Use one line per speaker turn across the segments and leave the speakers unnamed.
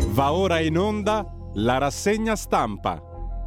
Va ora in onda la rassegna stampa.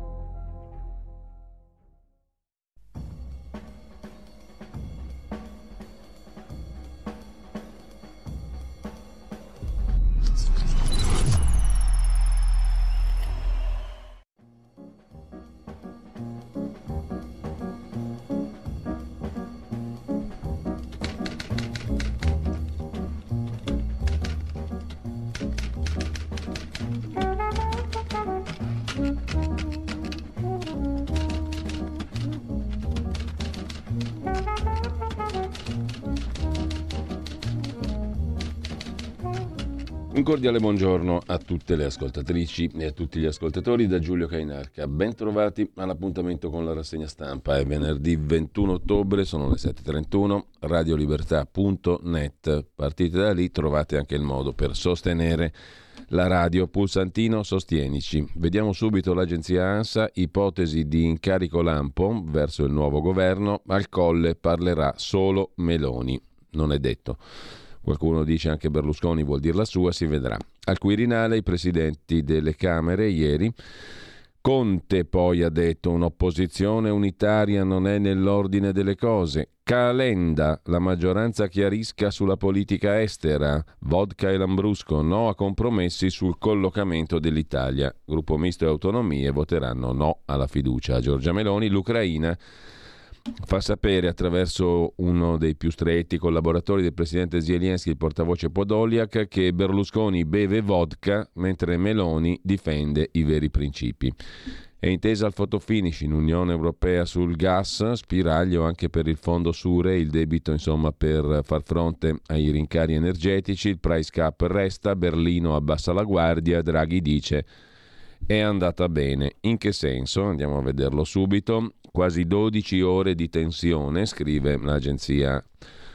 Un cordiale buongiorno a tutte le ascoltatrici e a tutti gli ascoltatori da Giulio Cainarca. Ben trovati all'appuntamento con la rassegna stampa. È venerdì 21 ottobre, sono le 7.31, radiolibertà.net. Partite da lì, trovate anche il modo per sostenere la radio. Pulsantino Sostienici. Vediamo subito l'agenzia ANSA, ipotesi di incarico lampo verso il nuovo governo. Al Colle parlerà solo Meloni. Non è detto. Qualcuno dice anche Berlusconi vuol dir la sua, si vedrà. Al Quirinale i presidenti delle Camere ieri. Conte poi ha detto un'opposizione unitaria non è nell'ordine delle cose. Calenda, la maggioranza chiarisca sulla politica estera. Vodka e Lambrusco, no a compromessi sul collocamento dell'Italia. Gruppo Misto e Autonomie voteranno no alla fiducia a Giorgia Meloni. L'Ucraina fa sapere attraverso uno dei più stretti collaboratori del presidente Zelensky, il portavoce Podolyak, che Berlusconi beve vodka mentre Meloni difende i veri principi. È intesa al fotofinish in Unione Europea sul gas, spiraglio anche per il fondo Sure, il debito insomma per far fronte ai rincari energetici, il price cap resta, Berlino abbassa la guardia, Draghi dice è andata bene. In che senso? Andiamo a vederlo subito. Quasi 12 ore di tensione, scrive l'agenzia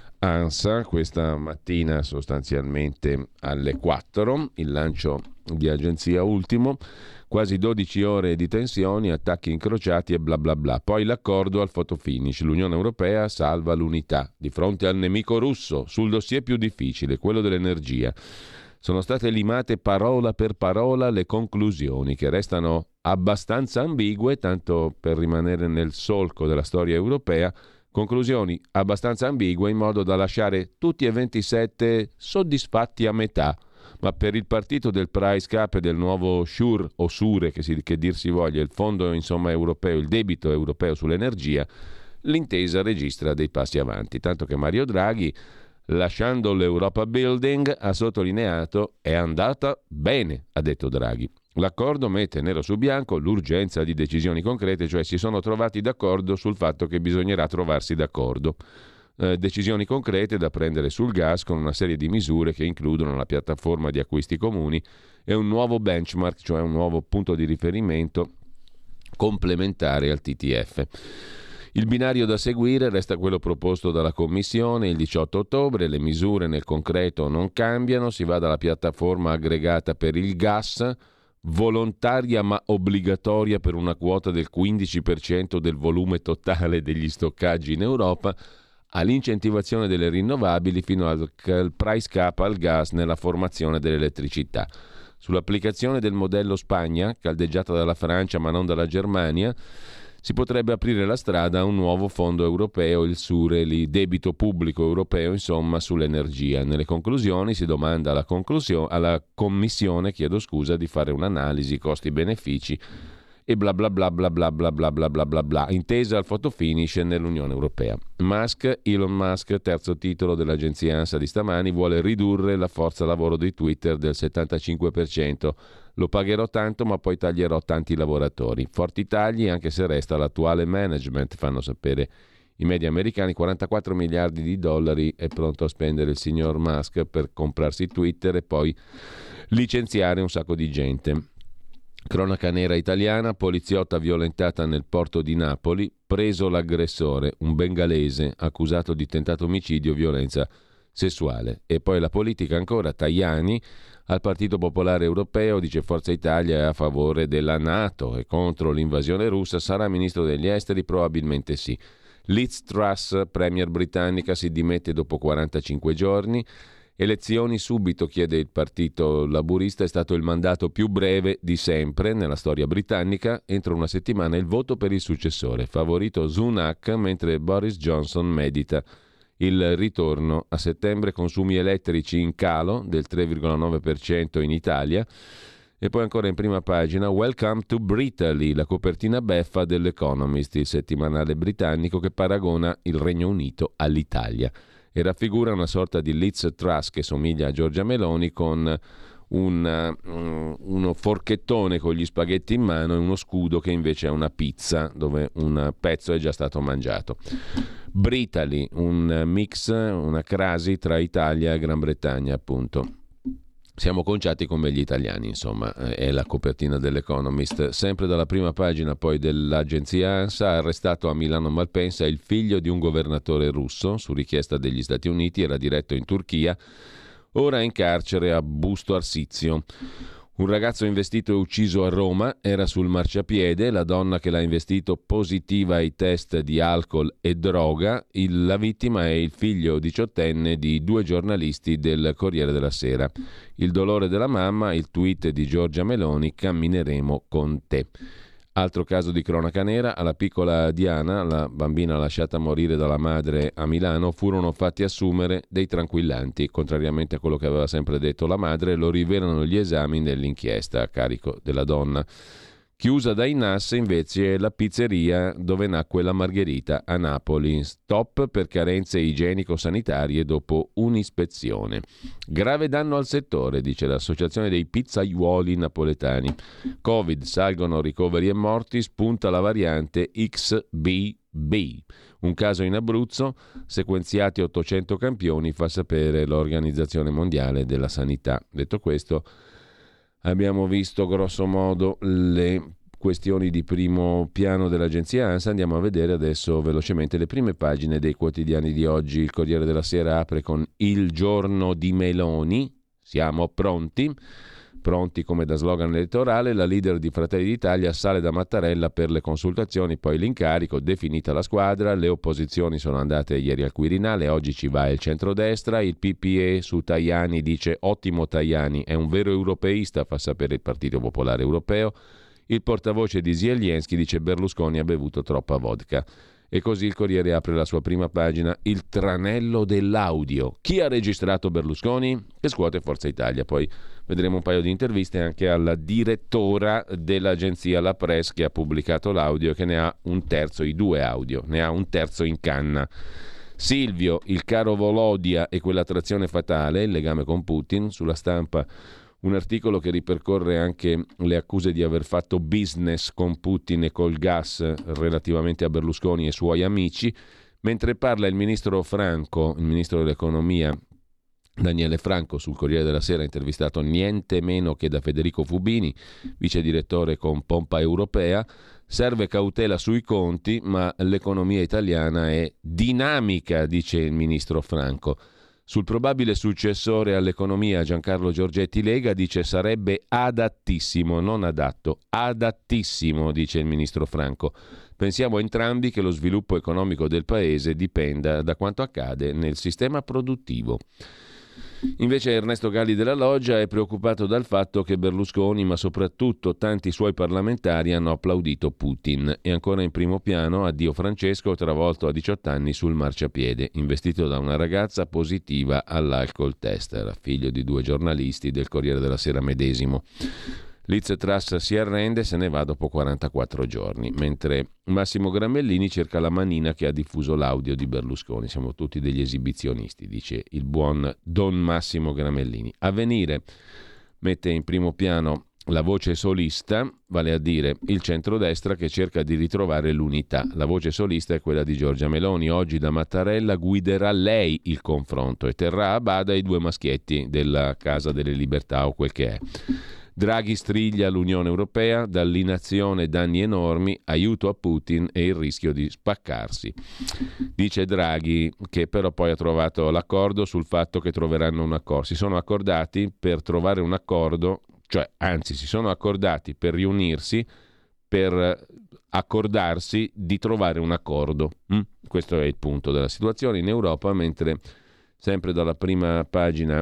ANSA, questa mattina sostanzialmente alle 4, il lancio di agenzia ultimo, quasi 12 ore di tensioni, attacchi incrociati e bla bla bla. Poi l'accordo al fotofinish, l'Unione Europea salva l'unità di fronte al nemico russo sul dossier più difficile, quello dell'energia. Sono state limate parola per parola le conclusioni che restano abbastanza ambigue, tanto per rimanere nel solco della storia europea, conclusioni abbastanza ambigue in modo da lasciare tutti e 27 soddisfatti a metà. Ma per il partito del price cap e del nuovo SURE o SURE, che dir si voglia, il fondo insomma europeo, il debito europeo sull'energia, l'intesa registra dei passi avanti, tanto che Mario Draghi, lasciando l'Europa Building, ha sottolineato è andata bene, ha detto Draghi. L'accordo mette nero su bianco l'urgenza di decisioni concrete, cioè si sono trovati d'accordo sul fatto che bisognerà trovarsi d'accordo. Decisioni concrete da prendere sul gas con una serie di misure che includono la piattaforma di acquisti comuni e un nuovo benchmark, cioè un nuovo punto di riferimento complementare al TTF. Il binario da seguire resta quello proposto dalla Commissione il 18 ottobre, le misure nel concreto non cambiano, si va dalla piattaforma aggregata per il gas, volontaria ma obbligatoria per una quota del 15% del volume totale degli stoccaggi in Europa, all'incentivazione delle rinnovabili fino al price cap al gas nella formazione dell'elettricità. Sull'applicazione del modello Spagna, caldeggiata dalla Francia ma non dalla Germania, si potrebbe aprire la strada a un nuovo fondo europeo, il SURE, il debito pubblico europeo, insomma, sull'energia. Nelle conclusioni si domanda alla Commissione, di fare un'analisi costi-benefici e bla bla bla bla bla bla bla bla bla bla bla, intesa al fotofinish nell'Unione Europea. Elon Musk, terzo titolo dell'agenzia ANSA di stamani, vuole ridurre la forza lavoro di Twitter del 75%. Lo pagherò tanto, ma poi taglierò tanti lavoratori. Forti tagli, anche se resta l'attuale management, fanno sapere i media americani. 44 miliardi di dollari è pronto a spendere il signor Musk per comprarsi Twitter e poi licenziare un sacco di gente. Cronaca nera italiana, poliziotta violentata nel porto di Napoli, preso l'aggressore, un bengalese accusato di tentato omicidio, violenza sessuale. E poi la politica ancora, Tajani al Partito Popolare Europeo, dice Forza Italia è a favore della NATO e contro l'invasione russa, sarà ministro degli esteri? Probabilmente sì. Liz Truss, premier britannica, si dimette dopo 45 giorni Elezioni subito, chiede il partito laburista, è stato il mandato più breve di sempre nella storia britannica. Entro una settimana il voto per il successore. Favorito Sunak, mentre Boris Johnson medita il ritorno. A settembre consumi elettrici in calo del 3,9% in Italia. E poi ancora in prima pagina Welcome to Britaly, la copertina beffa dell'Economist, il settimanale britannico che paragona il Regno Unito all'Italia e raffigura una sorta di Liz Truss che somiglia a Giorgia Meloni con uno forchettone con gli spaghetti in mano e uno scudo che invece è una pizza dove un pezzo è già stato mangiato. Britaly, un mix, una crasi tra Italia e Gran Bretagna, appunto. Siamo conciati come gli italiani, insomma, è la copertina dell'Economist. Sempre dalla prima pagina poi dell'agenzia ANSA, arrestato a Milano Malpensa il figlio di un governatore russo, su richiesta degli Stati Uniti, era diretto in Turchia, ora è in carcere a Busto Arsizio. Un ragazzo investito e ucciso a Roma, era sul marciapiede, la donna che l'ha investito positiva ai test di alcol e droga, la vittima è il figlio diciottenne di 2 giornalisti del Corriere della Sera. Il dolore della mamma, il tweet di Giorgia Meloni, cammineremo con te. Altro caso di cronaca nera, alla piccola Diana, la bambina lasciata morire dalla madre a Milano, furono fatti assumere dei tranquillanti, contrariamente a quello che aveva sempre detto la madre, lo rivelano gli esami dell'inchiesta a carico della donna. Chiusa dai NAS invece è la pizzeria dove nacque la Margherita a Napoli. Stop per carenze igienico-sanitarie dopo un'ispezione. Grave danno al settore, dice l'associazione dei pizzaiuoli napoletani. Covid, salgono ricoveri e morti, spunta la variante XBB. Un caso in Abruzzo, sequenziati 800 campioni, fa sapere l'Organizzazione Mondiale della Sanità. Detto questo, abbiamo visto grosso modo le questioni di primo piano dell'agenzia ANSA. Andiamo a vedere adesso velocemente le prime pagine dei quotidiani di oggi. Il Corriere della Sera apre con il giorno di Meloni. Siamo pronti? Pronti come da slogan elettorale. La leader di Fratelli d'Italia sale da Mattarella per le consultazioni, poi l'incarico, definita la squadra. Le opposizioni sono andate ieri al Quirinale, oggi ci va il centrodestra. Il PPE su Tajani dice ottimo Tajani, è un vero europeista, fa sapere il Partito Popolare Europeo. Il portavoce di Zelensky dice Berlusconi ha bevuto troppa vodka. E così il Corriere apre la sua prima pagina, il tranello dell'audio. Chi ha registrato Berlusconi? Che scuote Forza Italia. Poi vedremo un paio di interviste anche alla direttora dell'agenzia La Presse che ha pubblicato l'audio e che ne ha un terzo, i 2 audio, ne ha un terzo in canna. Silvio, il caro Volodia e quell'attrazione fatale, il legame con Putin, sulla Stampa un articolo che ripercorre anche le accuse di aver fatto business con Putin e col gas relativamente a Berlusconi e ai suoi amici, mentre parla il ministro Franco, il ministro dell'economia Daniele Franco, sul Corriere della Sera, intervistato niente meno che da Federico Fubini, vice direttore con pompa europea. Serve cautela sui conti, ma l'economia italiana è dinamica, dice il ministro Franco. Sul probabile successore all'economia Giancarlo Giorgetti Lega dice sarebbe adattissimo, non adatto, adattissimo, dice il ministro Franco. Pensiamo entrambi che lo sviluppo economico del paese dipenda da quanto accade nel sistema produttivo. Invece Ernesto Galli della Loggia è preoccupato dal fatto che Berlusconi, ma soprattutto tanti suoi parlamentari, hanno applaudito Putin. E ancora in primo piano, addio Francesco, travolto a 18 anni sul marciapiede, investito da una ragazza positiva all'alcol test. Era figlio di 2 giornalisti del Corriere della Sera medesimo. Liz Truss si arrende e se ne va dopo 44 giorni, mentre Massimo Gramellini cerca la manina che ha diffuso l'audio di Berlusconi. Siamo tutti degli esibizionisti, dice il buon Don Massimo Gramellini. Avvenire mette in primo piano la voce solista, vale a dire il centrodestra che cerca di ritrovare l'unità. La voce solista è quella di Giorgia Meloni. Oggi da Mattarella guiderà lei il confronto e terrà a bada i 2 maschietti della Casa delle Libertà o quel che è. Draghi striglia l'Unione Europea, dall'inazione danni enormi, aiuto a Putin e il rischio di spaccarsi. Dice Draghi che però poi ha trovato l'accordo sul fatto che troveranno un accordo. Si sono accordati per trovare un accordo, si sono accordati per riunirsi, per accordarsi di trovare un accordo. Questo è il punto della situazione in Europa, mentre Sempre dalla prima pagina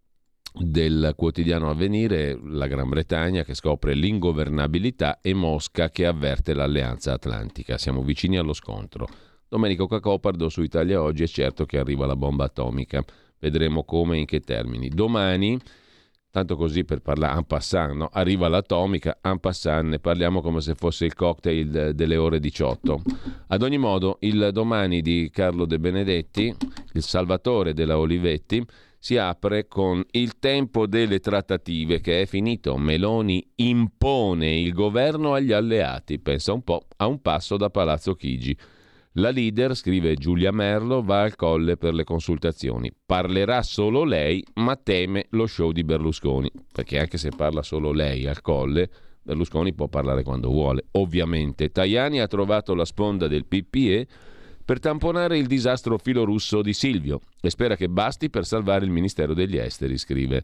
del quotidiano Avvenire, la Gran Bretagna che scopre l'ingovernabilità e Mosca che avverte l'alleanza atlantica. Siamo vicini allo scontro. Domenico Cacopardo su Italia Oggi: è certo che arriva la bomba atomica. Vedremo come e in che termini. Domani, tanto così per parlare en passant, no? Arriva l'atomica, en passant, ne parliamo come se fosse il cocktail delle ore 18. Ad ogni modo, il Domani di Carlo De Benedetti, il salvatore della Olivetti, si apre con il tempo delle trattative che è finito. Meloni impone il governo agli alleati, pensa un po', a un passo da Palazzo Chigi. La leader, scrive Giulia Merlo, va al Colle per le consultazioni. Parlerà solo lei, ma teme lo show di Berlusconi, perché anche se parla solo lei al Colle, Berlusconi può parlare quando vuole. Ovviamente Tajani ha trovato la sponda del PPE per tamponare il disastro filorusso di Silvio e spera che basti per salvare il Ministero degli Esteri, scrive.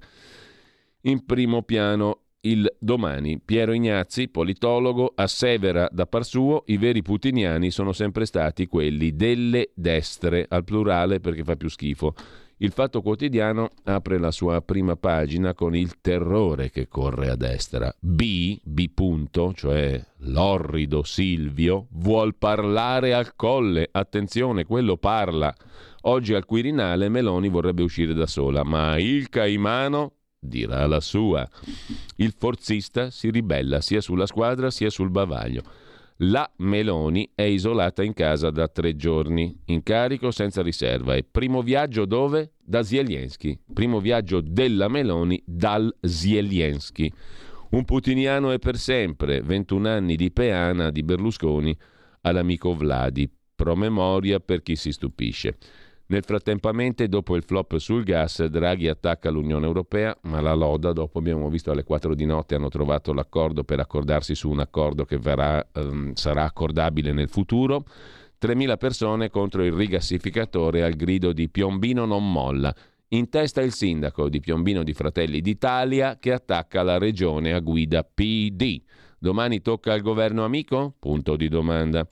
In primo piano il Domani. Piero Ignazzi, politologo, assevera da par suo: i veri putiniani sono sempre stati quelli delle destre, al plurale perché fa più schifo. Il Fatto Quotidiano apre la sua prima pagina con il terrore che corre a destra. B punto, cioè l'orrido Silvio, vuol parlare al Colle. Attenzione, quello parla. Oggi al Quirinale Meloni vorrebbe uscire da sola, ma il Caimano dirà la sua. Il forzista si ribella sia sulla squadra sia sul bavaglio. La Meloni è isolata in casa da 3 giorni, incarico senza riserva. E primo viaggio dove? Da Zelensky. Primo viaggio della Meloni dal Zelensky. Un putiniano è per sempre. 21 anni di peana di Berlusconi all'amico Vladi. Promemoria per chi si stupisce. Nel frattempo, dopo il flop sul gas, Draghi attacca l'Unione Europea, ma la loda. Dopo, abbiamo visto alle 4 di notte, hanno trovato l'accordo per accordarsi su un accordo che sarà accordabile nel futuro. 3.000 persone contro il rigassificatore al grido di Piombino non molla. In testa il sindaco di Piombino di Fratelli d'Italia che attacca la regione a guida PD. Domani tocca al governo amico? Punto di domanda.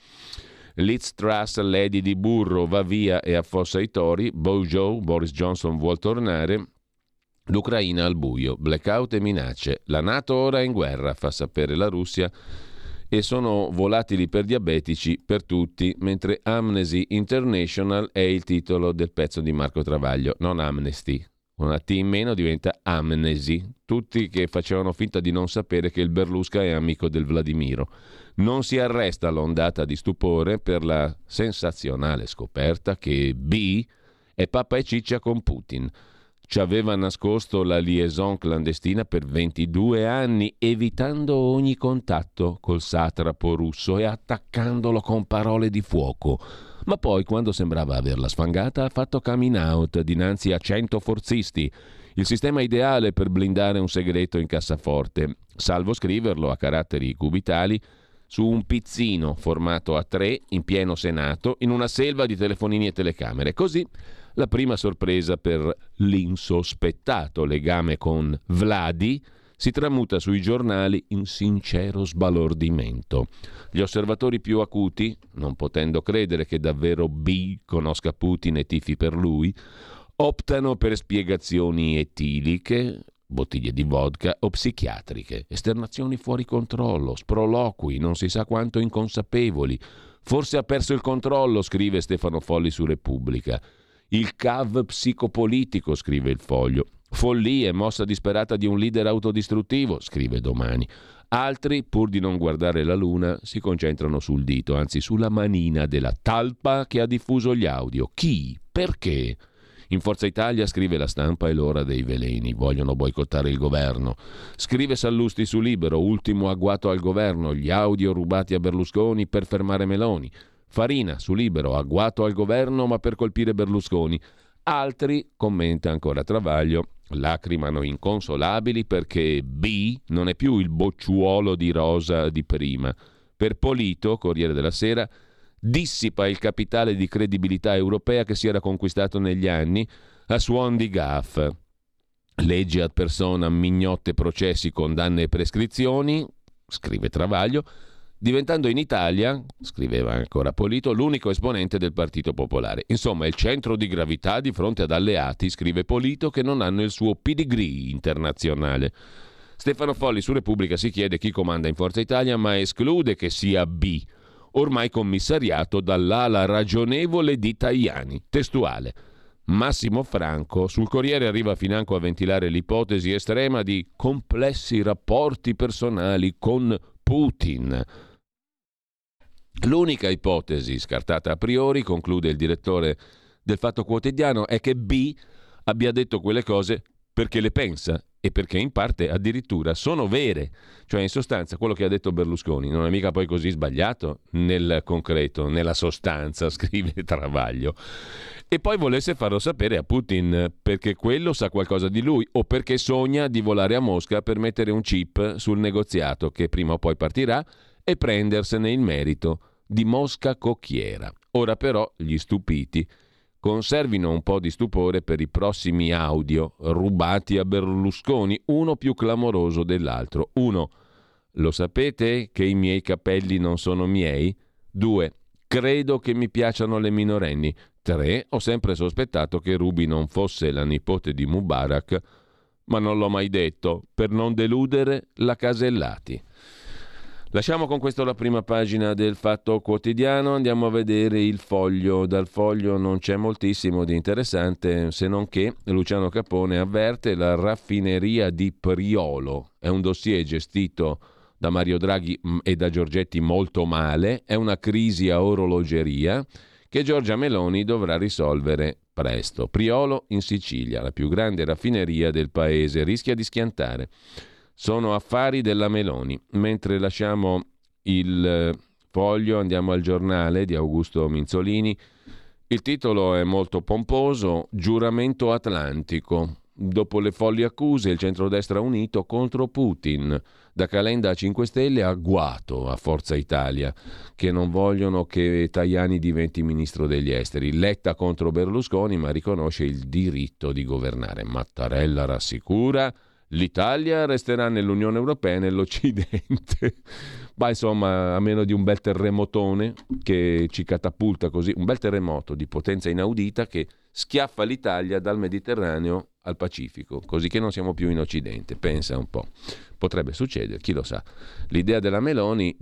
Liz Truss, Lady di burro, va via e affossa i tori. Bojo, Boris Johnson vuol tornare. L'Ucraina al buio, blackout e minacce. La NATO ora è in guerra, fa sapere la Russia, e sono volatili per diabetici per tutti, mentre Amnesty International è il titolo del pezzo di Marco Travaglio, non Amnesty. Una T in meno diventa Amnesty. Tutti che facevano finta di non sapere che il Berlusca è amico del Vladimiro. Non si arresta l'ondata di stupore per la sensazionale scoperta che B è pappa e ciccia con Putin. Ci aveva nascosto la liaison clandestina per 22 anni, evitando ogni contatto col satrapo russo e attaccandolo con parole di fuoco. Ma poi, quando sembrava averla sfangata, ha fatto coming out dinanzi a 100 forzisti. Il sistema ideale per blindare un segreto in cassaforte, salvo scriverlo a caratteri cubitali su un pizzino formato a 3 in pieno Senato, in una selva di telefonini e telecamere. Così la prima sorpresa per l'insospettato legame con Vladi si tramuta sui giornali in sincero sbalordimento. Gli osservatori più acuti, non potendo credere che davvero B conosca Putin e tifi per lui, optano per spiegazioni etiliche, bottiglie di vodka o psichiatriche, esternazioni fuori controllo, sproloqui, non si sa quanto inconsapevoli. Forse ha perso il controllo, scrive Stefano Folli su Repubblica. Il cav psicopolitico, scrive Il Foglio. Follie, mossa disperata di un leader autodistruttivo, scrive Domani. Altri, pur di non guardare la luna, si concentrano sul dito, anzi sulla manina della talpa che ha diffuso gli audio. Chi? Perché? In Forza Italia, scrive La Stampa, è l'ora dei veleni, vogliono boicottare il governo. Scrive Sallusti su Libero, ultimo agguato al governo, gli audio rubati a Berlusconi per fermare Meloni. Farina su Libero, agguato al governo ma per colpire Berlusconi. Altri, commenta ancora Travaglio, lacrimano inconsolabili perché B non è più il bocciuolo di rosa di prima. Per Polito, Corriere della Sera, dissipa il capitale di credibilità europea che si era conquistato negli anni a suon di gaff. Legge ad personam, mignotte, processi, condanne e prescrizioni, scrive Travaglio, diventando in Italia, scriveva ancora Polito, l'unico esponente del Partito Popolare. Insomma, è il centro di gravità di fronte ad alleati, scrive Polito, che non hanno il suo pedigree internazionale. Stefano Folli su Repubblica si chiede chi comanda in Forza Italia, ma esclude che sia B, ormai commissariato dall'ala ragionevole di Tajani. Testuale. Massimo Franco sul Corriere arriva financo a ventilare l'ipotesi estrema di complessi rapporti personali con Putin. L'unica ipotesi scartata a priori, conclude il direttore del Fatto Quotidiano, è che B abbia detto quelle cose perché le pensa e perché in parte addirittura sono vere. Cioè, in sostanza, quello che ha detto Berlusconi non è mica poi così sbagliato nel concreto, nella sostanza, scrive Travaglio. E poi volesse farlo sapere a Putin perché quello sa qualcosa di lui o perché sogna di volare a Mosca per mettere un chip sul negoziato che prima o poi partirà e prendersene il merito di Mosca cocchiera. Ora però gli stupiti conservino un po' di stupore per i prossimi audio rubati a Berlusconi, uno più clamoroso dell'altro. 1. Lo sapete che i miei capelli non sono miei? 2. Credo che mi piacciono le minorenni. 3. Ho sempre sospettato che Ruby non fosse la nipote di Mubarak, ma non l'ho mai detto, per non deludere la Casellati. Lasciamo con questo la prima pagina del Fatto Quotidiano, andiamo a vedere il Foglio. Dal Foglio non c'è moltissimo di interessante, se non che Luciano Capone avverte la raffineria di Priolo. È un dossier gestito da Mario Draghi e da Giorgetti molto male, è una crisi a orologeria che Giorgia Meloni dovrà risolvere presto. Priolo in Sicilia, la più grande raffineria del paese, rischia di schiantare. Sono affari della Meloni. Mentre lasciamo il Foglio andiamo al Giornale di Augusto Minzolini. Il titolo è molto pomposo: Giuramento atlantico. Dopo le folli accuse, il centrodestra unito contro Putin. Da Calenda a 5 Stelle agguato a Forza Italia, che non vogliono che Tajani diventi ministro degli esteri. Letta contro Berlusconi, ma riconosce il diritto di governare. Mattarella rassicura: l'Italia resterà nell'Unione Europea e nell'Occidente. Ma insomma, a meno di un bel terremotone che ci catapulta così, un bel terremoto di potenza inaudita che schiaffa l'Italia dal Mediterraneo al Pacifico, così che non siamo più in Occidente. Pensa un po'. Potrebbe succedere, chi lo sa. L'idea della Meloni,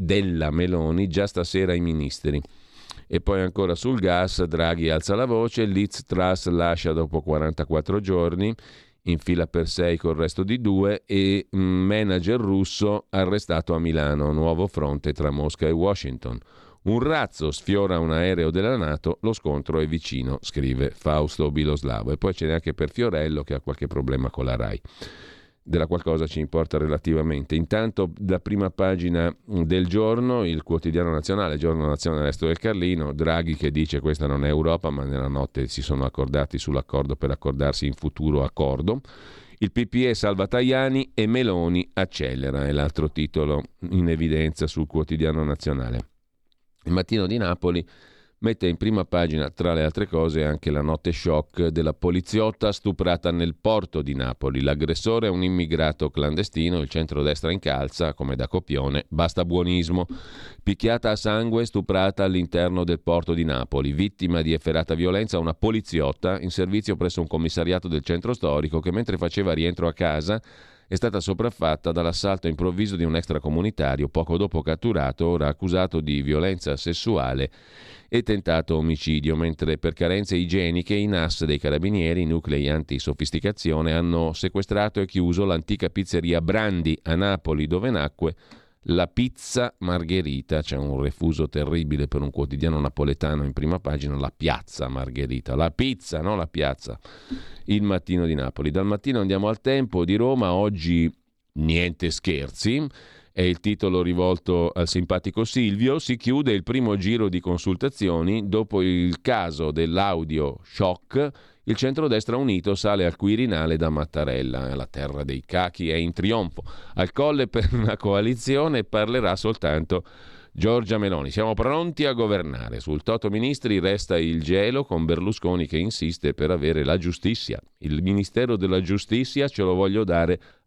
già stasera ai ministeri. E poi ancora sul gas, Draghi alza la voce, Liz Truss lascia dopo 44 giorni, in fila per 6 col resto di 2, e manager russo arrestato a Milano, nuovo fronte tra Mosca e Washington. Un razzo sfiora un aereo della NATO, lo scontro è vicino, scrive Fausto Biloslavo. E poi ce n'è anche per Fiorello che ha qualche problema con la RAI. Della qualcosa ci importa relativamente. Intanto, da prima pagina del Giorno, il quotidiano nazionale, Giorno Nazionale Resto del Carlino, Draghi che dice questa non è Europa, ma nella notte si sono accordati sull'accordo per accordarsi in futuro accordo. Il PPE salva Tajani e Meloni accelera, è l'altro titolo in evidenza sul quotidiano nazionale. Il Mattino di Napoli mette in prima pagina, tra le altre cose, anche la notte shock della poliziotta stuprata nel porto di Napoli. L'aggressore è un immigrato clandestino, il centrodestra incalza, come da copione, basta buonismo. Picchiata a sangue, stuprata all'interno del porto di Napoli. Vittima di efferata violenza una poliziotta in servizio presso un commissariato del centro storico che, mentre faceva rientro a casa, è stata sopraffatta dall'assalto improvviso di un extracomunitario, poco dopo catturato, ora accusato di violenza sessuale e tentato omicidio, mentre per carenze igieniche i NAS dei carabinieri, nuclei antisofisticazione, hanno sequestrato e chiuso l'antica pizzeria Brandi a Napoli, dove nacque la pizza Margherita. C'è un refuso terribile per un quotidiano napoletano in prima pagina, la piazza Margherita, la pizza, no la piazza. Il Mattino di Napoli. Dal Mattino andiamo al Tempo di Roma. Oggi niente scherzi, è il titolo rivolto al simpatico Silvio. Si chiude il primo giro di consultazioni dopo il caso dell'audio shock. Il centrodestra unito sale al Quirinale da Mattarella, la terra dei cachi è in trionfo. Al Colle per una coalizione parlerà soltanto Giorgia Meloni. Siamo pronti a governare. Sul Toto Ministri resta il gelo, con Berlusconi che insiste per avere la giustizia. Il Ministero della Giustizia ce lo voglio dare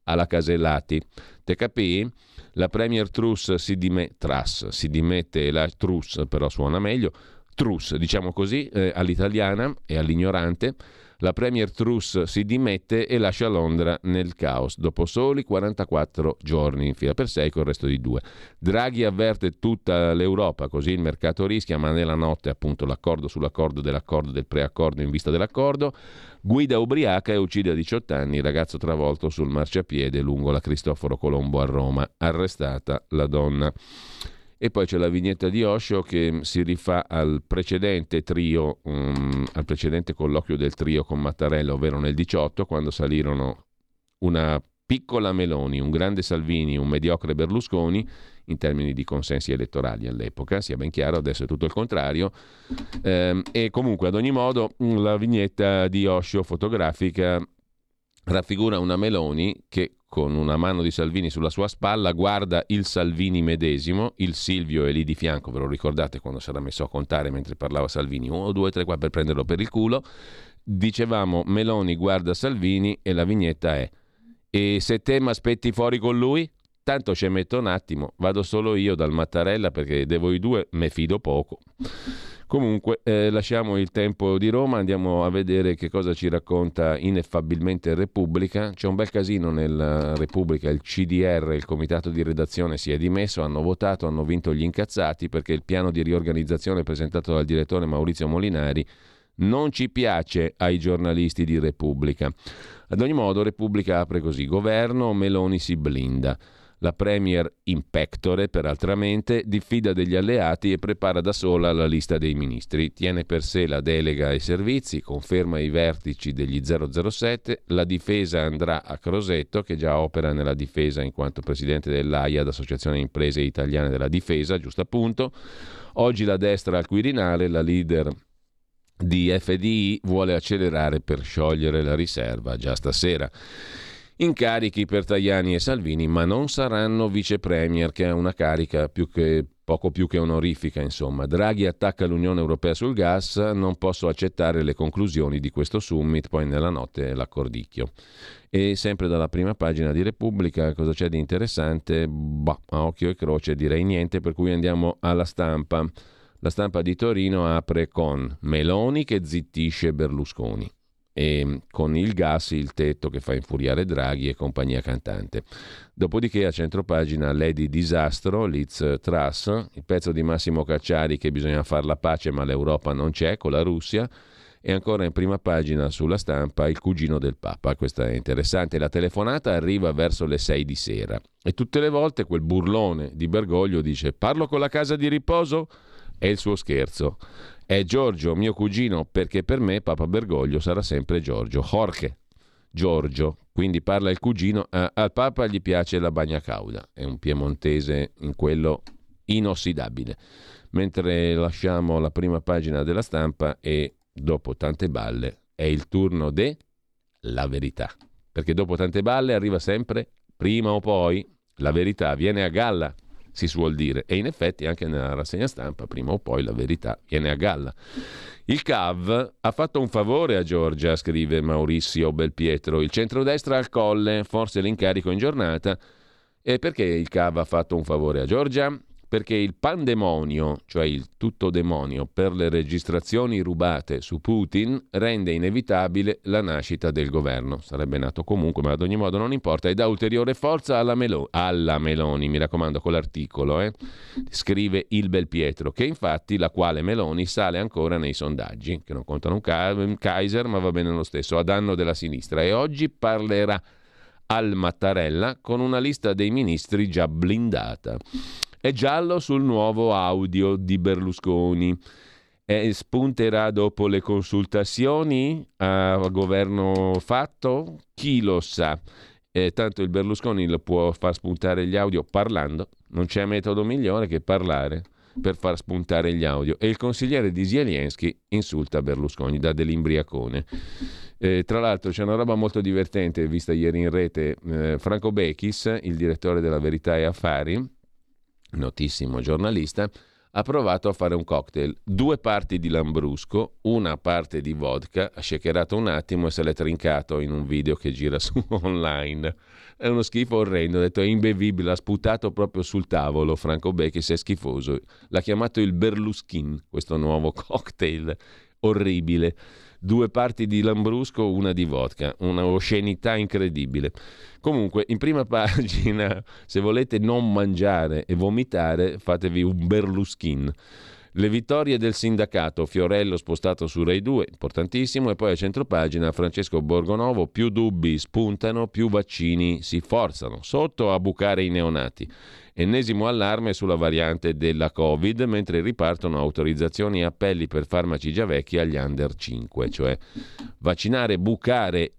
alla Casellati. Te capì? La premier Truss si dimette, la Truss però suona meglio, Truss diciamo così, all'italiana e all'ignorante. La premier Truss si dimette e lascia Londra nel caos dopo soli 44 giorni in fila per 6 con il resto di 2. Draghi avverte tutta l'Europa, così il mercato rischia, ma nella notte appunto l'accordo sull'accordo dell'accordo del preaccordo in vista dell'accordo. Guida ubriaca e uccide a 18 anni il ragazzo travolto sul marciapiede lungo la Cristoforo Colombo a Roma. Arrestata la donna. E poi c'è la vignetta di Osho che si rifà al precedente trio, al precedente colloquio del trio con Mattarella, ovvero nel 18, quando salirono una piccola Meloni, un grande Salvini, un mediocre Berlusconi, in termini di consensi elettorali all'epoca, sia ben chiaro, adesso è tutto il contrario. E comunque, ad ogni modo, la vignetta di Osho fotografica raffigura una Meloni che con una mano di Salvini sulla sua spalla guarda il Salvini medesimo, il Silvio è lì di fianco, ve lo ricordate quando si era messo a contare mentre parlava Salvini, 1, 2, 3, 4 per prenderlo per il culo. Dicevamo Meloni guarda Salvini e la vignetta è: e se te mi aspetti fuori con lui? Tanto ci metto un attimo, vado solo io dal Mattarella perché de voi due me fido poco. Comunque lasciamo il tempo di Roma, andiamo a vedere che cosa ci racconta ineffabilmente Repubblica. C'è un bel casino nella Repubblica, il CDR, il comitato di redazione si è dimesso, hanno votato, hanno vinto gli incazzati perché il piano di riorganizzazione presentato dal direttore Maurizio Molinari non ci piace ai giornalisti di Repubblica. Ad ogni modo Repubblica apre così: governo, Meloni si blinda. La premier in pectore, peraltramente, diffida degli alleati e prepara da sola la lista dei ministri. Tiene per sé la delega ai servizi, conferma i vertici degli 007, la difesa andrà a Crosetto, che già opera nella difesa in quanto presidente dell'AIAD, Associazione Imprese Italiane della Difesa, giusto appunto. Oggi la destra al Quirinale, la leader di FDI vuole accelerare per sciogliere la riserva già stasera. Incarichi per Tajani e Salvini, ma non saranno vice premier, che è una carica poco più che onorifica, insomma. Draghi attacca l'Unione Europea sul gas, non posso accettare le conclusioni di questo summit, poi nella notte l'accordicchio. E sempre dalla prima pagina di Repubblica, cosa c'è di interessante? A occhio e croce direi niente, per cui andiamo alla Stampa. La Stampa di Torino apre con Meloni che zittisce Berlusconi e con il gas il tetto che fa infuriare Draghi e compagnia cantante. Dopodiché a centropagina Lady Disastro, Liz Truss, il pezzo di Massimo Cacciari che bisogna far la pace ma l'Europa non c'è con la Russia, e ancora in prima pagina sulla Stampa il cugino del Papa. Questa è interessante, la telefonata arriva verso le 6 di sera e tutte le volte quel burlone di Bergoglio dice: parlo con la casa di riposo? È il suo scherzo. È Giorgio, mio cugino, perché per me Papa Bergoglio sarà sempre Giorgio. Jorge, Giorgio. Quindi parla il cugino. Al Papa gli piace la bagna cauda. È un piemontese in quello inossidabile. Mentre lasciamo la prima pagina della Stampa e dopo tante balle è il turno della verità. Perché dopo tante balle arriva sempre, prima o poi, la verità viene a galla, si suol dire, e in effetti anche nella rassegna stampa prima o poi la verità viene a galla. Il CAV ha fatto un favore a Giorgia, scrive Maurizio Belpietro, il centrodestra al Colle, forse l'incarico in giornata. E perché il CAV ha fatto un favore a Giorgia? Perché il pandemonio, cioè il tutto demonio per le registrazioni rubate su Putin, rende inevitabile la nascita del governo. Sarebbe nato comunque, ma ad ogni modo non importa, e dà ulteriore forza alla Meloni, mi raccomando con l'articolo, scrive il Belpietro, che infatti la quale Meloni sale ancora nei sondaggi, che non contano un Kaiser, ma va bene lo stesso, a danno della sinistra, e oggi parlerà al Mattarella con una lista dei ministri già blindata. È giallo sul nuovo audio di Berlusconi. Spunterà dopo le consultazioni a governo fatto? Chi lo sa? Tanto il Berlusconi lo può far spuntare gli audio parlando. Non c'è metodo migliore che parlare per far spuntare gli audio. E il consigliere di Zelensky insulta Berlusconi, dà dell'imbriacone. Tra l'altro c'è una roba molto divertente vista ieri in rete. Franco Bechis, il direttore della Verità e Affari, notissimo giornalista, ha provato a fare un cocktail, 2 parti di lambrusco, una parte di vodka, ha shakerato un attimo e se l'è trincato in un video che gira su online. È uno schifo orrendo, ha detto è imbevibile, ha sputato proprio sul tavolo Franco Becchis, è schifoso. L'ha chiamato il Berluskin, questo nuovo cocktail orribile. 2 parti di lambrusco, una di vodka, una oscenità incredibile. Comunque, in prima pagina, se volete non mangiare e vomitare, fatevi un Berluskin. Le vittorie del sindacato, Fiorello spostato su Rai 2, importantissimo, e poi a centropagina Francesco Borgonovo, più dubbi spuntano, più vaccini si forzano, sotto a bucare i neonati. Ennesimo allarme sulla variante della Covid, mentre ripartono autorizzazioni e appelli per farmaci già vecchi agli under 5, cioè vaccinare, bucare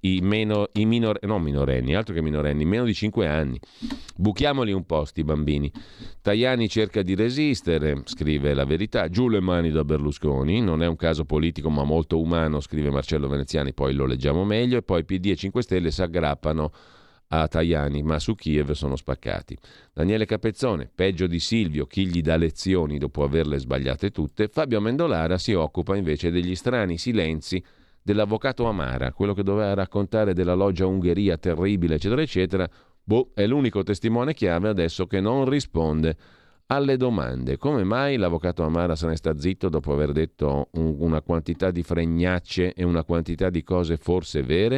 minorenni, altro che minorenni, meno di 5 anni. Buchiamoli un po' sti bambini. Tajani cerca di resistere, scrive La Verità, giù le mani da Berlusconi, non è un caso politico ma molto umano, scrive Marcello Veneziani, poi lo leggiamo meglio, e poi PD e 5 Stelle si aggrappano a Tajani, ma su Kiev sono spaccati. Daniele Capezzone, peggio di Silvio, chi gli dà lezioni dopo averle sbagliate tutte. Fabio Amendolara si occupa invece degli strani silenzi dell'avvocato Amara, quello che doveva raccontare della loggia Ungheria terribile, eccetera, eccetera. È l'unico testimone chiave adesso che non risponde alle domande. Come mai l'avvocato Amara se ne sta zitto dopo aver detto una quantità di fregnacce e una quantità di cose forse vere?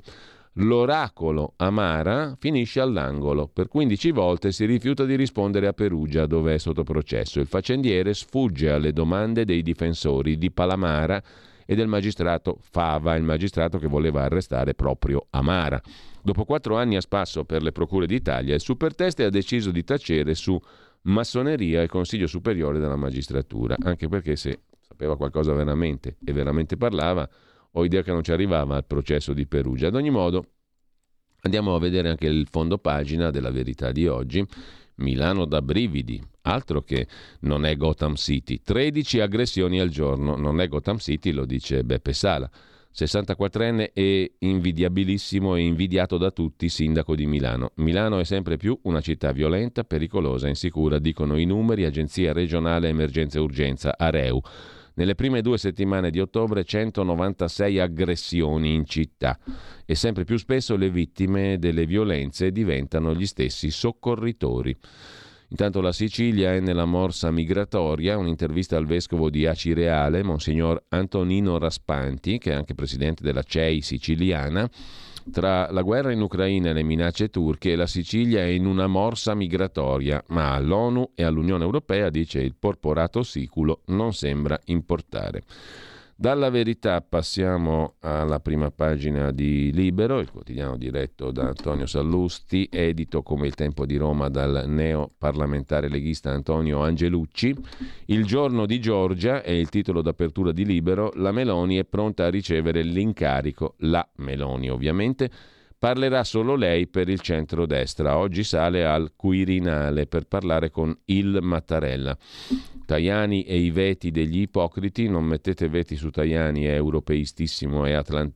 L'oracolo Amara finisce all'angolo. Per 15 volte si rifiuta di rispondere a Perugia, dove è sotto processo. Il faccendiere sfugge alle domande dei difensori di Palamara e del magistrato Fava, il magistrato che voleva arrestare proprio Amara. Dopo 4 anni a spasso per le procure d'Italia, il Superteste ha deciso di tacere su massoneria e Consiglio Superiore della Magistratura, anche perché se sapeva qualcosa veramente e veramente parlava, ho idea che non ci arrivava al processo di Perugia. Ad ogni modo, andiamo a vedere anche il fondo pagina della Verità di oggi. Milano da brividi, altro che non è Gotham City. 13 aggressioni al giorno, non è Gotham City, lo dice Beppe Sala. 64enne e invidiabilissimo e invidiato da tutti sindaco di Milano. Milano è sempre più una città violenta, pericolosa, insicura, dicono i numeri, Agenzia Regionale Emergenza e Urgenza, AREU. Nelle prime 2 settimane di ottobre 196 aggressioni in città e sempre più spesso le vittime delle violenze diventano gli stessi soccorritori. Intanto la Sicilia è nella morsa migratoria, un'intervista al vescovo di Acireale, Monsignor Antonino Raspanti, che è anche presidente della CEI siciliana. Tra la guerra in Ucraina e le minacce turche, la Sicilia è in una morsa migratoria, ma all'ONU e all'Unione Europea, dice il porporato siculo, non sembra importare. Dalla Verità passiamo alla prima pagina di Libero, il quotidiano diretto da Antonio Sallusti, edito come Il Tempo di Roma dal neoparlamentare leghista Antonio Angelucci. Il giorno di Giorgia è il titolo d'apertura di Libero, la Meloni è pronta a ricevere l'incarico, la Meloni ovviamente. Parlerà solo lei per il centrodestra. Oggi sale al Quirinale per parlare con il Mattarella. Tajani e i veti degli ipocriti, non mettete veti su Tajani, è europeistissimo e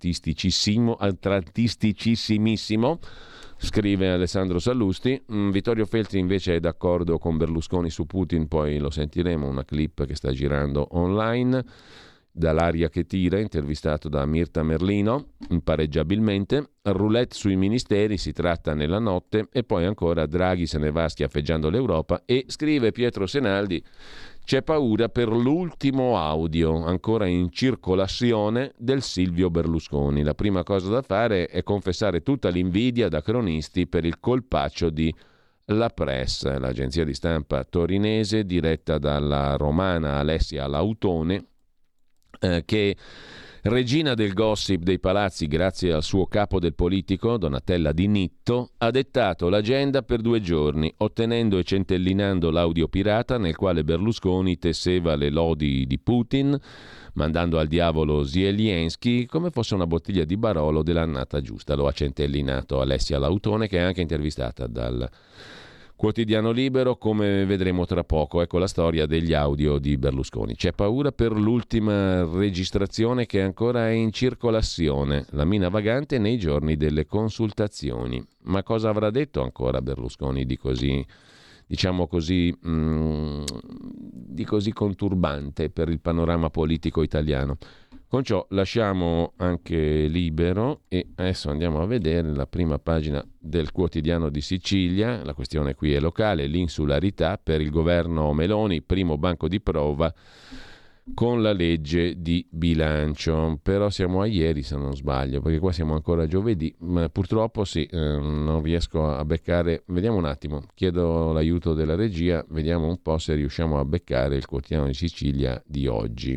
atlantisticissimissimo, scrive Alessandro Sallusti. Vittorio Feltri invece è d'accordo con Berlusconi su Putin, poi lo sentiremo, una clip che sta girando online. Dall'aria che tira, intervistato da Mirta Merlino, impareggiabilmente. Roulette sui ministeri, si tratta nella notte, e poi ancora Draghi se ne va schiaffeggiando l'Europa, e scrive Pietro Senaldi, c'è paura per l'ultimo audio ancora in circolazione del Silvio Berlusconi. La prima cosa da fare è confessare tutta l'invidia da cronisti per il colpaccio di La Press, l'agenzia di stampa torinese diretta dalla romana Alessia Lautone, che regina del gossip dei palazzi grazie al suo capo del politico, Donatella Di Nitto, ha dettato l'agenda per 2 giorni, ottenendo e centellinando l'audio pirata nel quale Berlusconi tesseva le lodi di Putin, mandando al diavolo Zelensky come fosse una bottiglia di Barolo dell'annata giusta. Lo ha centellinato Alessia Lautone, che è anche intervistata dal Quotidiano Libero, come vedremo tra poco. Ecco la storia degli audio di Berlusconi. C'è paura per l'ultima registrazione che ancora è in circolazione, la mina vagante nei giorni delle consultazioni. Ma cosa avrà detto ancora Berlusconi di così diciamo così, di così conturbante per il panorama politico italiano. Con ciò lasciamo anche Libero e adesso andiamo a vedere la prima pagina del Quotidiano di Sicilia. La questione qui è locale, l'insularità per il governo Meloni, primo banco di prova con la legge di bilancio. Però siamo a ieri, se non sbaglio, perché qua siamo ancora giovedì, ma purtroppo sì, non riesco a beccare. Vediamo un attimo, chiedo l'aiuto della regia, vediamo un po' se riusciamo a beccare il Quotidiano di Sicilia di oggi.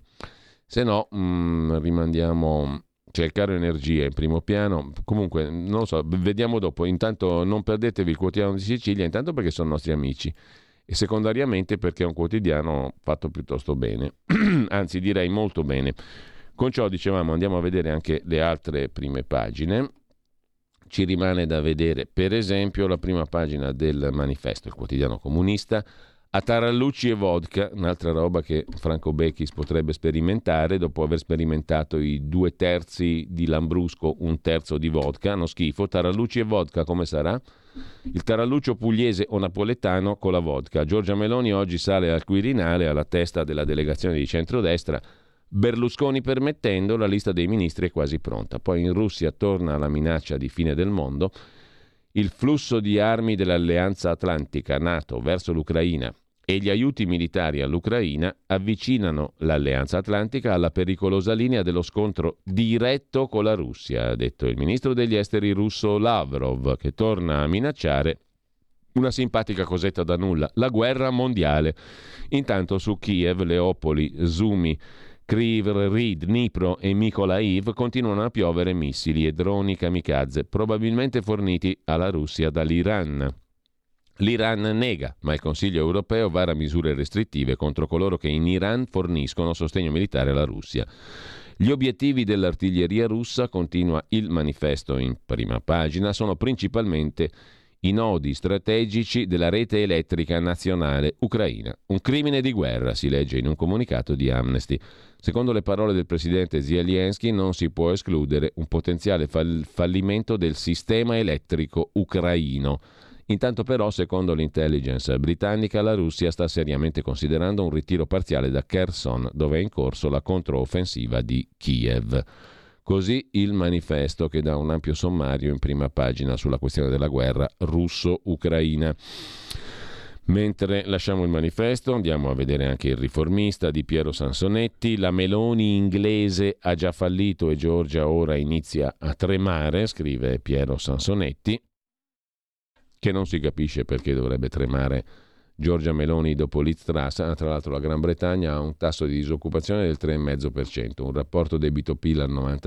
Se no, rimandiamo. C'è il caro energia in primo piano. Comunque, non lo so, vediamo dopo. Intanto non perdetevi il Quotidiano di Sicilia, intanto perché sono nostri amici e secondariamente perché è un quotidiano fatto piuttosto bene, anzi direi molto bene. Con ciò, dicevamo, andiamo a vedere anche le altre prime pagine. Ci rimane da vedere, per esempio, la prima pagina del Manifesto, il quotidiano comunista. A tarallucci e vodka, un'altra roba che Franco Bechis potrebbe sperimentare dopo aver sperimentato i 2/3 di Lambrusco, 1/3 di vodka, hanno schifo. Tarallucci e vodka come sarà? Il taralluccio pugliese o napoletano con la vodka. Giorgia Meloni oggi sale al Quirinale alla testa della delegazione di centrodestra. Berlusconi permettendo, la lista dei ministri è quasi pronta. Poi in Russia torna la minaccia di fine del mondo. Il flusso di armi dell'Alleanza Atlantica NATO verso l'Ucraina e gli aiuti militari all'Ucraina avvicinano l'Alleanza Atlantica alla pericolosa linea dello scontro diretto con la Russia, ha detto il ministro degli esteri russo Lavrov, che torna a minacciare una simpatica cosetta da nulla, la guerra mondiale. Intanto su Kiev, Leopoli, Sumi, Kryvyi Rih, Dnipro e Mykolaiv continuano a piovere missili e droni kamikaze, probabilmente forniti alla Russia dall'Iran. L'Iran nega, ma il Consiglio europeo vara misure restrittive contro coloro che in Iran forniscono sostegno militare alla Russia. Gli obiettivi dell'artiglieria russa, continua il Manifesto in prima pagina, sono principalmente i nodi strategici della rete elettrica nazionale ucraina. Un crimine di guerra, si legge in un comunicato di Amnesty. Secondo le parole del presidente Zelensky, non si può escludere un potenziale fallimento del sistema elettrico ucraino. Intanto però, secondo l'intelligence britannica, la Russia sta seriamente considerando un ritiro parziale da Kherson, dove è in corso la controoffensiva di Kiev. Così il Manifesto, che dà un ampio sommario in prima pagina sulla questione della guerra russo-ucraina. Mentre lasciamo il Manifesto, andiamo a vedere anche il Riformista di Piero Sansonetti. La Meloni inglese ha già fallito e Giorgia ora inizia a tremare, scrive Piero Sansonetti, che non si capisce perché dovrebbe tremare Giorgia Meloni dopo Liz Truss. Tra l'altro la Gran Bretagna ha un tasso di disoccupazione del 3,5%, un rapporto debito-PIL al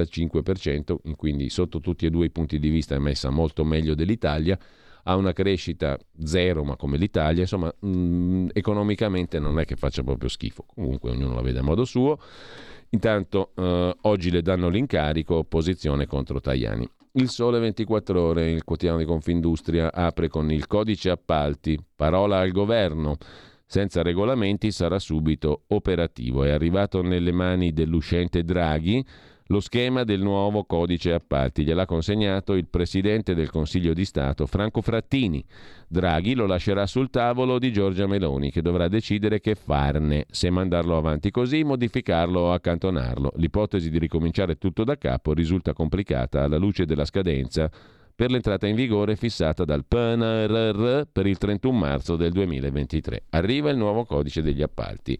95%, quindi sotto tutti e due i punti di vista è messa molto meglio dell'Italia, ha una crescita zero ma come l'Italia, insomma economicamente non è che faccia proprio schifo, comunque ognuno la vede a modo suo. Intanto oggi le danno l'incarico, opposizione contro Tajani. Il Sole 24 Ore, il quotidiano di Confindustria, apre con il codice appalti, parola al governo, senza regolamenti sarà subito operativo. È arrivato nelle mani dell'uscente Draghi lo schema del nuovo codice appalti, gliel'ha consegnato il presidente del Consiglio di Stato Franco Frattini. Draghi lo lascerà sul tavolo di Giorgia Meloni, che dovrà decidere che farne, se mandarlo avanti così, modificarlo o accantonarlo. L'ipotesi di ricominciare tutto da capo risulta complicata alla luce della scadenza per l'entrata in vigore fissata dal PNRR per il 31 marzo del 2023. Arriva il nuovo codice degli appalti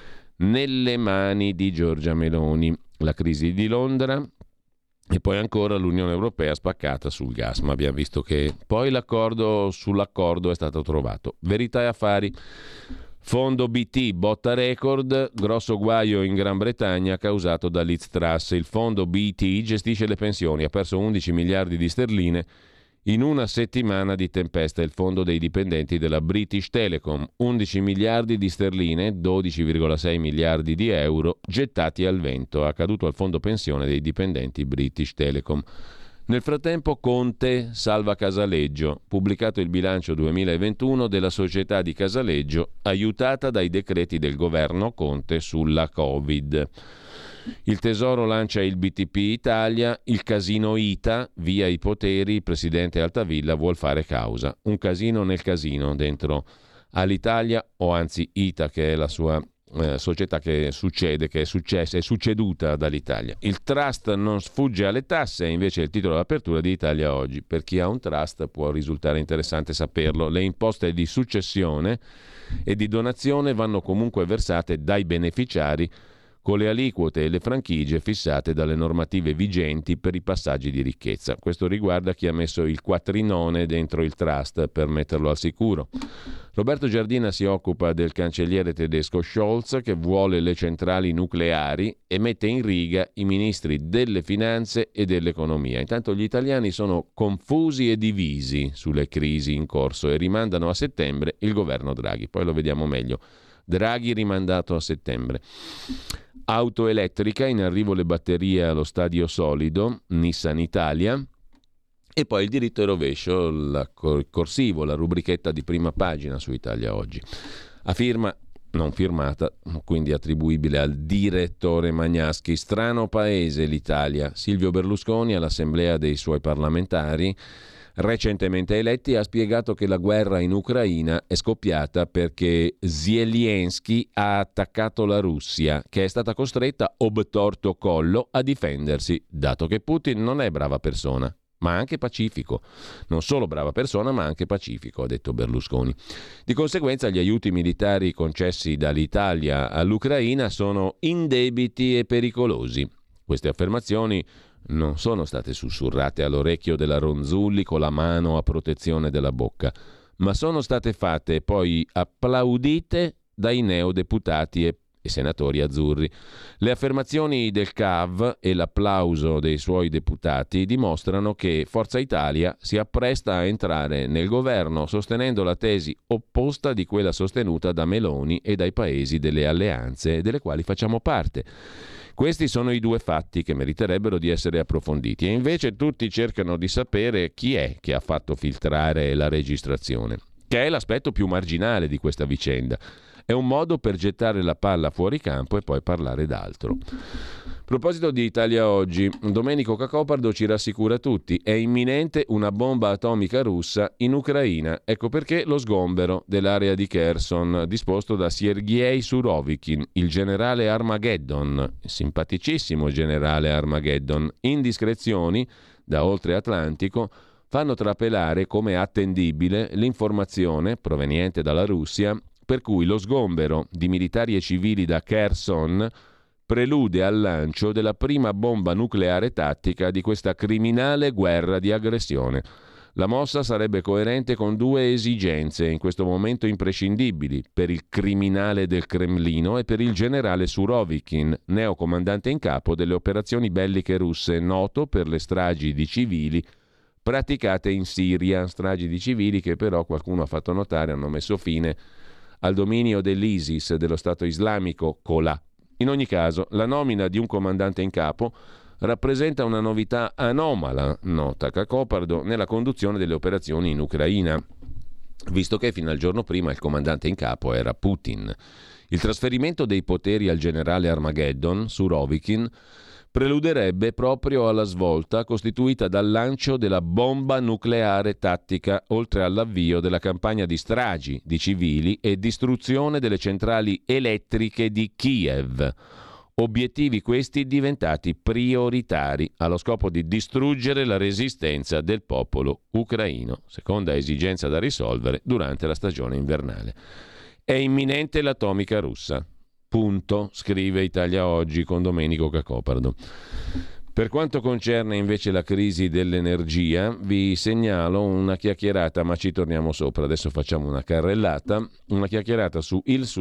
nelle mani di Giorgia Meloni. La crisi di Londra e poi ancora l'Unione Europea spaccata sul gas, ma abbiamo visto che poi l'accordo sull'accordo è stato trovato. Verità e affari. Fondo BT, botta record, grosso guaio in Gran Bretagna causato da Liz Truss. Il fondo BT gestisce le pensioni, ha perso 11 miliardi di sterline in una settimana di tempesta. Il fondo dei dipendenti della British Telecom, 11 miliardi di sterline, 12,6 miliardi di euro gettati al vento. Accaduto al fondo pensione dei dipendenti British Telecom. Nel frattempo Conte salva Casaleggio, pubblicato il bilancio 2021 della società di Casaleggio, aiutata dai decreti del governo Conte sulla Covid. Il Tesoro lancia il BTP Italia, il casino ITA, via i poteri, il presidente Altavilla vuol fare causa. Un casino nel casino dentro all'Italia, o anzi ITA, che è la sua società che è successa, è succeduta dall'Italia. Il trust non sfugge alle tasse, invece è il titolo d'apertura di Italia Oggi. Per chi ha un trust può risultare interessante saperlo. Le imposte di successione e di donazione vanno comunque versate dai beneficiari con le aliquote e le franchigie fissate dalle normative vigenti per i passaggi di ricchezza. Questo riguarda chi ha messo il quattrinone dentro il trust per metterlo al sicuro. Roberto Giardina si occupa del cancelliere tedesco Scholz, che vuole le centrali nucleari e mette in riga i ministri delle finanze e dell'economia. Intanto gli italiani sono confusi e divisi sulle crisi in corso e rimandano a settembre il governo Draghi. Poi lo vediamo meglio. Draghi rimandato a settembre. Auto elettrica, in arrivo le batterie allo stadio solido, Nissan Italia. E poi il diritto e rovescio, il corsivo, la rubrichetta di prima pagina su Italia Oggi. A firma non firmata, quindi attribuibile al direttore Magnaschi. Strano paese l'Italia. Silvio Berlusconi all'assemblea dei suoi parlamentari recentemente eletti ha spiegato che la guerra in Ucraina è scoppiata perché Zelensky ha attaccato la Russia, che è stata costretta obtorto collo a difendersi, dato che Putin non è brava persona, ma anche pacifico. Non solo brava persona, ma anche pacifico, ha detto Berlusconi. Di conseguenza gli aiuti militari concessi dall'Italia all'Ucraina sono indebiti e pericolosi. Queste affermazioni non sono state sussurrate all'orecchio della Ronzulli con la mano a protezione della bocca, ma sono state fatte e poi applaudite dai neodeputati e senatori azzurri. Le affermazioni del CAV e l'applauso dei suoi deputati dimostrano che Forza Italia si appresta a entrare nel governo sostenendo la tesi opposta di quella sostenuta da Meloni e dai paesi delle alleanze delle quali facciamo parte. Questi sono i due fatti che meriterebbero di essere approfonditi e invece tutti cercano di sapere chi è che ha fatto filtrare la registrazione, che è l'aspetto più marginale di questa vicenda. È un modo per gettare la palla fuori campo e poi parlare d'altro. A proposito di Italia Oggi, Domenico Cacopardo ci rassicura tutti. È imminente una bomba atomica russa in Ucraina. Ecco perché lo sgombero dell'area di Kherson, disposto da Sergei Surovikin, il generale Armageddon, simpaticissimo generale Armageddon. Indiscrezioni da oltre Atlantico fanno trapelare come attendibile l'informazione proveniente dalla Russia per cui lo sgombero di militari e civili da Kherson prelude al lancio della prima bomba nucleare tattica di questa criminale guerra di aggressione. La mossa sarebbe coerente con due esigenze in questo momento imprescindibili per il criminale del Cremlino e per il generale Surovikin, neocomandante in capo delle operazioni belliche russe, noto per le stragi di civili praticate in Siria, stragi di civili che però qualcuno ha fatto notare hanno messo fine al dominio dell'ISIS, dello Stato islamico, colà. In ogni caso, la nomina di un comandante in capo rappresenta una novità anomala, nota Cacopardo, nella conduzione delle operazioni in Ucraina, visto che fino al giorno prima il comandante in capo era Putin. Il trasferimento dei poteri al generale Armageddon, Surovikin, preluderebbe proprio alla svolta costituita dal lancio della bomba nucleare tattica, oltre all'avvio della campagna di stragi di civili e distruzione delle centrali elettriche di Kiev. Obiettivi questi diventati prioritari allo scopo di distruggere la resistenza del popolo ucraino, seconda esigenza da risolvere durante la stagione invernale. È imminente l'atomica russa. Punto, scrive Italia Oggi con Domenico Cacopardo. Per quanto concerne invece la crisi dell'energia, vi segnalo una chiacchierata, ma ci torniamo sopra, adesso facciamo una carrellata, una chiacchierata su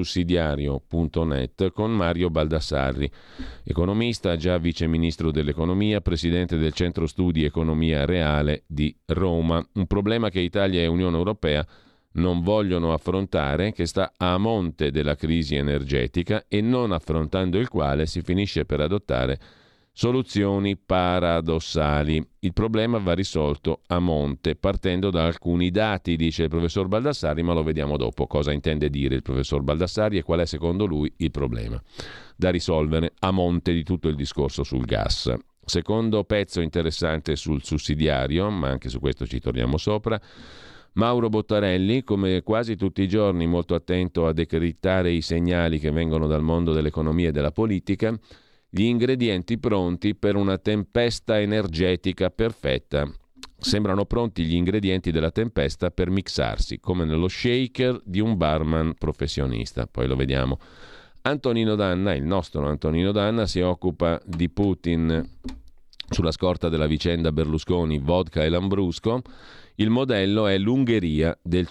ilsussidiario.net con Mario Baldassarri, economista, già vice ministro dell'economia, presidente del Centro Studi Economia Reale di Roma. Un problema che Italia e Unione Europea non vogliono affrontare, che sta a monte della crisi energetica e non affrontando il quale si finisce per adottare soluzioni paradossali. Il problema va risolto a monte, partendo da alcuni dati, dice il professor Baldassarri, ma lo vediamo dopo cosa intende dire il professor Baldassarri e qual è secondo lui il problema da risolvere a monte di tutto il discorso sul gas. Secondo pezzo interessante sul sussidiario, ma anche su questo ci torniamo sopra, Mauro Bottarelli, come quasi tutti i giorni molto attento a decrittare i segnali che vengono dal mondo dell'economia e della politica, gli ingredienti pronti per una tempesta energetica perfetta. Sembrano pronti gli ingredienti della tempesta per mixarsi, come nello shaker di un barman professionista. Poi lo vediamo. Antonino Danna, il nostro Antonino Danna, si occupa di Putin sulla scorta della vicenda Berlusconi, vodka e Lambrusco. Il modello è l'Ungheria del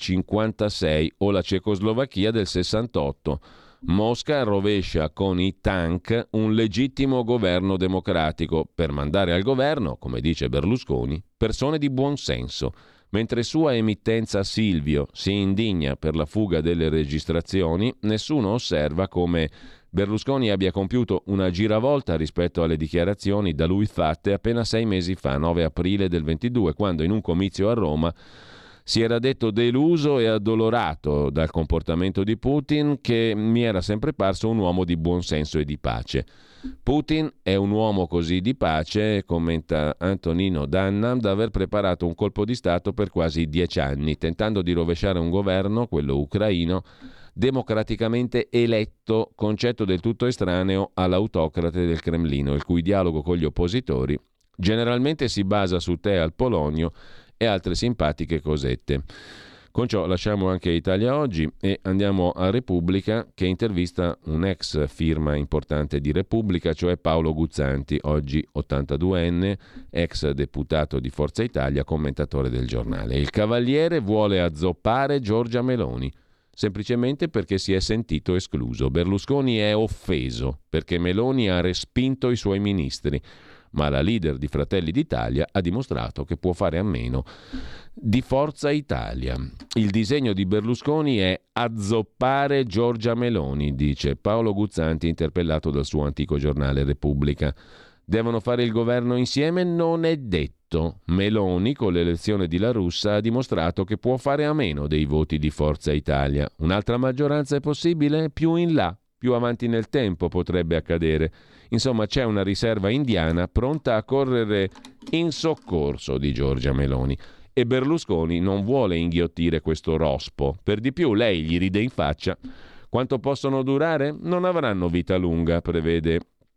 56 o la Cecoslovacchia del 68. Mosca rovescia con i tank un legittimo governo democratico per mandare al governo, come dice Berlusconi, persone di buon senso. Mentre Sua Emittenza Silvio si indigna per la fuga delle registrazioni, nessuno osserva come Berlusconi abbia compiuto una giravolta rispetto alle dichiarazioni da lui fatte appena 6 mesi fa, 9 aprile del 22, quando in un comizio a Roma si era detto deluso e addolorato dal comportamento di Putin, che mi era sempre parso un uomo di buon senso e di pace. Putin è un uomo così di pace, commenta Antonino Danna, da aver preparato un colpo di Stato per quasi 10 anni, tentando di rovesciare un governo, quello ucraino, democraticamente eletto, concetto del tutto estraneo all'autocrate del Cremlino, il cui dialogo con gli oppositori generalmente si basa su tè al polonio e altre simpatiche cosette. Con ciò lasciamo anche Italia Oggi e andiamo a Repubblica, che intervista un ex firma importante di Repubblica, cioè Paolo Guzzanti, oggi 82enne, ex deputato di Forza Italia, commentatore del giornale. Il Cavaliere vuole azzoppare Giorgia Meloni, semplicemente perché si è sentito escluso. Berlusconi è offeso perché Meloni ha respinto i suoi ministri, ma la leader di Fratelli d'Italia ha dimostrato che può fare a meno di Forza Italia. Il disegno di Berlusconi è azzoppare Giorgia Meloni, dice Paolo Guzzanti, interpellato dal suo antico giornale Repubblica. Devono fare il governo insieme? Non è detto. Meloni, con l'elezione di La Russa, ha dimostrato che può fare a meno dei voti di Forza Italia. Un'altra maggioranza è possibile? Più in là, più avanti nel tempo potrebbe accadere. Insomma, c'è una riserva indiana pronta a correre in soccorso di Giorgia Meloni. E Berlusconi non vuole inghiottire questo rospo. Per di più, lei gli ride in faccia. Quanto possono durare? Non avranno vita lunga, prevede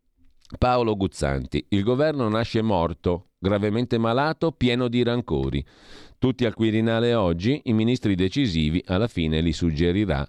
Paolo Guzzanti. Il governo nasce morto, gravemente malato, pieno di rancori. Tutti al Quirinale oggi, i ministri decisivi alla fine li suggerirà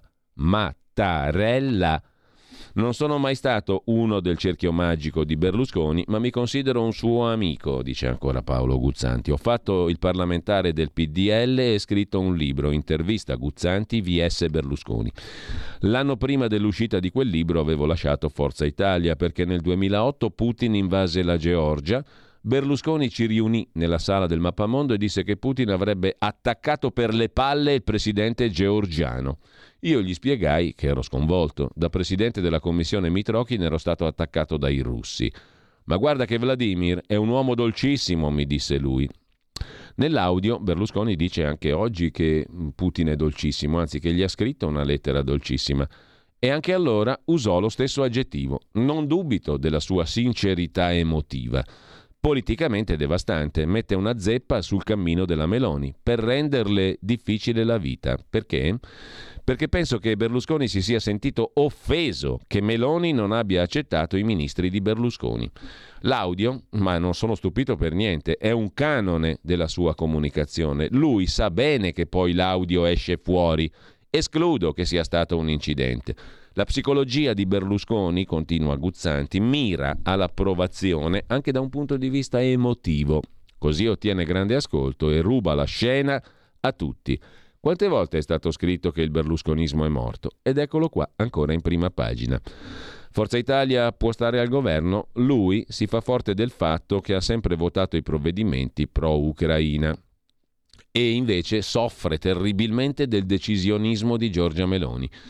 Mattarella. Non sono mai stato uno del cerchio magico di Berlusconi, ma mi considero un suo amico, dice ancora Paolo Guzzanti. Ho fatto il parlamentare del PDL e scritto un libro, intervista Guzzanti vs Berlusconi. L'anno prima dell'uscita di quel libro avevo lasciato Forza Italia perché nel 2008 Putin invase la Georgia. Berlusconi ci riunì nella sala del Mappamondo e disse che Putin avrebbe attaccato per le palle il presidente georgiano. Io gli spiegai che ero sconvolto. Da presidente della commissione Mitrokhin ero stato attaccato dai russi. Ma guarda che Vladimir è un uomo dolcissimo, mi disse lui. Nell'audio Berlusconi dice anche oggi che Putin è dolcissimo, anzi che gli ha scritto una lettera dolcissima. E anche allora usò lo stesso aggettivo. Non dubito della sua sincerità emotiva. Politicamente devastante, mette una zeppa sul cammino della Meloni per renderle difficile la vita. Perché? Perché penso che Berlusconi si sia sentito offeso che Meloni non abbia accettato i ministri di Berlusconi. L'audio, ma non sono stupito per niente, è un canone della sua comunicazione. Lui sa bene che poi l'audio esce fuori. Escludo che sia stato un incidente. La psicologia di Berlusconi, continua Guzzanti, mira all'approvazione anche da un punto di vista emotivo. Così ottiene grande ascolto e ruba la scena a tutti. Quante volte è stato scritto che il berlusconismo è morto? Ed eccolo qua, ancora in prima pagina. Forza Italia può stare al governo? Lui si fa forte del fatto che ha sempre votato i provvedimenti pro-Ucraina e invece soffre terribilmente del decisionismo di Giorgia Meloni.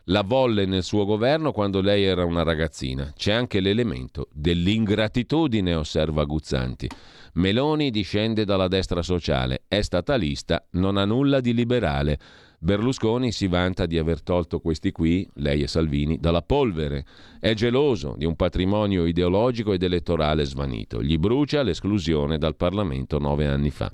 La volle nel suo governo quando lei era una ragazzina. C'è anche l'elemento dell'ingratitudine, osserva Guzzanti. Meloni discende dalla destra sociale, è statalista, non ha nulla di liberale. Berlusconi si vanta di aver tolto questi qui, lei e Salvini, dalla polvere. È geloso di un patrimonio ideologico ed elettorale svanito. Gli brucia l'esclusione dal Parlamento 9 anni fa.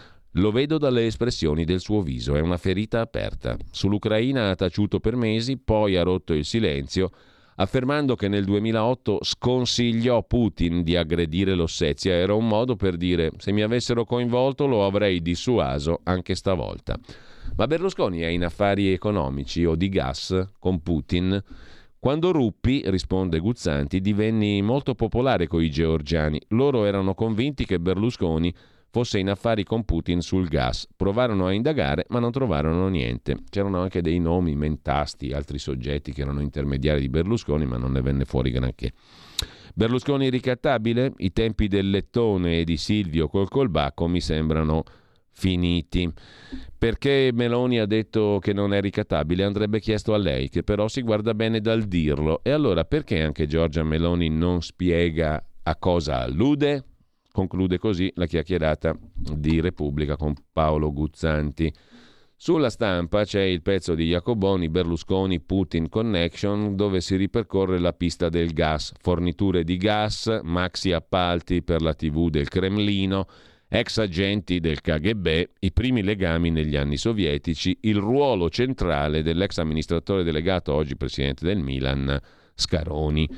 Lo vedo dalle espressioni del suo viso, è una ferita aperta. Sull'Ucraina ha taciuto per mesi, poi ha rotto il silenzio, affermando che nel 2008 sconsigliò Putin di aggredire l'Ossetia. Era un modo per dire: se mi avessero coinvolto lo avrei dissuaso anche stavolta. Ma Berlusconi è in affari economici o di gas con Putin? Quando ruppi, risponde Guzzanti, divenni molto popolare coi georgiani. Loro erano convinti che Berlusconi fosse in affari con Putin sul gas. Provarono a indagare, ma non trovarono niente. C'erano anche dei nomi, Mentasti, altri soggetti che erano intermediari di Berlusconi, ma non ne venne fuori granché. Berlusconi ricattabile? I tempi del Lettone e di Silvio col colbacco mi sembrano finiti. Perché Meloni ha detto che non è ricattabile? Andrebbe chiesto a lei, che però si guarda bene dal dirlo. E allora perché anche Giorgia Meloni non spiega a cosa allude? Conclude così la chiacchierata di Repubblica con Paolo Guzzanti. Sulla Stampa c'è il pezzo di Jacoboni, Berlusconi, Putin Connection, dove si ripercorre la pista del gas, forniture di gas, maxi appalti per la TV del Cremlino, ex agenti del KGB, i primi legami negli anni sovietici, il ruolo centrale dell'ex amministratore delegato, oggi presidente del Milan, Scaroni.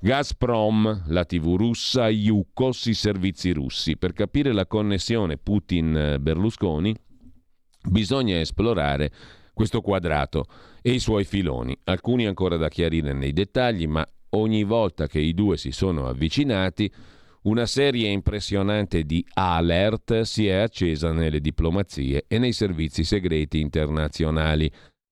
Gazprom, la TV russa, Yukos, i servizi russi. Per capire la connessione Putin-Berlusconi bisogna esplorare questo quadrato e i suoi filoni. Alcuni ancora da chiarire nei dettagli, ma ogni volta che i due si sono avvicinati, una serie impressionante di alert si è accesa nelle diplomazie e nei servizi segreti internazionali.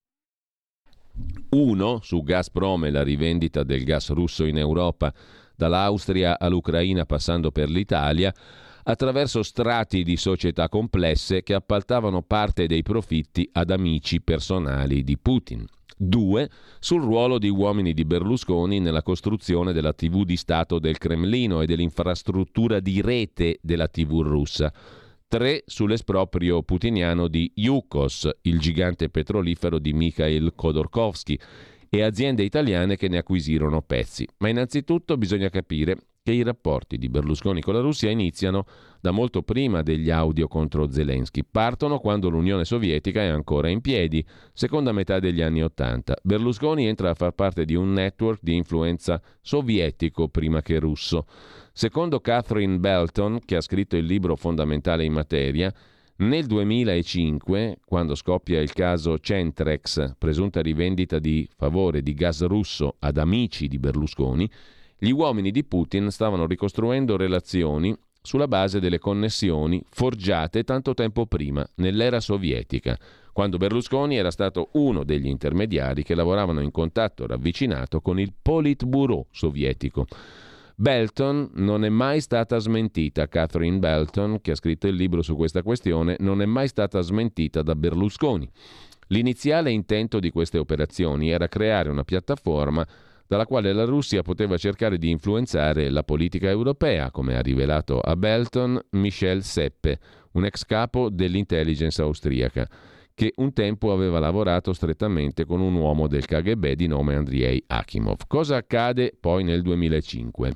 Uno, su Gazprom e la rivendita del gas russo in Europa, dall'Austria all'Ucraina passando per l'Italia, attraverso strati di società complesse che appaltavano parte dei profitti ad amici personali di Putin. 2. Sul ruolo di uomini di Berlusconi nella costruzione della TV di Stato del Cremlino e dell'infrastruttura di rete della TV russa. 3. Sull'esproprio putiniano di Yukos, il gigante petrolifero di Mikhail Khodorkovsky, e aziende italiane che ne acquisirono pezzi. Ma innanzitutto bisogna capire che i rapporti di Berlusconi con la Russia iniziano da molto prima degli audio contro Zelensky. Partono quando l'Unione Sovietica è ancora in piedi, seconda metà degli anni '80. Berlusconi entra a far parte di un network di influenza sovietico prima che russo. Secondo Catherine Belton, che ha scritto il libro fondamentale in materia, nel 2005, quando scoppia il caso Centrex, presunta rivendita di favore di gas russo ad amici di Berlusconi, gli uomini di Putin stavano ricostruendo relazioni sulla base delle connessioni forgiate tanto tempo prima, nell'era sovietica, quando Berlusconi era stato uno degli intermediari che lavoravano in contatto ravvicinato con il Politburo sovietico. Belton non è mai stata smentita, Catherine Belton, che ha scritto il libro su questa questione, non è mai stata smentita da Berlusconi. L'iniziale intento di queste operazioni era creare una piattaforma dalla quale la Russia poteva cercare di influenzare la politica europea, come ha rivelato a Belton Michel Seppe, un ex capo dell'intelligence austriaca, che un tempo aveva lavorato strettamente con un uomo del KGB di nome Andrei Akimov. Cosa accade poi nel 2005?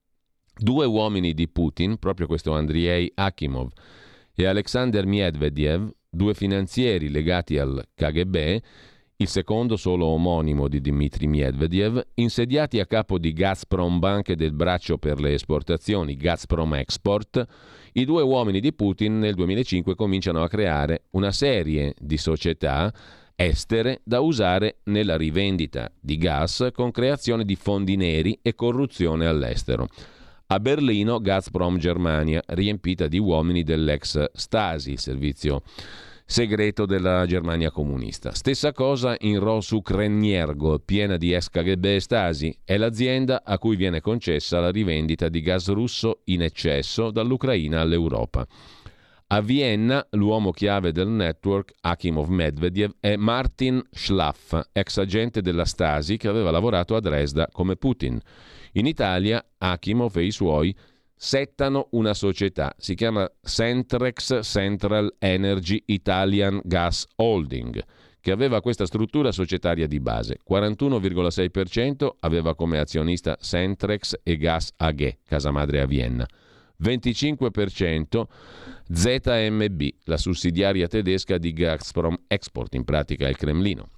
2 uomini di Putin, proprio questo Andrei Akimov e Alexander Medvedev, 2 finanzieri legati al KGB, il secondo solo omonimo di Dmitry Medvedev, insediati a capo di Gazprom Bank e del braccio per le esportazioni Gazprom Export, i 2 uomini di Putin nel 2005 cominciano a creare una serie di società estere da usare nella rivendita di gas con creazione di fondi neri e corruzione all'estero. A Berlino Gazprom Germania, riempita di uomini dell'ex Stasi, il servizio segreto della Germania comunista. Stessa cosa in Rosukrenergo, piena di ex KGB e Stasi, è l'azienda a cui viene concessa la rivendita di gas russo in eccesso dall'Ucraina all'Europa. A Vienna l'uomo chiave del network, Akimov Medvedev, è Martin Schlaff, ex agente della Stasi che aveva lavorato a Dresda come Putin. In Italia Akimov e i suoi settano una società, si chiama Centrex Central Energy Italian Gas Holding, che aveva questa struttura societaria di base. 41,6% aveva come azionista Centrex e Gas AG, casa madre a Vienna. 25% ZMB, la sussidiaria tedesca di Gazprom Export, in pratica il Cremlino.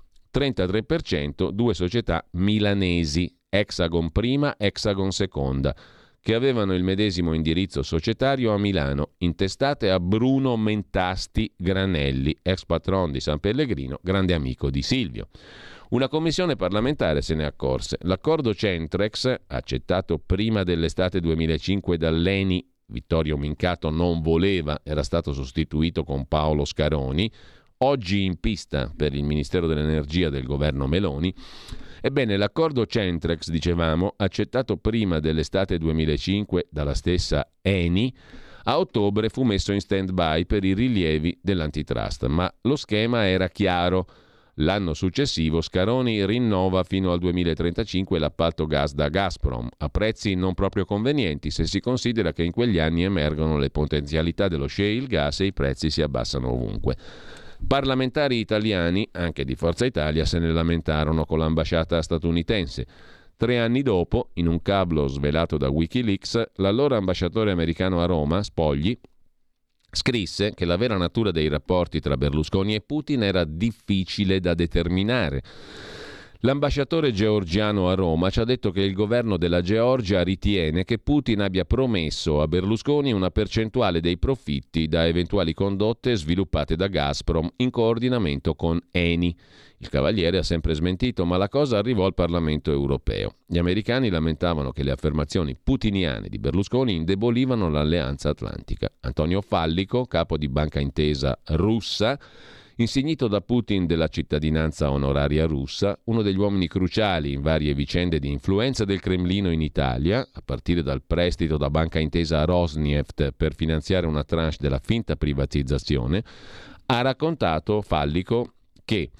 33% due società milanesi, Hexagon Prima, Hexagon Seconda, che avevano il medesimo indirizzo societario a Milano, intestate a Bruno Mentasti Granelli, ex patron di San Pellegrino, grande amico di Silvio. Una commissione parlamentare se ne accorse. L'accordo Centrex, accettato prima dell'estate 2005 dall'ENI, Vittorio Mincato non voleva, era stato sostituito con Paolo Scaroni, oggi in pista per il Ministero dell'Energia del governo Meloni. Ebbene, l'accordo Centrex, dicevamo, accettato prima dell'estate 2005 dalla stessa ENI, a ottobre fu messo in stand-by per i rilievi dell'antitrust, ma lo schema era chiaro. L'anno successivo Scaroni rinnova fino al 2035 l'appalto gas da Gazprom, a prezzi non proprio convenienti se si considera che in quegli anni emergono le potenzialità dello shale gas e i prezzi si abbassano ovunque. Parlamentari italiani, anche di Forza Italia, se ne lamentarono con l'ambasciata statunitense. 3 anni dopo, in un cablo svelato da Wikileaks, l'allora ambasciatore americano a Roma, Spogli, scrisse che la vera natura dei rapporti tra Berlusconi e Putin era difficile da determinare. L'ambasciatore georgiano a Roma ci ha detto che il governo della Georgia ritiene che Putin abbia promesso a Berlusconi una percentuale dei profitti da eventuali condotte sviluppate da Gazprom in coordinamento con Eni. Il cavaliere ha sempre smentito, ma la cosa arrivò al Parlamento europeo. Gli americani lamentavano che le affermazioni putiniane di Berlusconi indebolivano l'alleanza atlantica. Antonio Fallico, capo di Banca Intesa russa, insignito da Putin della cittadinanza onoraria russa, uno degli uomini cruciali in varie vicende di influenza del Cremlino in Italia, a partire dal prestito da Banca Intesa a Rosneft per finanziare una tranche della finta privatizzazione, ha raccontato, Fallico, che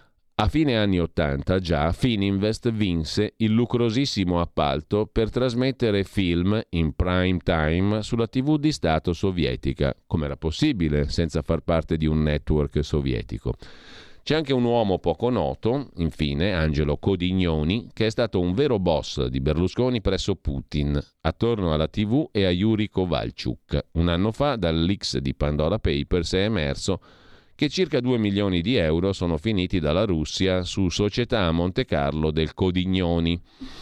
a fine anni 80 già Fininvest vinse il lucrosissimo appalto per trasmettere film in prime time sulla TV di Stato sovietica. Com'era possibile senza far parte di un network sovietico? C'è anche un uomo poco noto, infine, Angelo Codignoni, che è stato un vero boss di Berlusconi presso Putin, attorno alla TV e a Yuri Kovalchuk. Un anno fa, dal leaks di Pandora Papers è emerso che circa 2 milioni di euro sono finiti dalla Russia su società a Monte Carlo del Codignoni,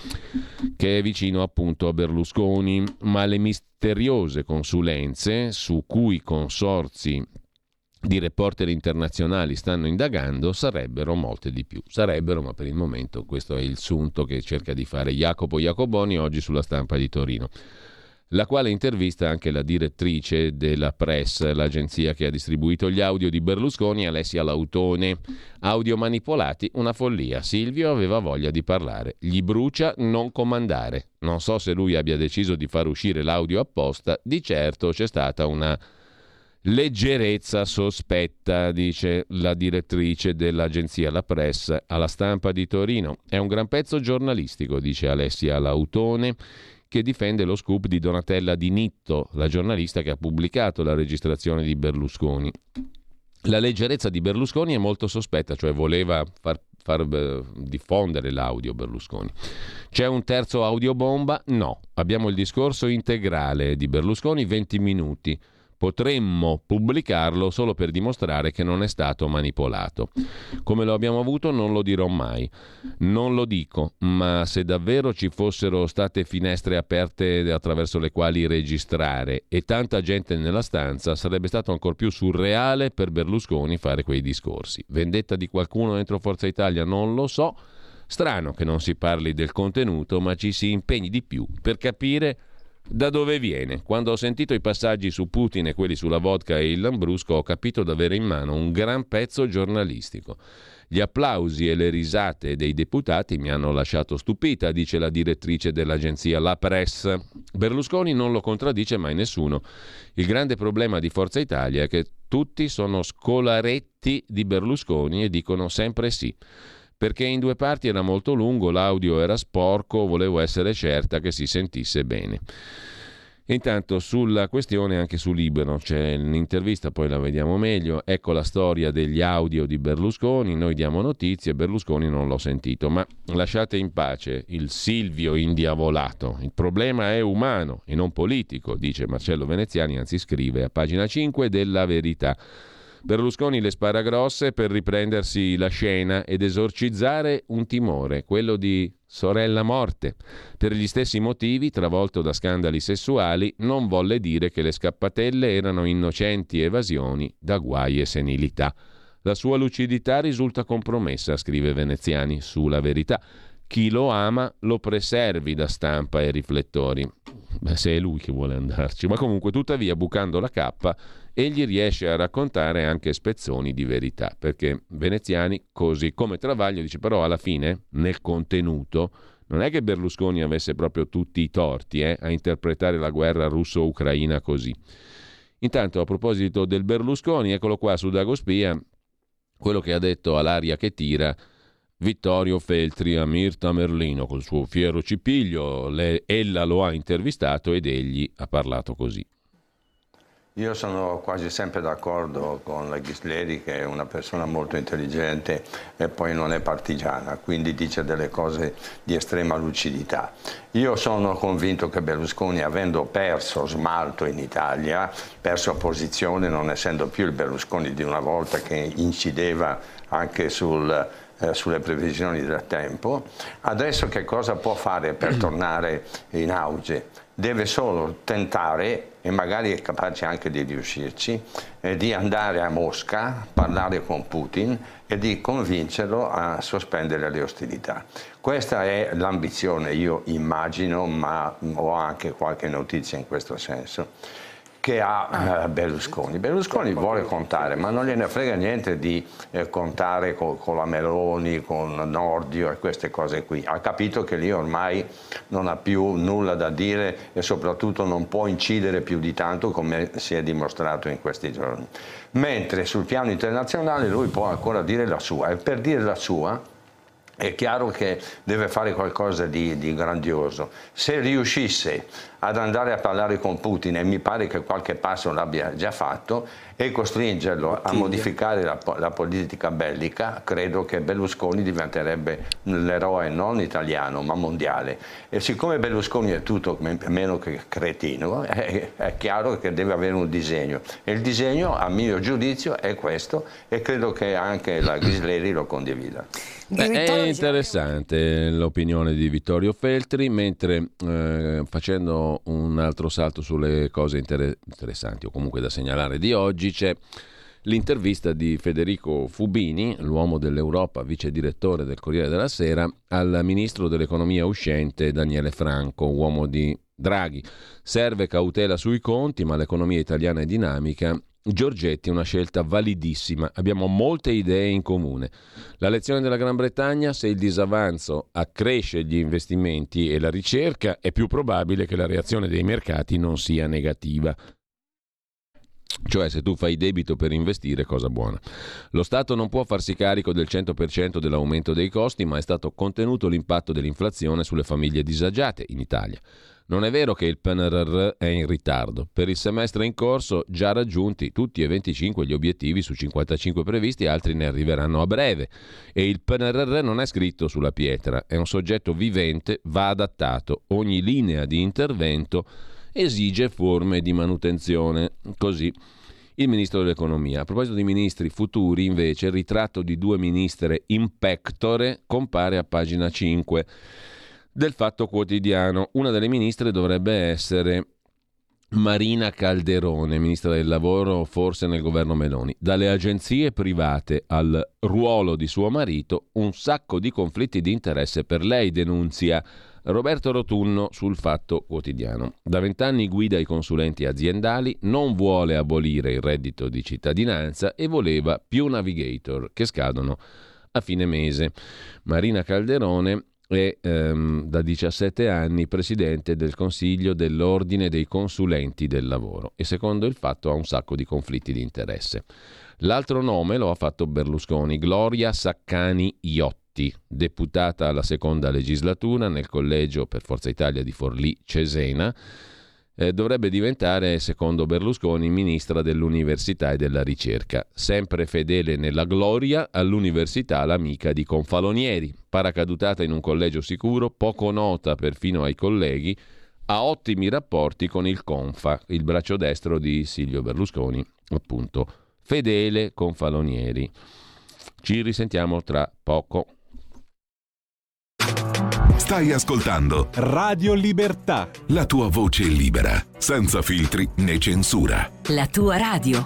che è vicino appunto a Berlusconi, ma le misteriose consulenze su cui consorzi di reporter internazionali stanno indagando sarebbero molte di più. Sarebbero, ma per il momento questo è il sunto che cerca di fare Jacopo Jacoboni oggi sulla Stampa di Torino, la quale intervista anche la direttrice della Press, l'agenzia che ha distribuito gli audio di Berlusconi, Alessia Lautone. Audio manipolati, una follia. Silvio aveva voglia di parlare. Gli brucia non comandare. Non so se lui abbia deciso di far uscire l'audio apposta, di certo c'è stata una leggerezza sospetta, dice la direttrice dell'agenzia La Press alla Stampa di Torino. È un gran pezzo giornalistico, dice Alessia Lautone, che difende lo scoop di Donatella Di Nitto, la giornalista che ha pubblicato la registrazione di Berlusconi. La leggerezza di Berlusconi è molto sospetta, cioè voleva far diffondere l'audio Berlusconi. C'è un terzo audiobomba? No. Abbiamo il discorso integrale di Berlusconi, 20 minuti. Potremmo pubblicarlo solo per dimostrare che non è stato manipolato. Come lo abbiamo avuto non lo dirò mai. Non lo dico, ma se davvero ci fossero state finestre aperte attraverso le quali registrare e tanta gente nella stanza, sarebbe stato ancor più surreale per Berlusconi fare quei discorsi. Vendetta di qualcuno dentro Forza Italia? Non lo so. Strano che non si parli del contenuto, ma ci si impegni di più per capire Da dove viene? Quando ho sentito i passaggi su Putin e quelli sulla vodka e il Lambrusco ho capito di avere in mano un gran pezzo giornalistico. Gli applausi e le risate dei deputati mi hanno lasciato stupita, dice la direttrice dell'agenzia La Presse. Berlusconi non lo contraddice mai nessuno. Il grande problema di Forza Italia è che tutti sono scolaretti di Berlusconi e dicono sempre sì. Perché in due parti era molto lungo, l'audio era sporco, volevo essere certa che si sentisse bene. Intanto sulla questione anche su Libero c'è l'intervista, poi la vediamo meglio. Ecco la storia degli audio di Berlusconi, noi diamo notizie, Berlusconi non l'ho sentito, ma lasciate in pace il Silvio indiavolato. Il problema è umano e non politico, dice Marcello Veneziani, anzi scrive a pagina 5 della Verità. Berlusconi le spara grosse per riprendersi la scena ed esorcizzare un timore, quello di sorella morte. Per gli stessi motivi, travolto da scandali sessuali, non volle dire che le scappatelle erano innocenti evasioni da guai e senilità. La sua lucidità risulta compromessa, scrive Veneziani sulla Verità. Chi lo ama lo preservi da stampa e riflettori. Beh, se è lui che vuole andarci. Ma comunque, tuttavia, bucando la cappa, egli riesce a raccontare anche spezzoni di verità, perché Veneziani, così come Travaglio, dice però alla fine, nel contenuto, non è che Berlusconi avesse proprio tutti i torti a interpretare la guerra russo-ucraina così. Intanto, a proposito del Berlusconi, eccolo qua su Dagospia, quello che ha detto all'aria che tira Vittorio Feltri a Mirta Merlino col suo fiero cipiglio. Ella lo ha intervistato ed egli ha parlato così.
Io sono quasi sempre d'accordo con la Ghisleri, che è una persona molto intelligente e poi non è partigiana, quindi dice delle cose di estrema lucidità. Io sono convinto che Berlusconi, avendo perso smalto in Italia, perso posizione, non essendo più il Berlusconi di una volta che incideva anche sulle previsioni del tempo, adesso che cosa può fare per tornare in auge? Deve solo tentare, e magari è capace anche di riuscirci, di andare a Mosca, parlare con Putin e di convincerlo a sospendere le ostilità. Questa è l'ambizione, io immagino, ma ho anche qualche notizia in questo senso, che ha Berlusconi. Berlusconi vuole contare, ma non gliene frega niente di contare con la Meloni, con Nordio e queste cose qui. Ha capito che lì ormai non ha più nulla da dire e soprattutto non può incidere più di tanto, come si è dimostrato in questi giorni. Mentre sul piano internazionale lui può ancora dire la sua, e per dire la sua è chiaro che deve fare qualcosa di grandioso. Se riuscisse ad andare a parlare con Putin, e mi pare che qualche passo l'abbia già fatto, e costringerlo a modificare la politica bellica, credo che Berlusconi diventerebbe l'eroe non italiano ma mondiale. E siccome Berlusconi è tutto meno che cretino, è chiaro che deve avere un disegno. E il disegno, a mio giudizio, è questo, e credo che anche la Ghisleri lo condivida.
È interessante l'opinione di Vittorio Feltri, mentre facendo un altro salto sulle cose interessanti o comunque da segnalare di oggi, c'è l'intervista di Federico Fubini, l'uomo dell'Europa, vice direttore del Corriere della Sera, al ministro dell'economia uscente Daniele Franco, uomo di Draghi. Serve cautela sui conti, ma l'economia italiana è dinamica. Giorgetti, una scelta validissima, abbiamo molte idee in comune. La lezione della Gran Bretagna: se il disavanzo accresce gli investimenti e la ricerca, è più probabile che la reazione dei mercati non sia negativa. Cioè, se tu fai debito per investire, cosa buona. Lo Stato non può farsi carico del 100% dell'aumento dei costi, ma è stato contenuto l'impatto dell'inflazione sulle famiglie disagiate in Italia. Non è vero che il PNRR è in ritardo. Per il semestre in corso già raggiunti tutti e 25 gli obiettivi su 55 previsti, altri ne arriveranno a breve. E il PNRR non è scritto sulla pietra, è un soggetto vivente, va adattato. Ogni linea di intervento esige forme di manutenzione. Così il ministro dell'economia. A proposito di ministri futuri, invece, il ritratto di due ministre in pectore compare a pagina 5 del Fatto Quotidiano. Una delle ministre dovrebbe essere Marina Calderone, ministra del lavoro forse nel governo Meloni. Dalle agenzie private al ruolo di suo marito, un sacco di conflitti di interesse per lei, denunzia Roberto Rotunno sul Fatto Quotidiano. Da 20 anni guida i consulenti aziendali, non vuole abolire il reddito di cittadinanza e voleva più navigator che scadono a fine mese. Marina Calderone è da 17 anni presidente del Consiglio dell'Ordine dei Consulenti del Lavoro e secondo il Fatto ha un sacco di conflitti di interesse. L'altro nome lo ha fatto Berlusconi, Gloria Saccani Iotti, deputata alla seconda legislatura nel collegio per Forza Italia di Forlì-Cesena. Dovrebbe diventare, secondo Berlusconi, ministra dell'università e della ricerca. Sempre fedele nella gloria, all'università l'amica di Confalonieri. Paracadutata in un collegio sicuro, poco nota perfino ai colleghi, ha ottimi rapporti con il Confa, il braccio destro di Silvio Berlusconi, appunto. Fedele Confalonieri. Ci risentiamo tra poco.
Stai ascoltando
Radio Libertà.
la tua voce libera, senza filtri né censura.
La tua radio.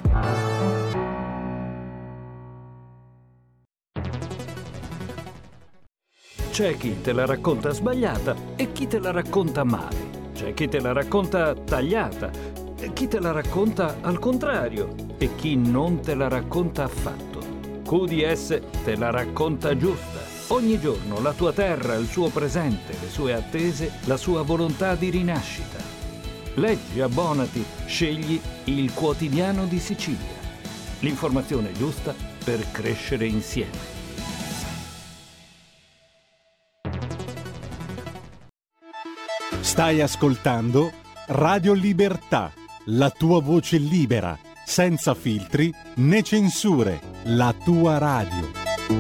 C'è chi te la racconta sbagliata e chi te la racconta male. C'è chi te la racconta tagliata e chi te la racconta al contrario e chi non te la racconta affatto. QDS te la racconta giusta. Ogni giorno la tua terra, il suo presente, le sue attese, la sua volontà di rinascita. Leggi, abbonati, scegli il Quotidiano di Sicilia. L'informazione giusta per crescere insieme.
Stai ascoltando Radio Libertà, la tua voce libera, senza filtri né censure, la tua radio.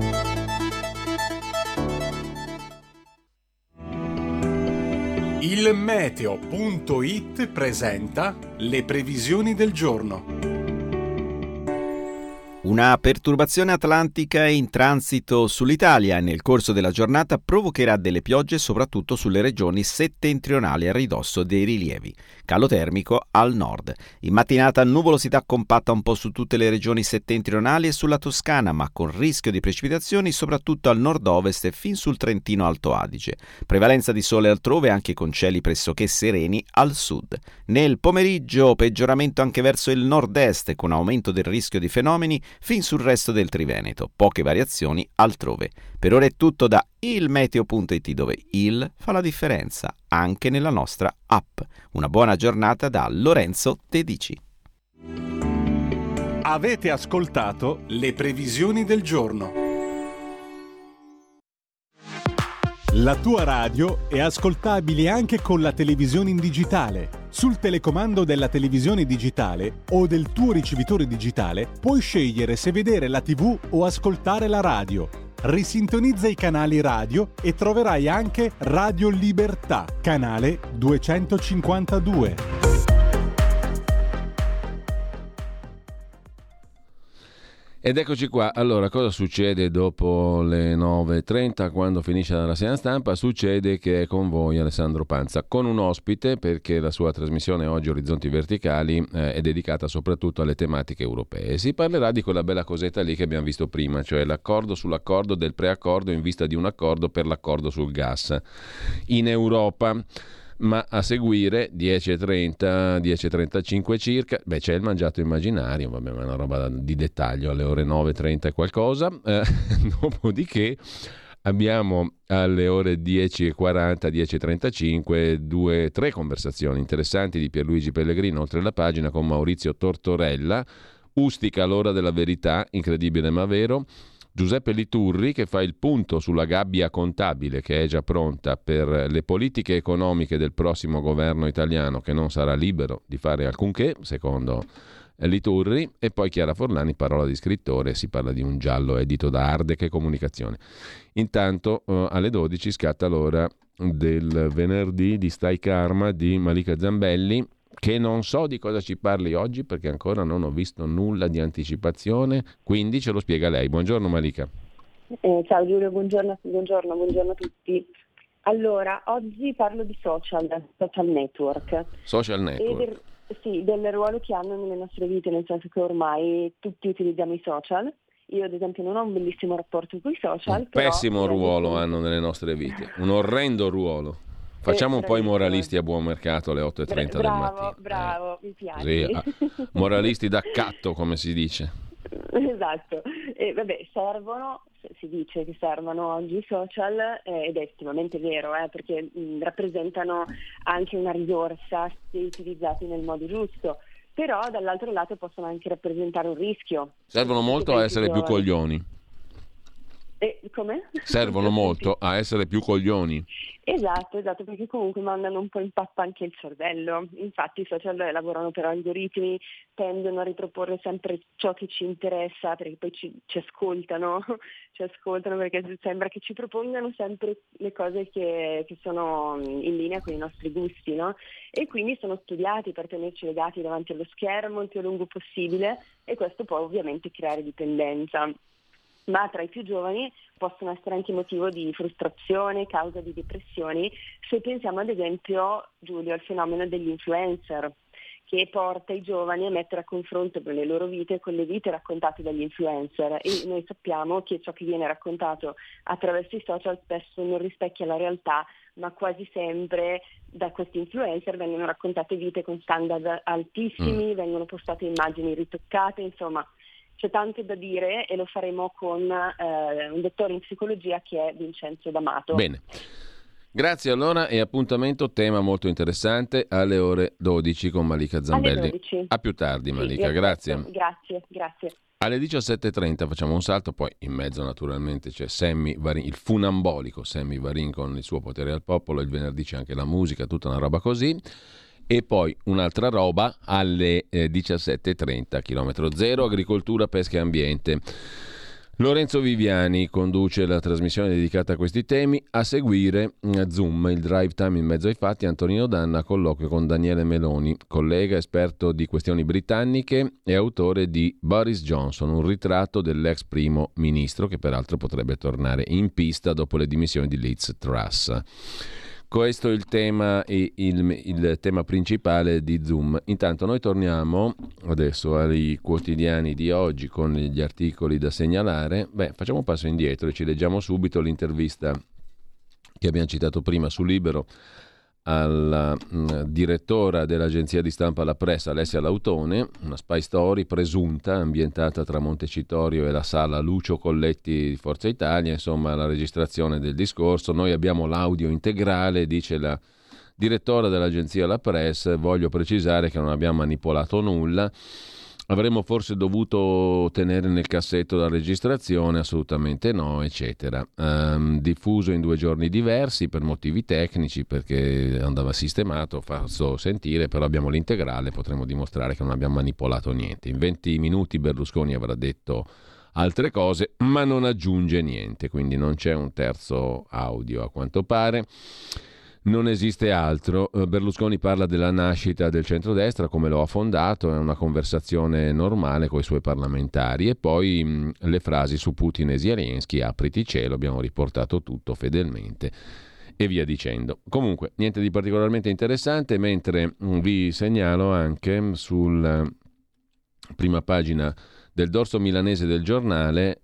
Il meteo.it presenta le previsioni del giorno.
Una perturbazione atlantica in transito sull'Italia e nel corso della giornata provocherà delle piogge soprattutto sulle regioni settentrionali a ridosso dei rilievi. Calo termico al nord. In mattinata nuvolosità compatta un po' su tutte le regioni settentrionali e sulla Toscana, ma con rischio di precipitazioni soprattutto al nord-ovest e fin sul Trentino Alto Adige. Prevalenza di sole altrove anche con cieli pressoché sereni al sud. Nel pomeriggio peggioramento anche verso il nord-est con aumento del rischio di fenomeni fin sul resto del Triveneto, poche variazioni altrove. Per ora è tutto da ilmeteo.it, dove il fa la differenza anche nella nostra app. Una buona giornata da Lorenzo Tedici.
Avete ascoltato le previsioni del giorno. La tua radio è ascoltabile anche con la televisione in digitale. Sul telecomando della televisione digitale o del tuo ricevitore digitale puoi scegliere se vedere la TV o ascoltare la radio. Risintonizza i canali radio e troverai anche Radio Libertà, canale 252.
Ed eccoci qua. Allora, cosa succede dopo le 9.30 quando finisce la rassegna stampa? Succede che è con voi Alessandro Panza, con un ospite, perché la sua trasmissione oggi Orizzonti Verticali è dedicata soprattutto alle tematiche europee. Si parlerà di quella bella cosetta lì che abbiamo visto prima, cioè l'accordo sull'accordo del preaccordo in vista di un accordo per l'accordo sul gas in Europa. Ma a seguire 10.30, 10.35 circa, c'è il mangiato immaginario, vabbè, ma è una roba di dettaglio, alle ore 9.30 e qualcosa. Dopodiché abbiamo alle ore 10.40, 10.35 tre conversazioni interessanti di Pierluigi Pellegrino, oltre la pagina, con Maurizio Tortorella, Ustica l'ora della verità, incredibile ma vero, Giuseppe Liturri che fa il punto sulla gabbia contabile che è già pronta per le politiche economiche del prossimo governo italiano, che non sarà libero di fare alcunché, secondo Liturri, e poi Chiara Forlani, parola di scrittore, si parla di un giallo edito da Ardec Comunicazione. Intanto alle 12 scatta l'ora del venerdì di Stai Karma di Malika Zambelli, che non so di cosa ci parli oggi perché ancora non ho visto nulla di anticipazione, quindi ce lo spiega lei. Buongiorno Malika.
Ciao Giulio, buongiorno a tutti. Allora, oggi parlo di social network.
Social network.
Del ruolo che hanno nelle nostre vite, nel senso che ormai tutti utilizziamo i social. Io ad esempio non ho un bellissimo rapporto con i social.
Un pessimo ruolo hanno nelle nostre vite, un orrendo ruolo. Facciamo un po' i moralisti a buon mercato alle 8:30 del mattino.
Bravo, mi piace.
Sì, moralisti d'accatto, come si dice.
Esatto, e vabbè, si dice che servono oggi i social, ed è estremamente vero, perché rappresentano anche una risorsa se utilizzati nel modo giusto, però dall'altro lato possono anche rappresentare un rischio.
Servono molto a essere più coglioni.
Come?
Servono molto a essere più coglioni.
Esatto, perché comunque mandano un po' in pappa anche il cervello. Infatti i social lavorano per algoritmi, tendono a riproporre sempre ciò che ci interessa, perché poi ci ascoltano perché sembra che ci propongano sempre le cose che sono in linea con i nostri gusti, no? E quindi sono studiati per tenerci legati davanti allo schermo il più a lungo possibile, e questo può ovviamente creare dipendenza. Ma tra i più giovani possono essere anche motivo di frustrazione, causa di depressioni, se pensiamo ad esempio, Giulio, al fenomeno degli influencer, che porta i giovani a mettere a confronto le loro vite con le vite raccontate dagli influencer, e noi sappiamo che ciò che viene raccontato attraverso i social spesso non rispecchia la realtà, ma quasi sempre da questi influencer vengono raccontate vite con standard altissimi, vengono postate immagini ritoccate, insomma. C'è tanto da dire e lo faremo con un dottore in psicologia che è Vincenzo D'Amato.
Bene, grazie allora, e appuntamento, tema molto interessante, alle ore 12 con Malika Zambelli.
Alle 12.
A più tardi, Malika,
Sì,
grazie.
Grazie.
Alle 17:30 facciamo un salto, poi in mezzo naturalmente c'è Sammy Varin, il funambolico Sammy Varin con il suo Potere al Popolo, il venerdì c'è anche la musica, tutta una roba così. E poi un'altra roba alle 17:30, chilometro zero, agricoltura, pesca e ambiente. Lorenzo Viviani conduce la trasmissione dedicata a questi temi. A seguire Zoom, il drive time in mezzo ai fatti. Antonino Danna, colloquio con Daniele Meloni, collega esperto di questioni britanniche e autore di Boris Johnson, un ritratto dell'ex primo ministro che peraltro potrebbe tornare in pista dopo le dimissioni di Liz Truss. Questo è il tema, il tema principale di Zoom. Intanto noi torniamo adesso ai quotidiani di oggi con gli articoli da segnalare. Facciamo un passo indietro e ci leggiamo subito l'intervista che abbiamo citato prima su Libero alla direttora dell'agenzia di stampa La Press, Alessia Lautone, una spy story presunta ambientata tra Montecitorio e la sala Lucio Colletti di Forza Italia, insomma la registrazione del discorso. Noi abbiamo l'audio integrale, dice la direttora dell'agenzia La Press, voglio precisare che non abbiamo manipolato nulla. Avremmo forse dovuto tenere nel cassetto la registrazione? Assolutamente no, eccetera. Diffuso in 2 giorni diversi per motivi tecnici, perché andava sistemato, farlo sentire, però abbiamo l'integrale, potremo dimostrare che non abbiamo manipolato niente. In 20 minuti Berlusconi avrà detto altre cose, ma non aggiunge niente, quindi non c'è un terzo audio a quanto pare. Non esiste altro. Berlusconi parla della nascita del centrodestra, come lo ha fondato, è una conversazione normale con i suoi parlamentari, e poi le frasi su Putin e Zelensky, apriti cielo, abbiamo riportato tutto fedelmente e via dicendo. Comunque niente di particolarmente interessante, mentre vi segnalo anche sul prima pagina del dorso milanese del giornale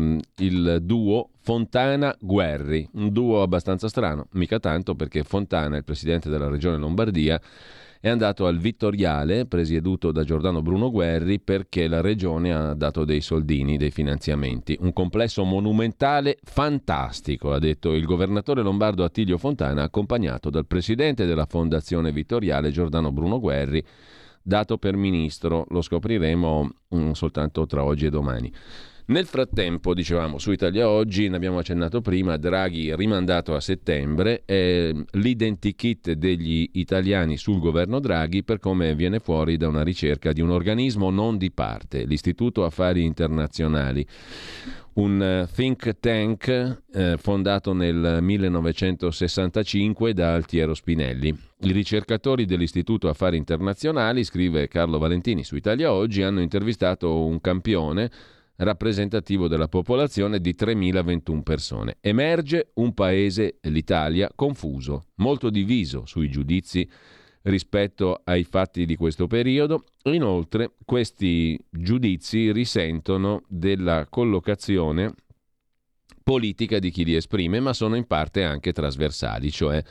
il duo Fontana-Guerri, un duo abbastanza strano, mica tanto, perché Fontana, il presidente della regione Lombardia, è andato al Vittoriale, presieduto da Giordano Bruno Guerri, perché la regione ha dato dei soldini, dei finanziamenti. Un complesso monumentale fantastico, ha detto il governatore lombardo Attilio Fontana, accompagnato dal presidente della Fondazione Vittoriale Giordano Bruno Guerri, dato per ministro. Lo scopriremo soltanto tra oggi e domani. Nel frattempo, dicevamo, su Italia Oggi, ne abbiamo accennato prima, Draghi rimandato a settembre, l'identikit degli italiani sul governo Draghi, per come viene fuori da una ricerca di un organismo non di parte, l'Istituto Affari Internazionali, un think tank fondato nel 1965 da Altiero Spinelli. I ricercatori dell'Istituto Affari Internazionali, scrive Carlo Valentini su Italia Oggi, hanno intervistato un campione rappresentativo della popolazione di 3.021 persone. Emerge un paese, l'Italia, confuso, molto diviso sui giudizi rispetto ai fatti di questo periodo. Inoltre, questi giudizi risentono della collocazione politica di chi li esprime, ma sono in parte anche trasversali, cioè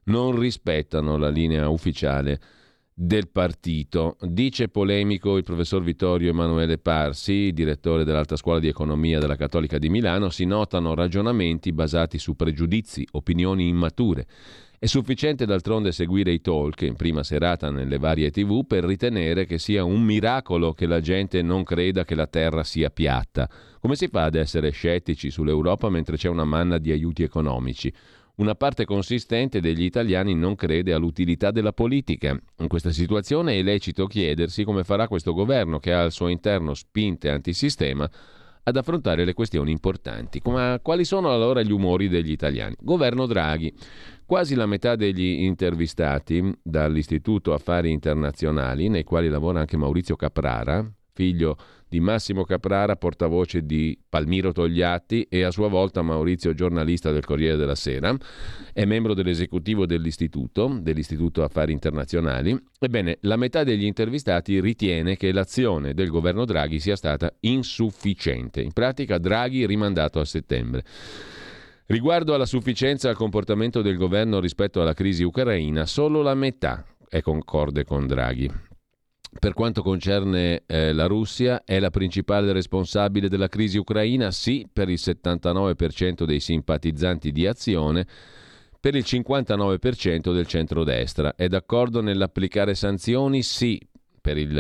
non rispettano la linea ufficiale del partito. Dice polemico il professor Vittorio Emanuele Parsi, direttore dell'Alta Scuola di Economia della Cattolica di Milano, si notano ragionamenti basati su pregiudizi, opinioni immature. È sufficiente d'altronde seguire i talk in prima serata nelle varie TV per ritenere che sia un miracolo che la gente non creda che la terra sia piatta. Come si fa ad essere scettici sull'Europa mentre c'è una manna di aiuti economici? Una parte consistente degli italiani non crede all'utilità della politica. In questa situazione è lecito chiedersi come farà questo governo, che ha al suo interno spinte antisistema, ad affrontare le questioni importanti. Ma quali sono allora gli umori degli italiani? Governo Draghi. Quasi la metà degli intervistati dall'Istituto Affari Internazionali, nei quali lavora anche Maurizio Caprara, figlio di Massimo Caprara, portavoce di Palmiro Togliatti, e a sua volta Maurizio, giornalista del Corriere della Sera, è membro dell'esecutivo dell'Istituto Affari Internazionali. Ebbene, la metà degli intervistati ritiene che l'azione del governo Draghi sia stata insufficiente. In pratica Draghi rimandato a settembre. Riguardo alla sufficienza al comportamento del governo rispetto alla crisi ucraina, solo la metà è concorde con Draghi. Per quanto concerne la Russia, è la principale responsabile della crisi ucraina? Sì, per il 79% dei simpatizzanti di Azione, per il 59% del centrodestra. È d'accordo nell'applicare sanzioni? Sì, per il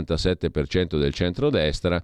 57% del centrodestra,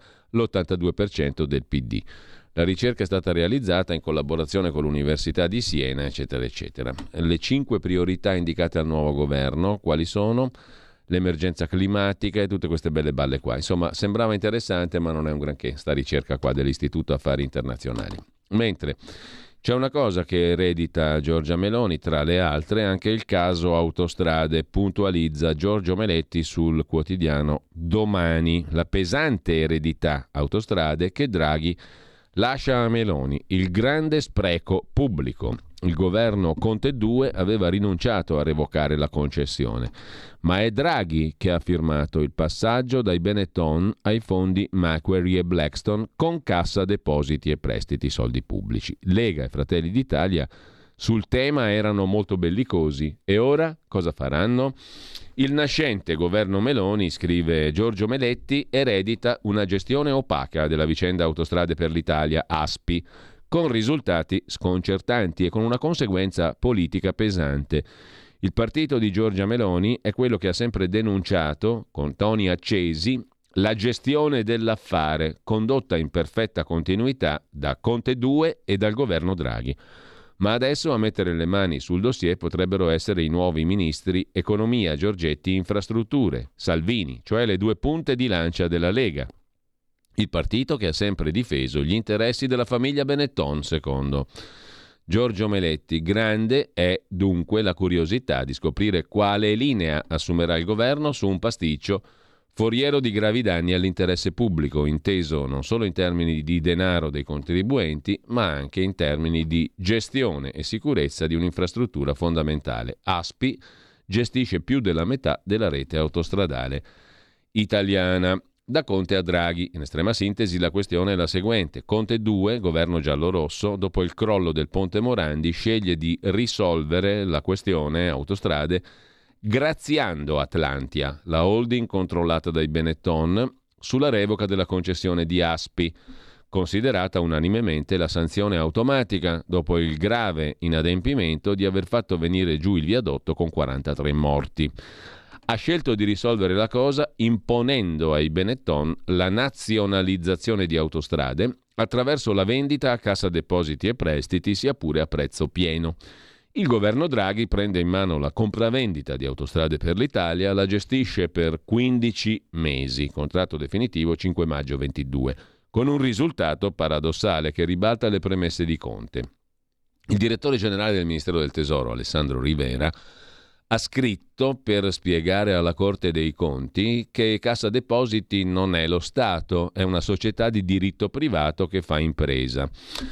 l'82% del PD. La ricerca è stata realizzata in collaborazione con l'Università di Siena, eccetera, eccetera. Le 5 priorità indicate al nuovo governo, quali sono? L'emergenza climatica e tutte queste belle balle qua. Insomma, sembrava interessante, ma non è un granché sta ricerca qua dell'Istituto Affari Internazionali. Mentre c'è una cosa che eredita Giorgia Meloni, tra le altre anche il caso autostrade, puntualizza Giorgio Meletti sul quotidiano Domani. La pesante eredità autostrade che Draghi lascia a Meloni, il grande spreco pubblico. Il governo Conte II aveva rinunciato a revocare la concessione, ma è Draghi che ha firmato il passaggio dai Benetton ai fondi Macquarie e Blackstone con Cassa Depositi e Prestiti, soldi pubblici. Lega e Fratelli d'Italia sul tema erano molto bellicosi. E ora cosa faranno? Il nascente governo Meloni, scrive Giorgio Meletti, eredita una gestione opaca della vicenda Autostrade per l'Italia, ASPI, con risultati sconcertanti e con una conseguenza politica pesante. Il partito di Giorgia Meloni è quello che ha sempre denunciato, con toni accesi, la gestione dell'affare, condotta in perfetta continuità da Conte II e dal governo Draghi. Ma adesso a mettere le mani sul dossier potrebbero essere i nuovi ministri Economia, Giorgetti, Infrastrutture, Salvini, cioè le 2 punte di lancia della Lega. Il partito che ha sempre difeso gli interessi della famiglia Benetton, secondo Giorgio Meletti. Grande è dunque la curiosità di scoprire quale linea assumerà il governo su un pasticcio foriero di gravi danni all'interesse pubblico, inteso non solo in termini di denaro dei contribuenti, ma anche in termini di gestione e sicurezza di un'infrastruttura fondamentale. ASPI gestisce più della metà della rete autostradale italiana. Da Conte a Draghi, in estrema sintesi, la questione è la seguente. Conte II, governo giallo-rosso, dopo il crollo del Ponte Morandi, sceglie di risolvere la questione autostrade graziando Atlantia, la holding controllata dai Benetton, sulla revoca della concessione di ASPI, considerata unanimemente la sanzione automatica dopo il grave inadempimento di aver fatto venire giù il viadotto con 43 morti. Ha scelto di risolvere la cosa imponendo ai Benetton la nazionalizzazione di autostrade attraverso la vendita a Cassa Depositi e Prestiti, sia pure a prezzo pieno. Il governo Draghi prende in mano la compravendita di Autostrade per l'Italia, la gestisce per 15 mesi, contratto definitivo 5 maggio 22, con un risultato paradossale che ribalta le premesse di Conte. Il direttore generale del Ministero del Tesoro, Alessandro Rivera, ha scritto per spiegare alla Corte dei Conti che Cassa Depositi non è lo Stato, è una società di diritto privato che fa impresa.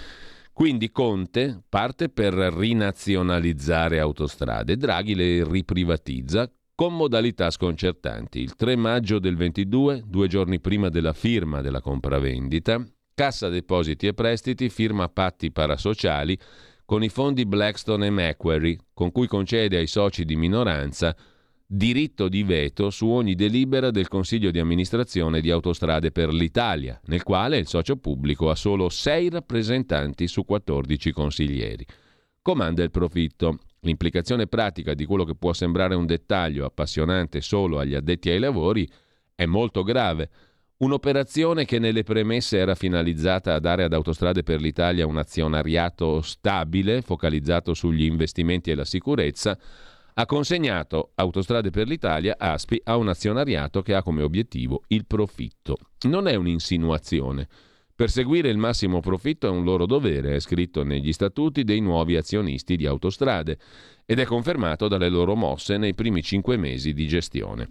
Quindi Conte parte per rinazionalizzare Autostrade, Draghi le riprivatizza con modalità sconcertanti. Il 3 maggio del 22, 2 giorni prima della firma della compravendita, Cassa Depositi e Prestiti firma patti parasociali con i fondi Blackstone e Macquarie, con cui concede ai soci di minoranza diritto di veto su ogni delibera del Consiglio di amministrazione di Autostrade per l'Italia, nel quale il socio pubblico ha solo 6 rappresentanti su 14 consiglieri. Comanda il profitto. L'implicazione pratica di quello che può sembrare un dettaglio appassionante solo agli addetti ai lavori è molto grave. Un'operazione che nelle premesse era finalizzata a dare ad Autostrade per l'Italia un azionariato stabile, focalizzato sugli investimenti e la sicurezza, ha consegnato Autostrade per l'Italia, ASPI, a un azionariato che ha come obiettivo il profitto. Non è un'insinuazione. Perseguire il massimo profitto è un loro dovere, è scritto negli statuti dei nuovi azionisti di Autostrade ed è confermato dalle loro mosse nei primi 5 mesi di gestione.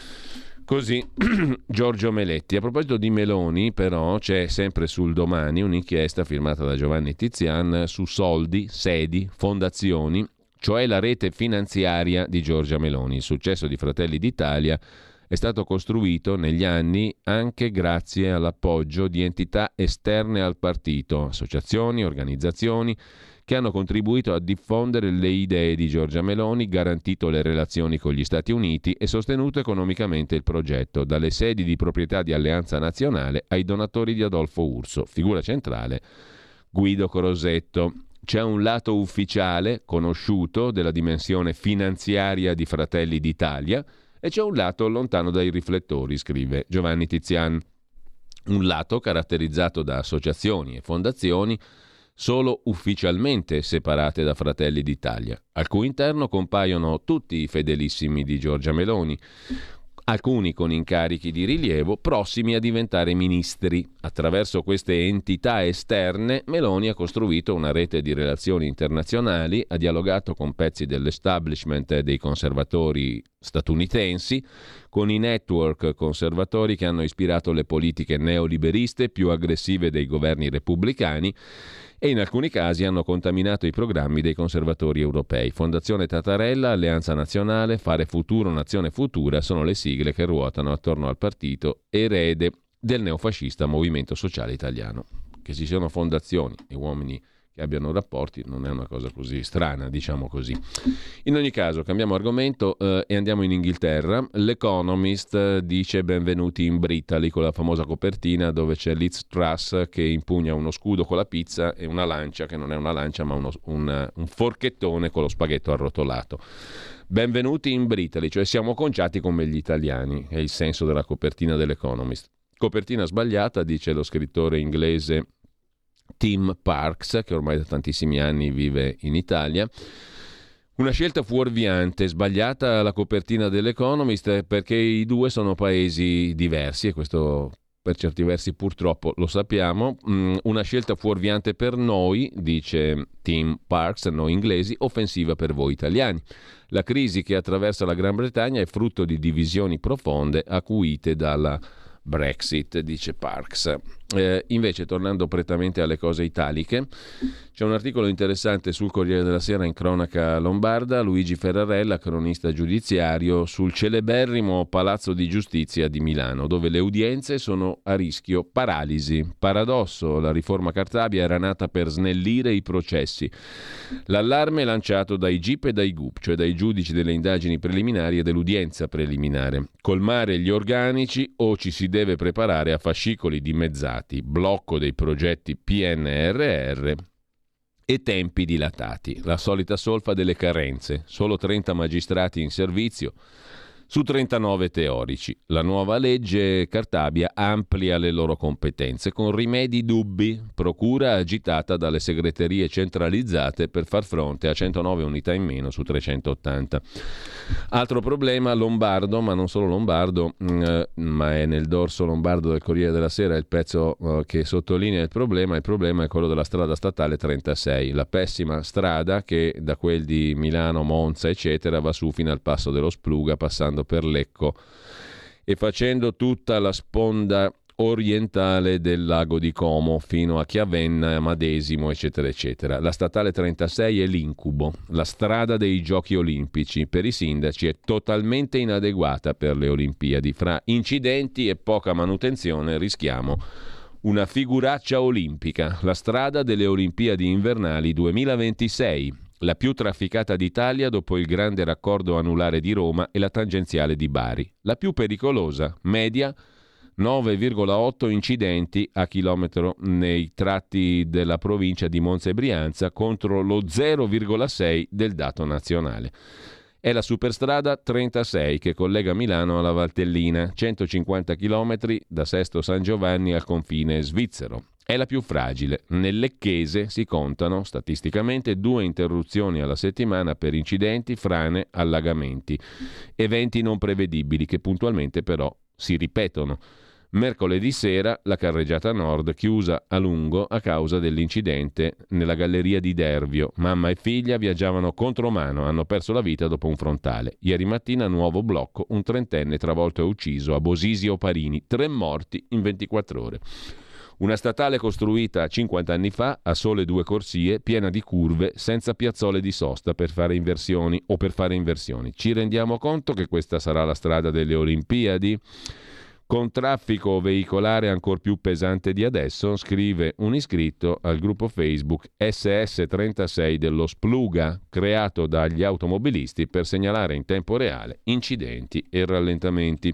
Così Giorgio Meletti. A proposito di Meloni, però, c'è sempre sul Domani un'inchiesta firmata da Giovanni Tizian su soldi, sedi, fondazioni, cioè la rete finanziaria di Giorgia Meloni. Il successo di Fratelli d'Italia è stato costruito negli anni anche grazie all'appoggio di entità esterne al partito, associazioni, organizzazioni, che hanno contribuito a diffondere le idee di Giorgia Meloni, garantito le relazioni con gli Stati Uniti e sostenuto economicamente il progetto, dalle sedi di proprietà di Alleanza Nazionale ai donatori di Adolfo Urso, figura centrale Guido Crosetto. C'è un lato ufficiale, conosciuto, della dimensione finanziaria di Fratelli d'Italia e c'è un lato lontano dai riflettori, scrive Giovanni Tizian. Un lato caratterizzato da associazioni e fondazioni solo ufficialmente separate da Fratelli d'Italia, al cui interno compaiono tutti i fedelissimi di Giorgia Meloni, alcuni con incarichi di rilievo prossimi a diventare ministri. Attraverso queste entità esterne, Meloni ha costruito una rete di relazioni internazionali, ha dialogato con pezzi dell'establishment dei conservatori statunitensi, con i network conservatori che hanno ispirato le politiche neoliberiste più aggressive dei governi repubblicani e in alcuni casi hanno contaminato i programmi dei conservatori europei. Fondazione Tattarella, Alleanza Nazionale, Fare Futuro, Nazione Futura sono le sigle che ruotano attorno al partito erede del neofascista Movimento Sociale Italiano. Che ci siano fondazioni e uomini che abbiano rapporti non è una cosa così strana, diciamo così. In ogni caso, cambiamo argomento e andiamo in Inghilterra. L'Economist dice benvenuti in Britally, con la famosa copertina dove c'è Liz Truss che impugna uno scudo con la pizza e una lancia, che non è una lancia ma un forchettone con lo spaghetto arrotolato. Benvenuti in Britally, cioè siamo conciati come gli italiani, è il senso della copertina dell'Economist. Copertina sbagliata, dice lo scrittore inglese Tim Parks, che ormai da tantissimi anni vive in Italia. Una scelta fuorviante, sbagliata la copertina dell'Economist perché i due sono paesi diversi e questo per certi versi purtroppo lo sappiamo. Una scelta fuorviante per noi, dice Tim Parks, noi inglesi, offensiva per voi italiani. La crisi che attraversa la Gran Bretagna è frutto di divisioni profonde acuite dalla Brexit, dice Parks. Invece, tornando prettamente alle cose italiche, c'è un articolo interessante sul Corriere della Sera in cronaca lombarda, Luigi Ferrarella, cronista giudiziario, sul celeberrimo Palazzo di Giustizia di Milano, dove le udienze sono a rischio paralisi. Paradosso, la riforma Cartabia era nata per snellire i processi. L'allarme è lanciato dai GIP e dai GUP, cioè dai giudici delle indagini preliminari e dell'udienza preliminare. Colmare gli organici o ci si deve preparare a fascicoli dimezzati, blocco dei progetti PNRR e tempi dilatati. La solita solfa delle carenze, solo 30 magistrati in servizio su 39 teorici. La nuova legge Cartabia amplia le loro competenze con rimedi dubbi, procura agitata dalle segreterie centralizzate per far fronte a 109 unità in meno su 380. Altro problema lombardo, ma non solo lombardo, ma è nel dorso lombardo del Corriere della Sera il pezzo che sottolinea il problema è quello della strada statale 36, la pessima strada che da quel di Milano, Monza eccetera va su fino al passo dello Spluga, passando per Lecco e facendo tutta la sponda orientale del lago di Como fino a Chiavenna, Madesimo eccetera eccetera. La statale 36 è l'incubo, la strada dei giochi olimpici. Per i sindaci è totalmente inadeguata per le Olimpiadi. Fra incidenti e poca manutenzione rischiamo una figuraccia olimpica, la strada delle Olimpiadi invernali 2026, la più trafficata d'Italia dopo il grande raccordo anulare di Roma e la tangenziale di Bari, la più pericolosa, media 9,8 incidenti a chilometro nei tratti della provincia di Monza e Brianza contro lo 0,6 del dato nazionale. È la superstrada 36 che collega Milano alla Valtellina, 150 km da Sesto San Giovanni al confine svizzero. È la più fragile. Nel Lecchese si contano statisticamente 2 interruzioni alla settimana per incidenti, frane, allagamenti. Eventi non prevedibili che puntualmente però si ripetono. Mercoledì sera la carreggiata nord chiusa a lungo a causa dell'incidente nella galleria di Dervio. Mamma e figlia viaggiavano contromano, hanno perso la vita dopo un frontale. Ieri mattina nuovo blocco, un trentenne travolto e ucciso a Bosisio Parini, 3 morti in 24 ore. Una statale costruita 50 anni fa, a sole 2 corsie, piena di curve, senza piazzole di sosta per fare inversioni. Ci rendiamo conto che questa sarà la strada delle Olimpiadi? Con traffico veicolare ancor più pesante di adesso, scrive un iscritto al gruppo Facebook SS36 dello Spluga, creato dagli automobilisti per segnalare in tempo reale incidenti e rallentamenti.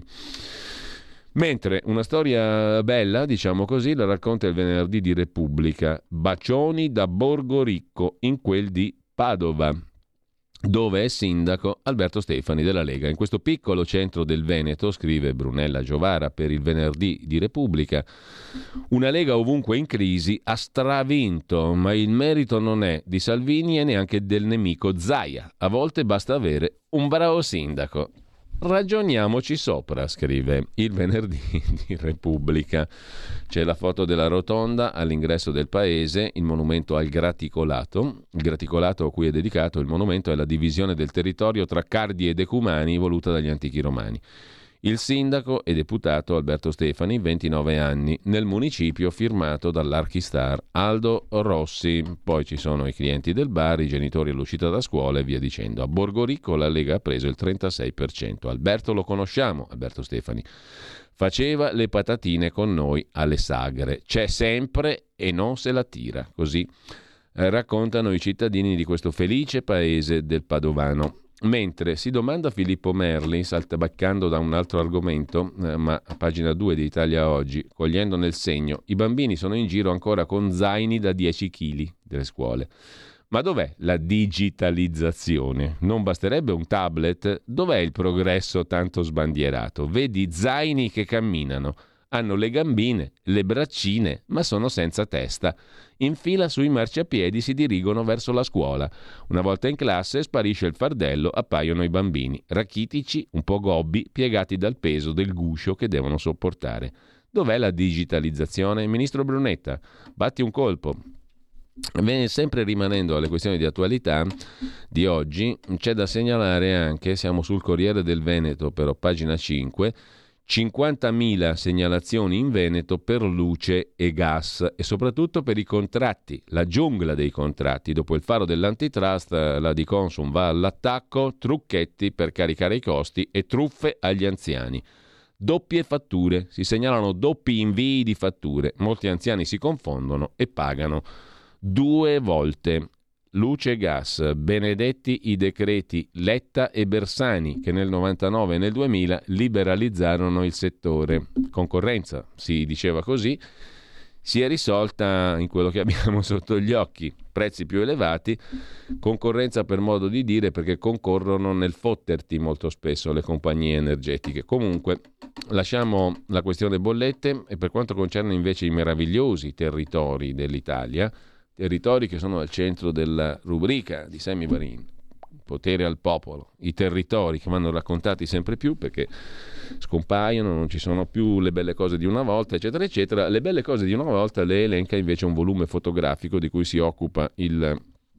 Mentre una storia bella, diciamo così, la racconta il venerdì di Repubblica. Bacioni da Borgo Ricco in quel di Padova, dove è sindaco Alberto Stefani della Lega. In questo piccolo centro del Veneto, scrive Brunella Giovara per il venerdì di Repubblica, una Lega ovunque in crisi ha stravinto, ma il merito non è di Salvini e neanche del nemico Zaia. A volte basta avere un bravo sindaco. Ragioniamoci sopra, scrive il venerdì di Repubblica. C'è la foto della rotonda all'ingresso del paese, il monumento al Graticolato. Il Graticolato a cui è dedicato il monumento è la divisione del territorio tra Cardi e Decumani voluta dagli antichi romani. Il sindaco e deputato Alberto Stefani, 29 anni, nel municipio firmato dall'archistar Aldo Rossi. Poi ci sono i clienti del bar, i genitori all'uscita da scuola e via dicendo. A Borgoricco la Lega ha preso il 36%. Alberto lo conosciamo, Alberto Stefani. Faceva le patatine con noi alle sagre. C'è sempre e non se la tira. Così raccontano i cittadini di questo felice paese del Padovano. Mentre si domanda Filippo Merli, saltabaccando da un altro argomento, ma a pagina 2 di Italia Oggi, cogliendo nel segno, i bambini sono in giro ancora con zaini da 10 kg delle scuole. Ma dov'è la digitalizzazione? Non basterebbe un tablet? Dov'è il progresso tanto sbandierato? Vedi zaini che camminano, hanno le gambine, le braccine, ma sono senza testa. In fila sui marciapiedi si dirigono verso la scuola. Una volta in classe sparisce il fardello, appaiono i bambini, rachitici, un po' gobbi, piegati dal peso del guscio che devono sopportare. Dov'è la digitalizzazione? Ministro Brunetta, batti un colpo. Sempre rimanendo alle questioni di attualità di oggi, c'è da segnalare anche, siamo sul Corriere del Veneto, però pagina 5, 50.000 segnalazioni in Veneto per luce e gas e soprattutto per i contratti, la giungla dei contratti. Dopo il faro dell'antitrust, la di Consum va all'attacco, trucchetti per caricare i costi e truffe agli anziani. Doppie fatture, si segnalano doppi invii di fatture, molti anziani si confondono e pagano 2 volte. Luce e gas, benedetti i decreti Letta e Bersani che nel 99 e nel 2000 liberalizzarono il settore. Concorrenza, si diceva così, si è risolta in quello che abbiamo sotto gli occhi. Prezzi più elevati, concorrenza per modo di dire perché concorrono nel fotterti molto spesso le compagnie energetiche. Comunque lasciamo la questione bollette e per quanto concerne invece i meravigliosi territori dell'Italia, territori che sono al centro della rubrica di Sammy Varin, potere al popolo, i territori che vanno raccontati sempre più perché scompaiono, non ci sono più le belle cose di una volta, eccetera, eccetera. Le belle cose di una volta le elenca invece un volume fotografico di cui si occupa il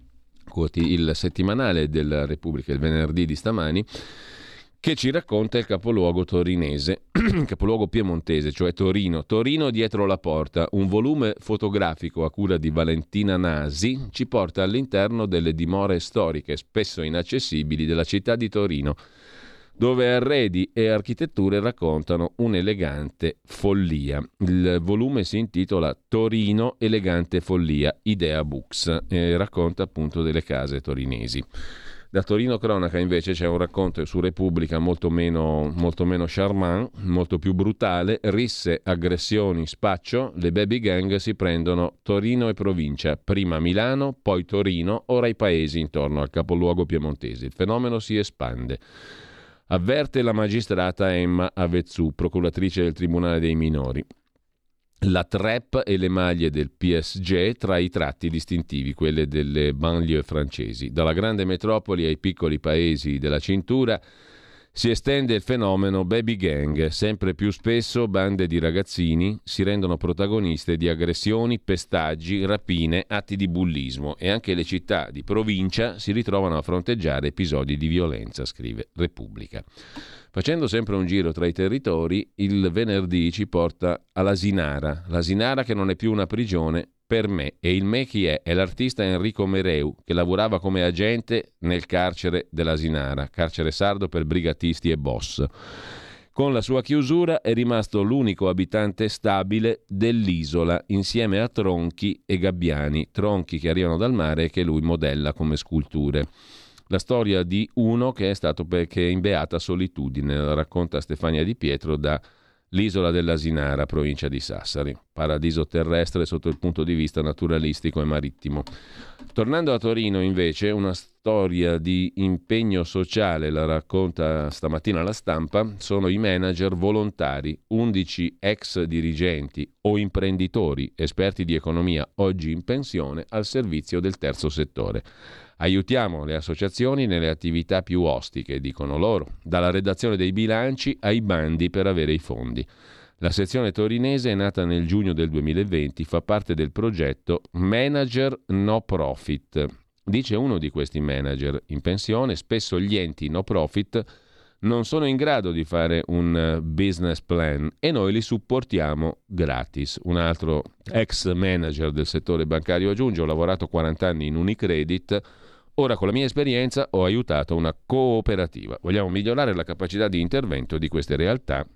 settimanale della Repubblica, il venerdì di stamani, che ci racconta il capoluogo torinese, capoluogo piemontese, cioè Torino. Torino dietro la porta, un volume fotografico a cura di Valentina Nasi ci porta all'interno delle dimore storiche, spesso inaccessibili, della città di Torino. dove arredi e architetture raccontano un'elegante follia. Il volume si intitola Torino, elegante follia, Idea Books, e racconta appunto delle case torinesi. Da Torino Cronaca invece c'è un racconto su Repubblica molto meno charmant, molto più brutale: risse, aggressioni, spaccio, le baby gang si prendono Torino e provincia, prima Milano, poi Torino, ora i paesi intorno al capoluogo piemontese. Il fenomeno si espande. Avverte la magistrata Emma Avezzù, procuratrice del Tribunale dei Minori. La trap e le maglie del PSG tra i tratti distintivi, quelle delle banlieue francesi. Dalla grande metropoli ai piccoli paesi della cintura si estende il fenomeno baby gang. Sempre più spesso bande di ragazzini si rendono protagoniste di aggressioni, pestaggi, rapine, atti di bullismo, e anche le città di provincia si ritrovano a fronteggiare episodi di violenza, scrive Repubblica. Facendo sempre un giro tra i territori, il venerdì ci porta all'Asinara. L'Asinara che non è più una prigione per me. E il me chi è? È l'artista Enrico Mereu, che lavorava come agente nel carcere dell'Asinara, carcere sardo per brigatisti e boss. Con la sua chiusura è rimasto l'unico abitante stabile dell'isola, insieme a tronchi e gabbiani, tronchi che arrivano dal mare e che lui modella come sculture. La storia di uno che è in beata solitudine, la racconta Stefania Di Pietro da l'isola dell'Asinara, provincia di Sassari, paradiso terrestre sotto il punto di vista naturalistico e marittimo. Tornando a Torino, invece, una storia di impegno sociale la racconta stamattina La Stampa. Sono i manager volontari, 11 ex dirigenti o imprenditori, esperti di economia, oggi in pensione, al servizio del terzo settore. Aiutiamo le associazioni nelle attività più ostiche, dicono loro, dalla redazione dei bilanci ai bandi per avere i fondi. La sezione torinese è nata nel giugno del 2020, fa parte del progetto Manager No Profit. Dice uno di questi manager in pensione: spesso gli enti no profit non sono in grado di fare un business plan e noi li supportiamo gratis. Un altro ex manager del settore bancario aggiunge: ho lavorato 40 anni in Unicredit, ora con la mia esperienza ho aiutato una cooperativa. Vogliamo migliorare la capacità di intervento di queste realtà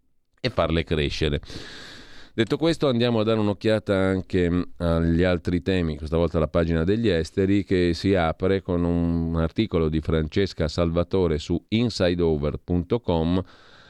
e farle crescere. Detto questo, andiamo a dare un'occhiata anche agli altri temi, questa volta la pagina degli esteri, che si apre con un articolo di Francesca Salvatore su insideover.com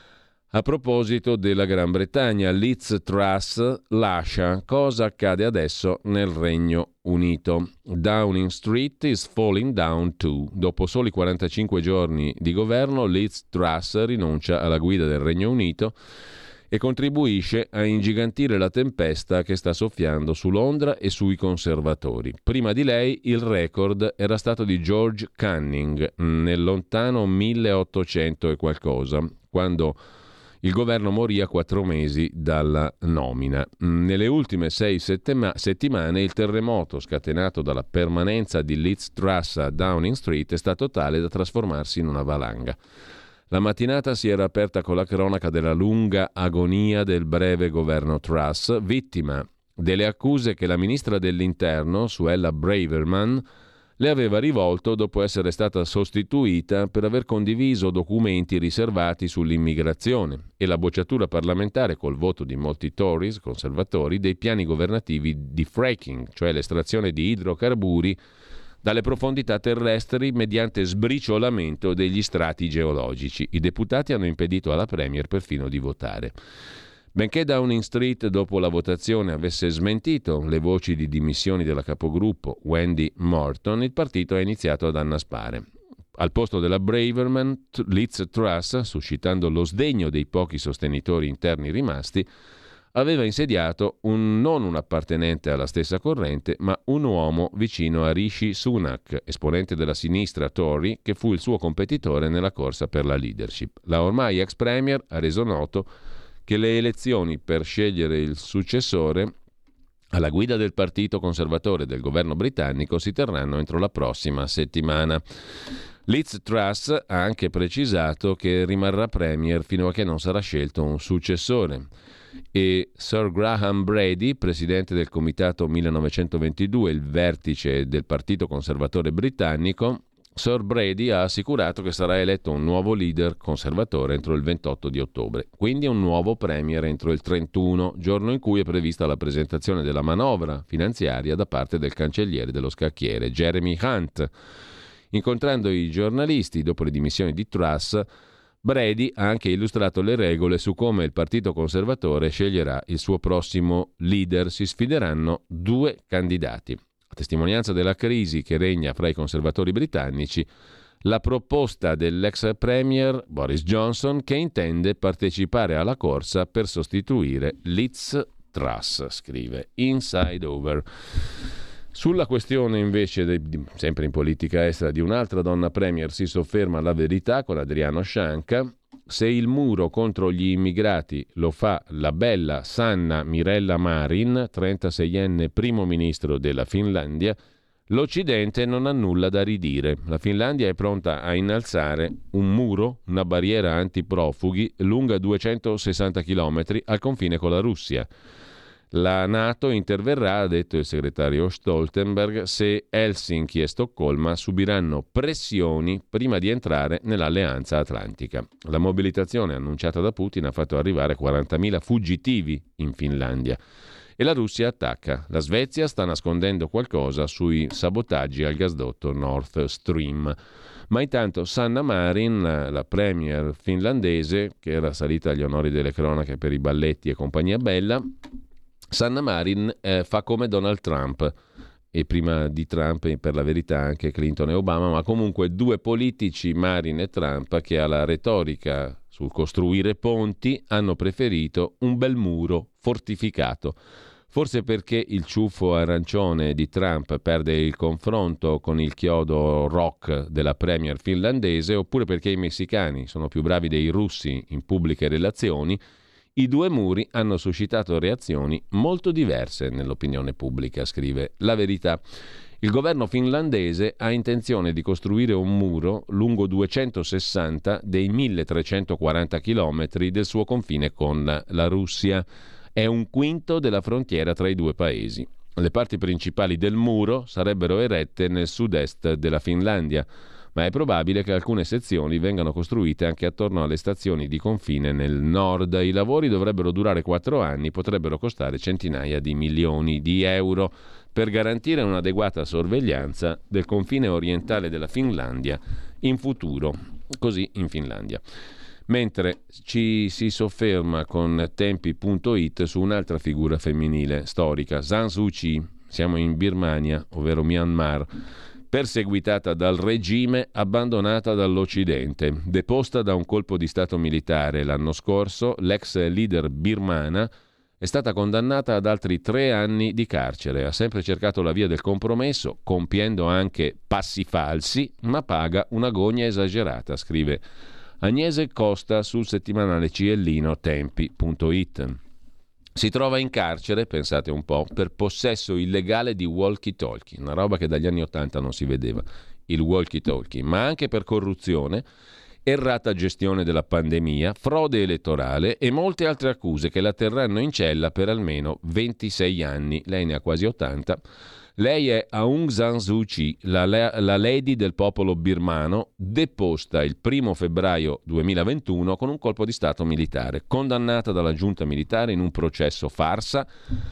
a proposito della Gran Bretagna. Liz Truss lascia. Cosa accade adesso nel Regno Unito? Downing Street is falling down too. Dopo soli 45 giorni di governo, Liz Truss rinuncia alla guida del Regno Unito e contribuisce a ingigantire la tempesta che sta soffiando su Londra e sui conservatori. Prima di lei il record era stato di George Canning nel lontano 1800 e qualcosa, quando il governo morì a 4 mesi dalla nomina. Nelle ultime 6 settimane il terremoto scatenato dalla permanenza di Liz Truss a Downing Street è stato tale da trasformarsi in una valanga. La mattinata si era aperta con la cronaca della lunga agonia del breve governo Truss, vittima delle accuse che la ministra dell'Interno, Suella Braverman, le aveva rivolto dopo essere stata sostituita per aver condiviso documenti riservati sull'immigrazione e la bocciatura parlamentare col voto di molti Tories, conservatori, dei piani governativi di fracking, cioè l'estrazione di idrocarburi dalle profondità terrestri mediante sbriciolamento degli strati geologici. I deputati hanno impedito alla Premier perfino di votare. Benché Downing Street dopo la votazione avesse smentito le voci di dimissioni della capogruppo Wendy Morton, il partito ha iniziato ad annaspare. Al posto della Braverman, Liz Truss, suscitando lo sdegno dei pochi sostenitori interni rimasti, aveva insediato non un appartenente alla stessa corrente, ma un uomo vicino a Rishi Sunak, esponente della sinistra Tory, che fu il suo competitore nella corsa per la leadership. La ormai ex premier ha reso noto che le elezioni per scegliere il successore alla guida del partito conservatore del governo britannico si terranno entro la prossima settimana. Liz Truss ha anche precisato che rimarrà premier fino a che non sarà scelto un successore. E Sir Graham Brady, presidente del comitato 1922, il vertice del partito conservatore britannico, Sir Brady ha assicurato che sarà eletto un nuovo leader conservatore entro il 28 di ottobre, quindi un nuovo premier entro il 31, giorno in cui è prevista la presentazione della manovra finanziaria da parte del cancelliere dello scacchiere Jeremy Hunt. Incontrando i giornalisti dopo le dimissioni di Truss, Brady ha anche illustrato le regole su come il Partito Conservatore sceglierà il suo prossimo leader. Si sfideranno 2 candidati. A testimonianza della crisi che regna fra i conservatori britannici, la proposta dell'ex premier Boris Johnson che intende partecipare alla corsa per sostituire Liz Truss, scrive Inside Over. Sulla questione invece, sempre in politica estera, di un'altra donna premier si sofferma La Verità con Adriano Scianca. Se il muro contro gli immigrati lo fa la bella Sanna Mirella Marin, 36enne primo ministro della Finlandia, l'Occidente non ha nulla da ridire. La Finlandia è pronta a innalzare un muro, una barriera antiprofughi lunga 260 km al confine con la Russia. La NATO interverrà, ha detto il segretario Stoltenberg, se Helsinki e Stoccolma subiranno pressioni prima di entrare nell'alleanza atlantica. La mobilitazione annunciata da Putin ha fatto arrivare 40.000 fuggitivi in Finlandia e la Russia attacca. La Svezia sta nascondendo qualcosa sui sabotaggi al gasdotto Nord Stream. Ma intanto Sanna Marin, la premier finlandese, che era salita agli onori delle cronache per i balletti e compagnia bella, Sanna Marin fa come Donald Trump, e prima di Trump per la verità anche Clinton e Obama, ma comunque 2 politici, Marin e Trump, che alla retorica sul costruire ponti hanno preferito un bel muro fortificato. Forse perché il ciuffo arancione di Trump perde il confronto con il chiodo rock della premier finlandese, oppure perché i messicani sono più bravi dei russi in pubbliche relazioni. I 2 muri hanno suscitato reazioni molto diverse nell'opinione pubblica, scrive La Verità. Il governo finlandese ha intenzione di costruire un muro lungo 260 dei 1340 chilometri del suo confine con la Russia. È un quinto della frontiera tra i 2 paesi. Le parti principali del muro sarebbero erette nel sud-est della Finlandia, ma è probabile che alcune sezioni vengano costruite anche attorno alle stazioni di confine nel nord. I lavori dovrebbero durare 4 anni, potrebbero costare centinaia di milioni di euro per garantire un'adeguata sorveglianza del confine orientale della Finlandia in futuro. Così in Finlandia. Mentre ci si sofferma con Tempi.it su un'altra figura femminile storica, Aung San Suu Kyi. Siamo in Birmania, ovvero Myanmar. Perseguitata dal regime, abbandonata dall'Occidente. Deposta da un colpo di stato militare l'anno scorso, l'ex leader birmana è stata condannata ad altri 3 anni di carcere. Ha sempre cercato la via del compromesso, compiendo anche passi falsi, ma paga una gogna esagerata, scrive Agnese Costa sul settimanale ciellino Tempi.it. Si trova in carcere, pensate un po', per possesso illegale di walkie-talkie, una roba che dagli anni '80 non si vedeva, il walkie-talkie, ma anche per corruzione, errata gestione della pandemia, frode elettorale e molte altre accuse che la terranno in cella per almeno 26 anni. Lei ne ha quasi 80. Lei è Aung San Suu Kyi, la lady del popolo birmano, deposta il 1 febbraio 2021 con un colpo di stato militare, condannata dalla giunta militare in un processo farsa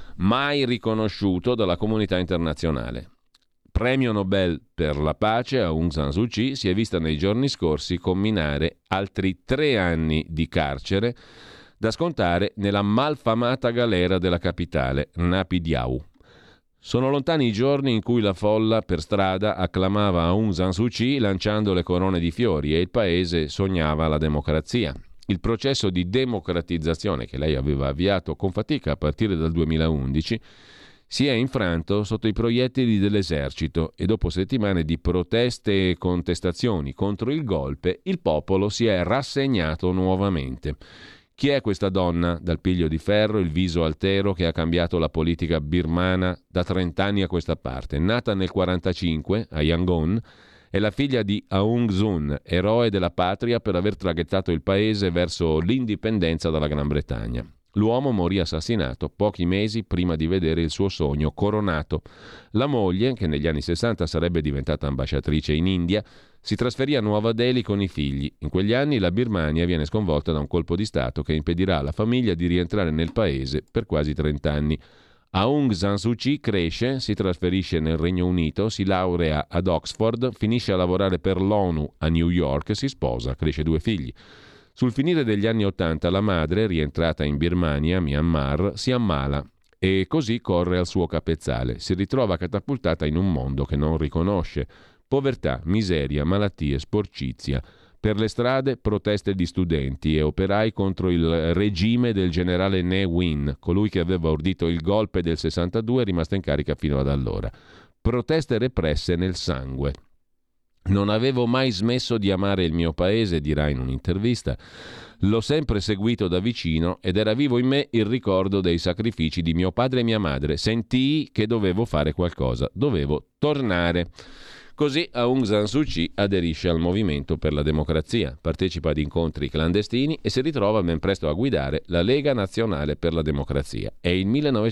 mai riconosciuto dalla comunità internazionale. Premio Nobel per la pace, Aung San Suu Kyi si è vista nei giorni scorsi comminare altri 3 anni di carcere da scontare nella malfamata galera della capitale, Naypyidaw. Sono lontani i giorni in cui la folla per strada acclamava Aung San Suu Kyi lanciando le corone di fiori e il paese sognava la democrazia. Il processo di democratizzazione che lei aveva avviato con fatica a partire dal 2011 si è infranto sotto i proiettili dell'esercito e dopo settimane di proteste e contestazioni contro il golpe, il popolo si è rassegnato nuovamente. Chi è questa donna dal piglio di ferro, il viso altero che ha cambiato la politica birmana da 30 anni a questa parte? Nata nel 1945 a Yangon, è la figlia di Aung San, eroe della patria per aver traghettato il paese verso l'indipendenza dalla Gran Bretagna. L'uomo morì assassinato pochi mesi prima di vedere il suo sogno coronato. La moglie, che negli anni 60 sarebbe diventata ambasciatrice in India, si trasferì a Nuova Delhi con i figli. In quegli anni la Birmania viene sconvolta da un colpo di Stato che impedirà alla famiglia di rientrare nel paese per quasi 30 anni. Aung San Suu Kyi cresce, si trasferisce nel Regno Unito, si laurea ad Oxford, finisce a lavorare per l'ONU a New York, si sposa, cresce 2 figli. Sul finire degli anni '80 la madre, rientrata in Birmania, Myanmar, si ammala e così corre al suo capezzale. Si ritrova catapultata in un mondo che non riconosce. Povertà, miseria, malattie, sporcizia. Per le strade proteste di studenti e operai contro il regime del generale Ne Win, colui che aveva ordito il golpe del 62 e rimasto in carica fino ad allora. Proteste represse nel sangue. Non avevo mai smesso di amare il mio paese, dirà in un'intervista. L'ho sempre seguito da vicino ed era vivo in me il ricordo dei sacrifici di mio padre e mia madre. Sentii che dovevo fare qualcosa, dovevo tornare. Così Aung San Suu Kyi aderisce al movimento per la democrazia, partecipa ad incontri clandestini e si ritrova ben presto a guidare la Lega Nazionale per la Democrazia. È il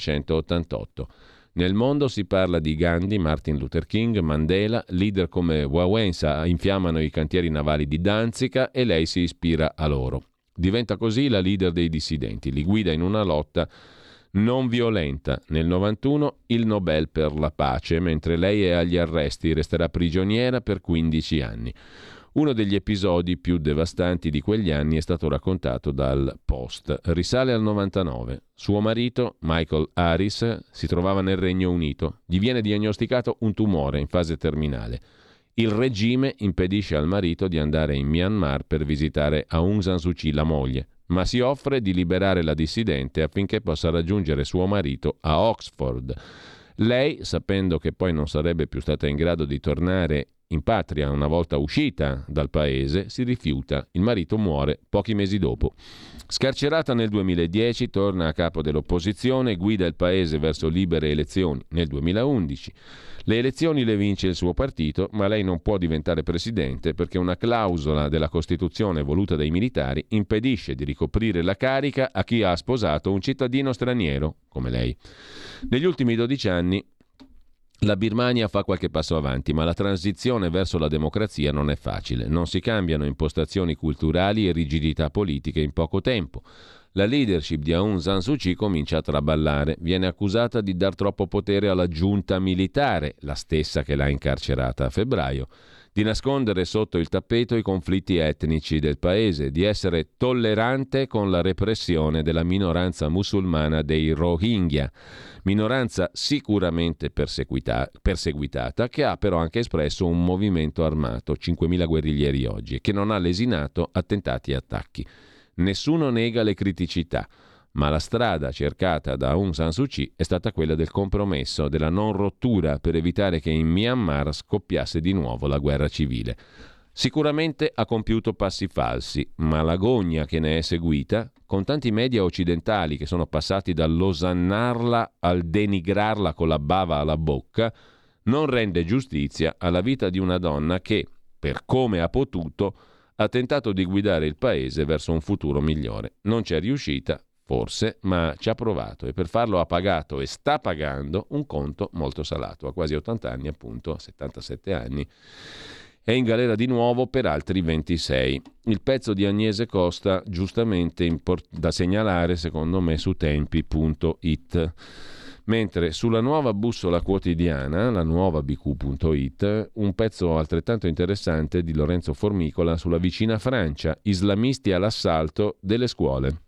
1988. Nel mondo si parla di Gandhi, Martin Luther King, Mandela, leader come Wałęsa infiammano i cantieri navali di Danzica e lei si ispira a loro. Diventa così la leader dei dissidenti, li guida in una lotta non violenta. Nel 91 il Nobel per la pace, mentre lei è agli arresti, resterà prigioniera per 15 anni. Uno degli episodi più devastanti di quegli anni è stato raccontato dal Post. Risale al 99. Suo marito, Michael Harris, si trovava nel Regno Unito. Gli viene diagnosticato un tumore in fase terminale. Il regime impedisce al marito di andare in Myanmar per visitare Aung San Suu Kyi, la moglie, ma si offre di liberare la dissidente affinché possa raggiungere suo marito a Oxford. Lei, sapendo che poi non sarebbe più stata in grado di tornare in patria una volta uscita dal paese, si rifiuta. Il marito muore pochi mesi dopo. Scarcerata nel 2010, torna a capo dell'opposizione, guida il paese verso libere elezioni nel 2011. Le elezioni le vince il suo partito, ma lei non può diventare presidente perché una clausola della Costituzione voluta dai militari impedisce di ricoprire la carica a chi ha sposato un cittadino straniero, come lei. Negli ultimi 12 anni la Birmania fa qualche passo avanti, ma la transizione verso la democrazia non è facile. Non si cambiano impostazioni culturali e rigidità politiche in poco tempo. La leadership di Aung San Suu Kyi comincia a traballare. Viene accusata di dar troppo potere alla giunta militare, la stessa che l'ha incarcerata a febbraio, di nascondere sotto il tappeto i conflitti etnici del paese, di essere tollerante con la repressione della minoranza musulmana dei Rohingya, minoranza sicuramente perseguitata, che ha però anche espresso un movimento armato, 5.000 guerriglieri oggi, che non ha lesinato attentati e attacchi. Nessuno nega le criticità, ma la strada cercata da Aung San Suu Kyi è stata quella del compromesso, della non rottura, per evitare che in Myanmar scoppiasse di nuovo la guerra civile. Sicuramente ha compiuto passi falsi, ma l'agonia che ne è seguita, con tanti media occidentali che sono passati dall'osannarla al denigrarla con la bava alla bocca, non rende giustizia alla vita di una donna che, per come ha potuto, ha tentato di guidare il paese verso un futuro migliore. Non c'è riuscita, forse, ma ci ha provato e per farlo ha pagato e sta pagando un conto molto salato. Ha quasi 80 anni, appunto, a 77 anni. È in galera di nuovo per altri 26. Il pezzo di Agnese Costa, giustamente da segnalare, secondo me, su tempi.it. Mentre sulla nuova bussola quotidiana, la nuova bq.it, un pezzo altrettanto interessante di Lorenzo Formicola sulla vicina Francia, islamisti all'assalto delle scuole.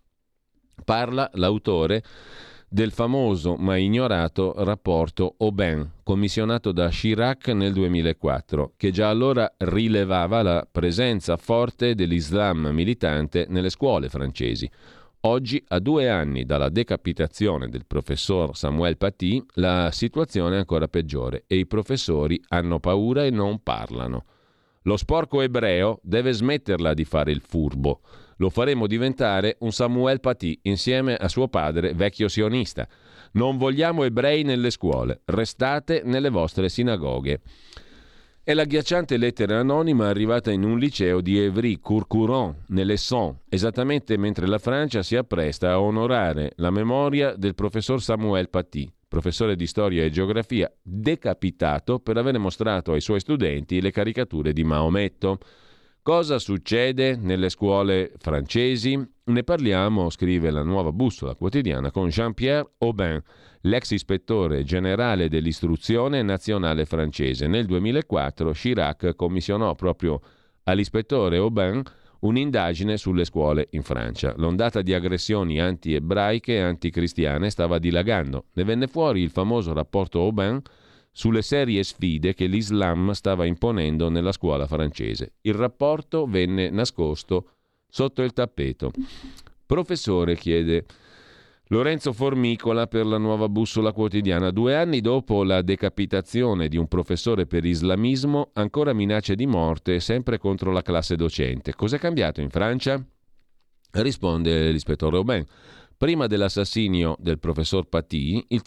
Parla l'autore del famoso ma ignorato rapporto Aubin, commissionato da Chirac nel 2004, che già allora rilevava la presenza forte dell'Islam militante nelle scuole francesi. Oggi, a 2 anni dalla decapitazione del professor Samuel Paty, la situazione è ancora peggiore e i professori hanno paura e non parlano. Lo sporco ebreo deve smetterla di fare il furbo. Lo faremo diventare un Samuel Paty insieme a suo padre, vecchio sionista. Non vogliamo ebrei nelle scuole, restate nelle vostre sinagoghe. È l'agghiacciante lettera anonima arrivata in un liceo di Évry-Courcouronnes, nell'Essonne, esattamente mentre la Francia si appresta a onorare la memoria del professor Samuel Paty, professore di storia e geografia, decapitato per aver mostrato ai suoi studenti le caricature di Maometto. Cosa succede nelle scuole francesi? Ne parliamo, scrive la Nuova Bussola Quotidiana, con Jean-Pierre Aubin, l'ex ispettore generale dell'istruzione nazionale francese. Nel 2004 Chirac commissionò proprio all'ispettore Aubin un'indagine sulle scuole in Francia. L'ondata di aggressioni anti-ebraiche e anticristiane stava dilagando. Ne venne fuori il famoso rapporto Aubin sulle serie sfide che l'Islam stava imponendo nella scuola francese. Il rapporto venne nascosto sotto il tappeto. Professore, chiede Lorenzo Formicola per la Nuova Bussola Quotidiana. 2 anni dopo la decapitazione di un professore per islamismo, ancora minacce di morte sempre contro la classe docente. Cos'è cambiato in Francia? Risponde l'ispettore Aubin. Prima dell'assassinio del professor Paty, il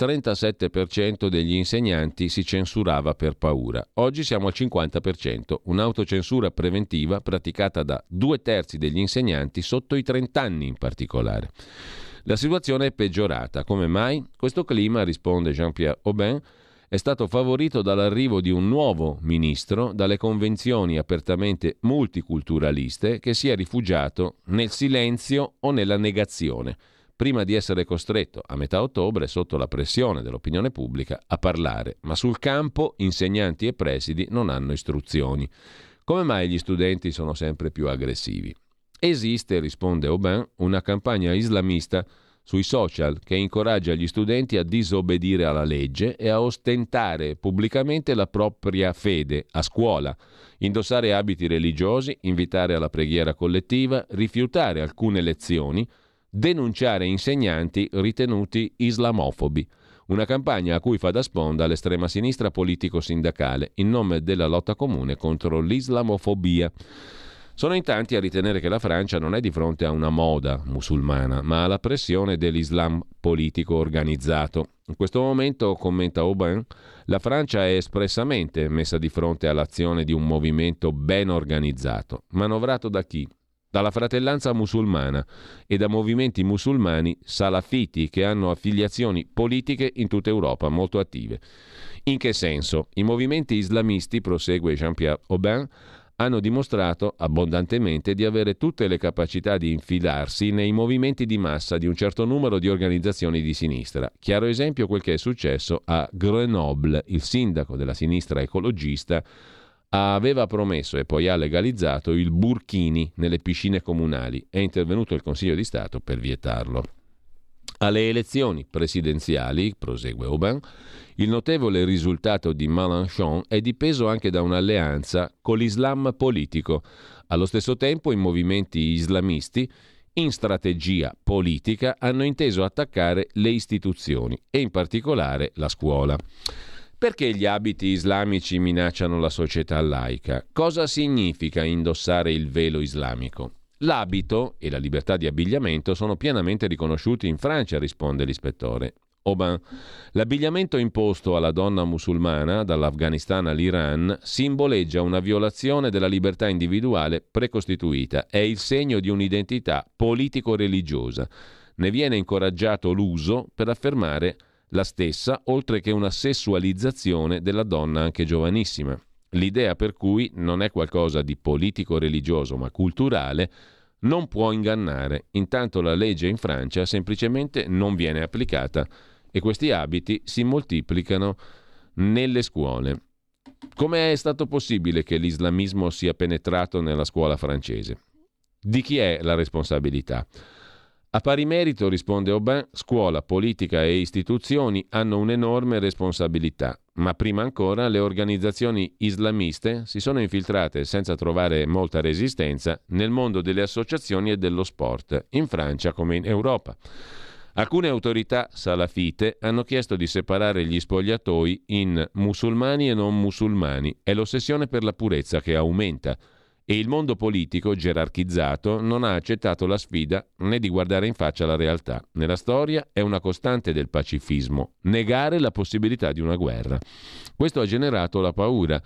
37% degli insegnanti si censurava per paura. Oggi siamo al 50%, un'autocensura preventiva praticata da 2/3 degli insegnanti sotto i 30 anni in particolare. La situazione è peggiorata. Come mai? Questo clima, risponde Jean-Pierre Aubin, è stato favorito dall'arrivo di un nuovo ministro, dalle convenzioni apertamente multiculturaliste, che si è rifugiato nel silenzio o nella negazione, prima di essere costretto a metà ottobre, sotto la pressione dell'opinione pubblica, a parlare. Ma sul campo insegnanti e presidi non hanno istruzioni. Come mai gli studenti sono sempre più aggressivi? Esiste, risponde Aubin, una campagna islamista sui social che incoraggia gli studenti a disobbedire alla legge e a ostentare pubblicamente la propria fede a scuola, indossare abiti religiosi, invitare alla preghiera collettiva, rifiutare alcune lezioni, denunciare insegnanti ritenuti islamofobi. Una campagna a cui fa da sponda l'estrema sinistra politico-sindacale in nome della lotta comune contro l'islamofobia. Sono in tanti a ritenere che la Francia non è di fronte a una moda musulmana, ma alla pressione dell'Islam politico organizzato. In questo momento, commenta Aubin, la Francia è espressamente messa di fronte all'azione di un movimento ben organizzato. Manovrato da chi? Dalla fratellanza musulmana e da movimenti musulmani salafiti che hanno affiliazioni politiche in tutta Europa molto attive. In che senso? I movimenti islamisti, prosegue Jean-Pierre Aubin, hanno dimostrato abbondantemente di avere tutte le capacità di infilarsi nei movimenti di massa di un certo numero di organizzazioni di sinistra. Chiaro esempio quel che è successo a Grenoble. Il sindaco della sinistra ecologista aveva promesso e poi ha legalizzato il burkini nelle piscine comunali. È intervenuto il Consiglio di Stato per vietarlo. Alle elezioni presidenziali, prosegue Aubin, il notevole risultato di Mélenchon è dipeso anche da un'alleanza con l'Islam politico. Allo stesso tempo i movimenti islamisti, in strategia politica, hanno inteso attaccare le istituzioni e in particolare la scuola. Perché gli abiti islamici minacciano la società laica? Cosa significa indossare il velo islamico? L'abito e la libertà di abbigliamento sono pienamente riconosciuti in Francia, risponde l'ispettore Aubin. L'abbigliamento imposto alla donna musulmana dall'Afghanistan all'Iran simboleggia una violazione della libertà individuale precostituita. È il segno di un'identità politico-religiosa. Ne viene incoraggiato l'uso per affermare la stessa, oltre che una sessualizzazione della donna anche giovanissima. L'idea per cui non è qualcosa di politico-religioso ma culturale non può ingannare. Intanto la legge in Francia semplicemente non viene applicata e questi abiti si moltiplicano nelle scuole. Come è stato possibile che l'islamismo sia penetrato nella scuola francese? Di chi è la responsabilità? A pari merito, risponde Aubin, scuola, politica e istituzioni hanno un'enorme responsabilità, ma prima ancora le organizzazioni islamiste si sono infiltrate senza trovare molta resistenza nel mondo delle associazioni e dello sport, in Francia come in Europa. Alcune autorità salafite hanno chiesto di separare gli spogliatoi in musulmani e non musulmani. È l'ossessione per la purezza che aumenta. E il mondo politico, gerarchizzato, non ha accettato la sfida né di guardare in faccia la realtà. Nella storia è una costante del pacifismo, negare la possibilità di una guerra. Questo ha generato la paura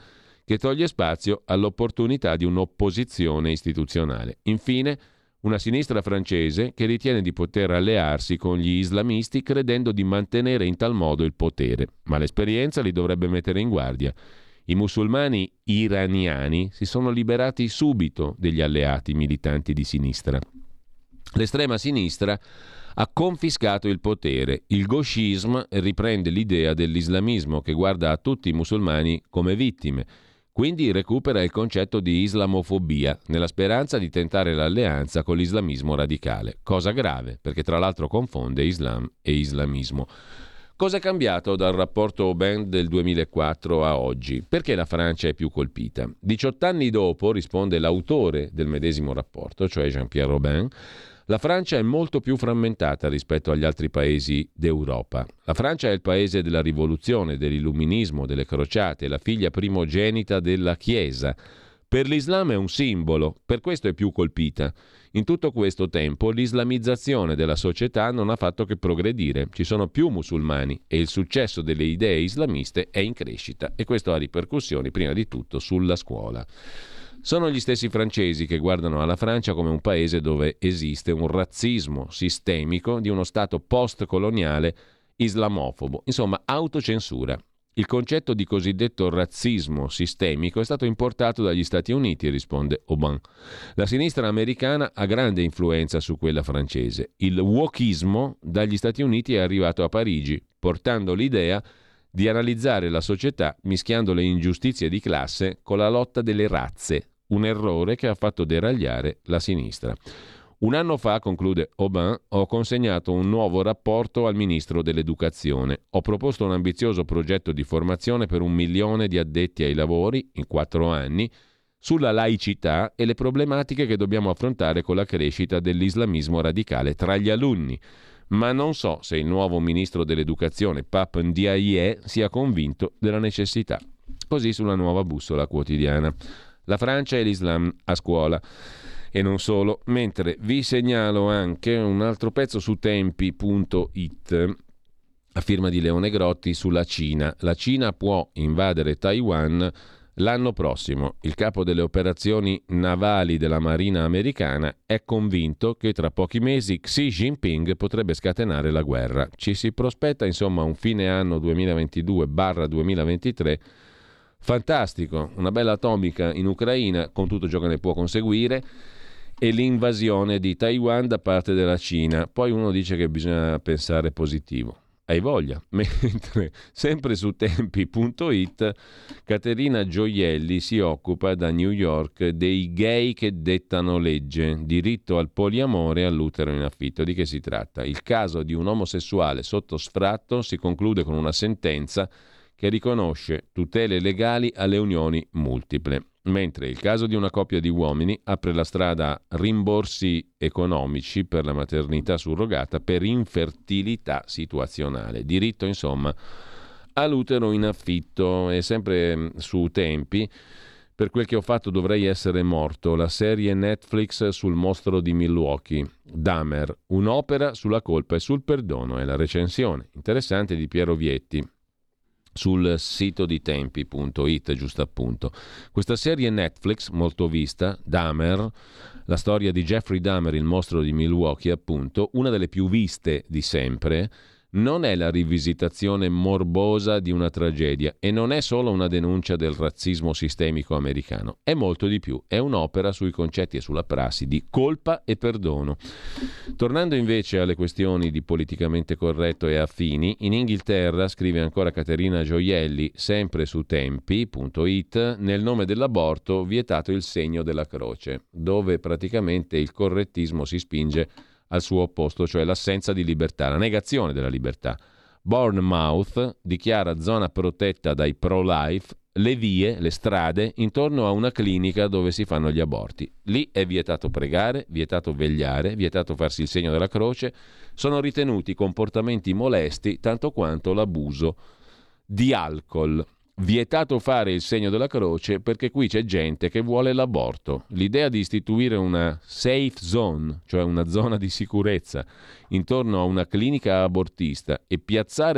che toglie spazio all'opportunità di un'opposizione istituzionale. Infine, una sinistra francese che ritiene di poter allearsi con gli islamisti credendo di mantenere in tal modo il potere, ma l'esperienza li dovrebbe mettere in guardia. I musulmani iraniani si sono liberati subito degli alleati militanti di sinistra. L'estrema sinistra ha confiscato il potere. Il gauchisme riprende l'idea dell'islamismo che guarda a tutti i musulmani come vittime. Quindi recupera il concetto di islamofobia, nella speranza di tentare l'alleanza con l'islamismo radicale. Cosa grave, perché tra l'altro confonde Islam e islamismo. Cosa è cambiato dal rapporto Aubin del 2004 a oggi? Perché la Francia è più colpita? 18 anni dopo, risponde l'autore del medesimo rapporto, cioè Jean-Pierre Aubin, la Francia è molto più frammentata rispetto agli altri paesi d'Europa. La Francia è il paese della rivoluzione, dell'illuminismo, delle crociate, la figlia primogenita della Chiesa. Per l'Islam è un simbolo, per questo è più colpita. In tutto questo tempo l'islamizzazione della società non ha fatto che progredire. Ci sono più musulmani e il successo delle idee islamiste è in crescita e questo ha ripercussioni prima di tutto sulla scuola. Sono gli stessi francesi che guardano alla Francia come un paese dove esiste un razzismo sistemico di uno Stato post-coloniale islamofobo, insomma autocensura. Il concetto di cosiddetto razzismo sistemico è stato importato dagli Stati Uniti, risponde Aubin. La sinistra americana ha grande influenza su quella francese. Il wokismo dagli Stati Uniti è arrivato a Parigi, portando l'idea di analizzare la società mischiando le ingiustizie di classe con la lotta delle razze, un errore che ha fatto deragliare la sinistra. Un anno fa, conclude Aubin, ho consegnato un nuovo rapporto al ministro dell'Educazione. Ho proposto un ambizioso progetto di formazione per 1 milione di addetti ai lavori in 4 anni sulla laicità e le problematiche che dobbiamo affrontare con la crescita dell'islamismo radicale tra gli alunni. Ma non so se il nuovo ministro dell'Educazione, Pap Ndiaye, sia convinto della necessità. Così sulla Nuova Bussola Quotidiana. La Francia e l'Islam a scuola. E non solo, mentre vi segnalo anche un altro pezzo su tempi.it a firma di Leone Grotti sulla Cina. La Cina può invadere Taiwan l'anno prossimo. Il capo delle operazioni navali della Marina americana è convinto che tra pochi mesi Xi Jinping potrebbe scatenare la guerra. Ci si prospetta insomma un fine anno 2022/2023 fantastico, una bella atomica in Ucraina con tutto ciò che ne può conseguire e l'invasione di Taiwan da parte della Cina. Poi uno dice che bisogna pensare positivo. Hai voglia. Mentre sempre su tempi.it Caterina Gioielli si occupa da New York dei gay che dettano legge, diritto al poliamore e all'utero in affitto. Di che si tratta? Il caso di un omosessuale sotto sfratto si conclude con una sentenza che riconosce tutele legali alle unioni multiple, mentre il caso di una coppia di uomini apre la strada a rimborsi economici per la maternità surrogata per infertilità situazionale. Diritto, insomma, all'utero in affitto. E sempre su Tempi, per quel che ho fatto dovrei essere morto, la serie Netflix sul mostro di Milwaukee, Dahmer, un'opera sulla colpa e sul perdono, è la recensione interessante di Piero Vietti sul sito di tempi.it, giusto appunto. Questa serie Netflix molto vista, Dahmer, la storia di Jeffrey Dahmer, il mostro di Milwaukee appunto, una delle più viste di sempre, non è la rivisitazione morbosa di una tragedia e non è solo una denuncia del razzismo sistemico americano, è molto di più, è un'opera sui concetti e sulla prassi di colpa e perdono. Tornando invece alle questioni di politicamente corretto e affini, in Inghilterra, scrive ancora Caterina Gioielli, sempre su tempi.it, nel nome dell'aborto vietato il segno della croce, dove praticamente il correttismo si spinge al suo opposto, cioè l'assenza di libertà, la negazione della libertà. Bournemouth dichiara zona protetta dai pro-life le vie, le strade intorno a una clinica dove si fanno gli aborti. Lì è vietato pregare, vietato vegliare, vietato farsi il segno della croce. Sono ritenuti comportamenti molesti tanto quanto l'abuso di alcol. Vietato fare il segno della croce perché qui c'è gente che vuole l'aborto. L'idea di istituire una safe zone, cioè una zona di sicurezza, intorno a una clinica abortista e piazzare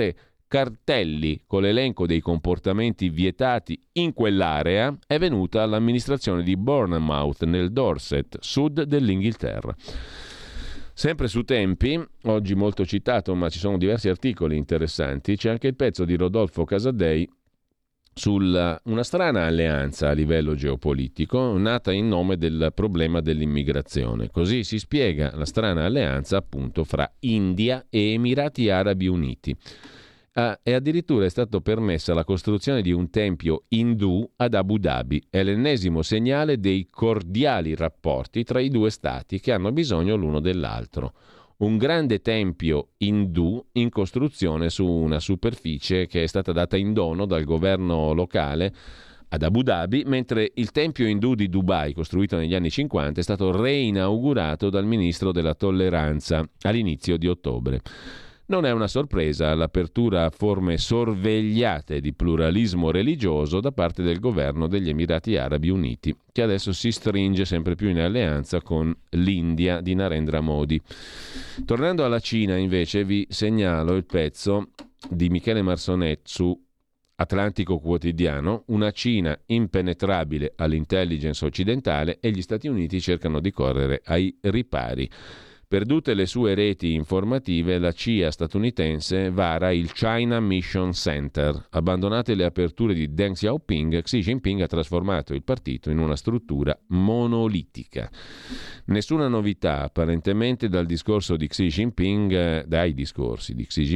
cartelli con l'elenco dei comportamenti vietati in quell'area è venuta all'amministrazione di Bournemouth nel Dorset, sud dell'Inghilterra. Sempre su Tempi, oggi molto citato, ma ci sono diversi articoli interessanti, c'è anche il pezzo di Rodolfo Casadei sulla una strana alleanza a livello geopolitico nata in nome del problema dell'immigrazione. Così si spiega la strana alleanza appunto fra India e Emirati Arabi Uniti. E addirittura è stato permessa la costruzione di un tempio indù ad Abu Dhabi. È l'ennesimo segnale dei cordiali rapporti tra i due stati che hanno bisogno l'uno dell'altro. Un grande tempio indù in costruzione su una superficie che è stata data in dono dal governo locale ad Abu Dhabi, mentre il tempio indù di Dubai, costruito negli anni 50, è stato reinaugurato dal ministro della tolleranza all'inizio di ottobre. Non è una sorpresa l'apertura a forme sorvegliate di pluralismo religioso da parte del governo degli Emirati Arabi Uniti, che adesso si stringe sempre più in alleanza con l'India di Narendra Modi. Tornando alla Cina, invece, vi segnalo il pezzo di Michele Marsonet su Atlantico Quotidiano, una Cina impenetrabile all'intelligence occidentale e gli Stati Uniti cercano di correre ai ripari. Perdute le sue reti informative, la CIA statunitense vara il China Mission Center. Abbandonate le aperture di Deng Xiaoping, Xi Jinping ha trasformato il partito in una struttura monolitica. Nessuna novità apparentemente dal discorso di Xi Jinping, dal discorso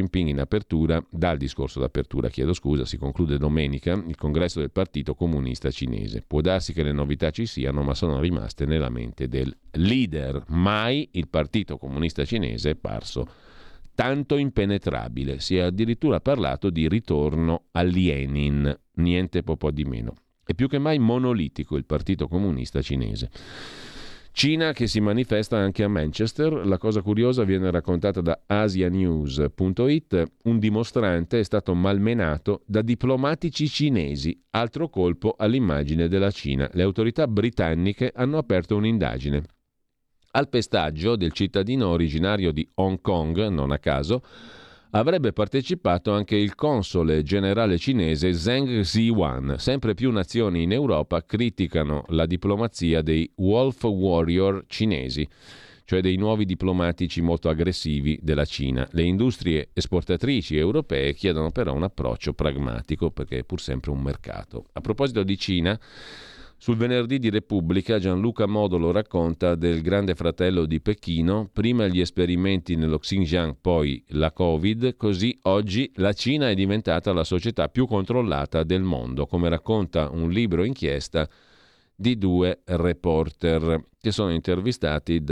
d'apertura, si conclude domenica il congresso del Partito Comunista Cinese. Può darsi che le novità ci siano, ma sono rimaste nella mente del leader. Mai il Partito Comunista Cinese è parso tanto impenetrabile. Si è addirittura parlato di ritorno a Lenin, niente po' di meno. È più che mai monolitico il Partito Comunista Cinese. Cina che si manifesta anche a Manchester. La cosa curiosa viene raccontata da asianews.it. Un dimostrante è stato malmenato da diplomatici cinesi. Altro colpo all'immagine della Cina. Le autorità britanniche hanno aperto un'indagine. Al pestaggio del cittadino originario di Hong Kong, non a caso, avrebbe partecipato anche il console generale cinese Zheng Ziwan. Sempre più nazioni in Europa criticano la diplomazia dei Wolf Warrior cinesi, cioè dei nuovi diplomatici molto aggressivi della Cina. Le industrie esportatrici europee chiedono però un approccio pragmatico, perché è pur sempre un mercato. A proposito di Cina, sul venerdì di Repubblica Gianluca Modolo racconta del Grande Fratello di Pechino, prima gli esperimenti nello Xinjiang, poi la Covid, così oggi la Cina è diventata la società più controllata del mondo, come racconta un libro inchiesta di due reporter che sono intervistati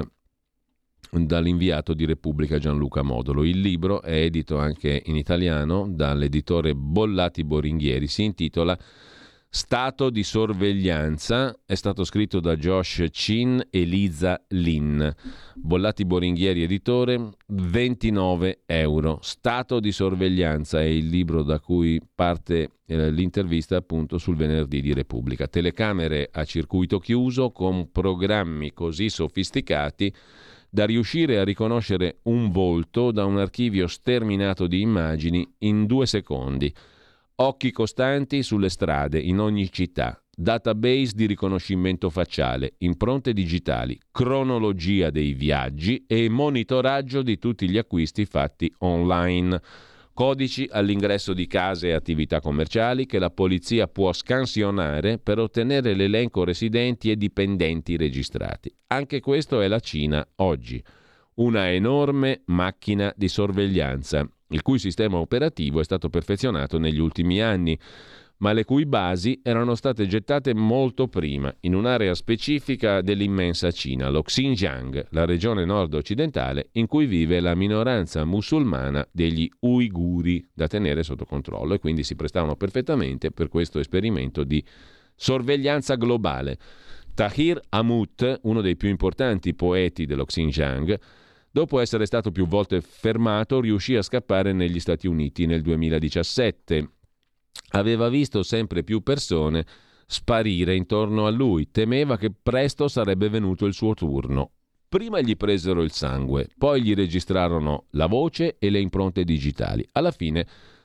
dall'inviato di Repubblica Gianluca Modolo. Il libro è edito anche in italiano dall'editore Bollati Boringhieri, si intitola Stato di sorveglianza, è stato scritto da Josh Chin e Liza Lin. Bollati Boringhieri editore, 29 euro. Stato di sorveglianza è il libro da cui parte l'intervista appunto sul venerdì di Repubblica. Telecamere a circuito chiuso con programmi così sofisticati da riuscire a riconoscere un volto da un archivio sterminato di immagini in 2 secondi. Occhi costanti sulle strade in ogni città, database di riconoscimento facciale, impronte digitali, cronologia dei viaggi e monitoraggio di tutti gli acquisti fatti online. Codici all'ingresso di case e attività commerciali che la polizia può scansionare per ottenere l'elenco residenti e dipendenti registrati. Anche questo è la Cina oggi. Una enorme macchina di sorveglianza, il cui sistema operativo è stato perfezionato negli ultimi anni, ma le cui basi erano state gettate molto prima, in un'area specifica dell'immensa Cina, lo Xinjiang, la regione nord-occidentale in cui vive la minoranza musulmana degli uiguri, da tenere sotto controllo, e quindi si prestavano perfettamente per questo esperimento di sorveglianza globale. Tahir Hamut, uno dei più importanti poeti dello Xinjiang, dopo essere stato più volte fermato, riuscì a scappare negli Stati Uniti nel 2017. Aveva visto sempre più persone sparire intorno a lui, temeva che presto sarebbe venuto il suo turno. Prima gli presero il sangue, poi gli registrarono la voce e le impronte digitali. Alla fine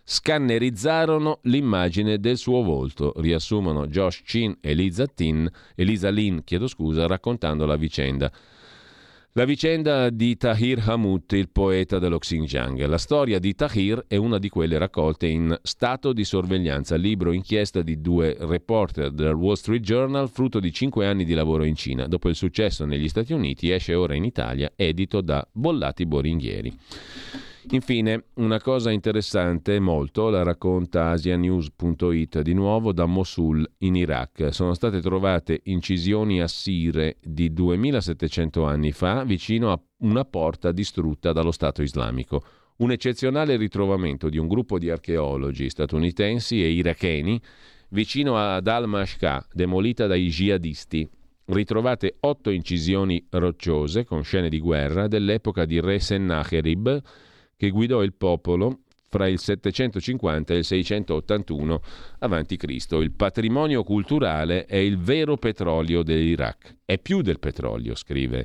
scannerizzarono l'immagine del suo volto, riassumono Josh Chin e Lisa Lin, raccontando la vicenda. La vicenda di Tahir Hammoud, il poeta dello Xinjiang. La storia di Tahir è una di quelle raccolte in Stato di sorveglianza, libro inchiesta di 2 reporter del Wall Street Journal, frutto di 5 anni di lavoro in Cina. Dopo il successo negli Stati Uniti, esce ora in Italia, edito da Bollati Boringhieri. Infine, una cosa interessante, molto, la racconta asianews.it, di nuovo da Mosul in Iraq. Sono state trovate incisioni assire di 2700 anni fa vicino a una porta distrutta dallo Stato islamico. Un eccezionale ritrovamento di un gruppo di archeologi statunitensi e iracheni vicino ad Al-Mashqa, demolita dai jihadisti. Ritrovate 8 incisioni rocciose con scene di guerra dell'epoca di re Sennacherib, che guidò il popolo fra il 750 e il 681 a.C. Il patrimonio culturale è il vero petrolio dell'Iraq. È più del petrolio, scrive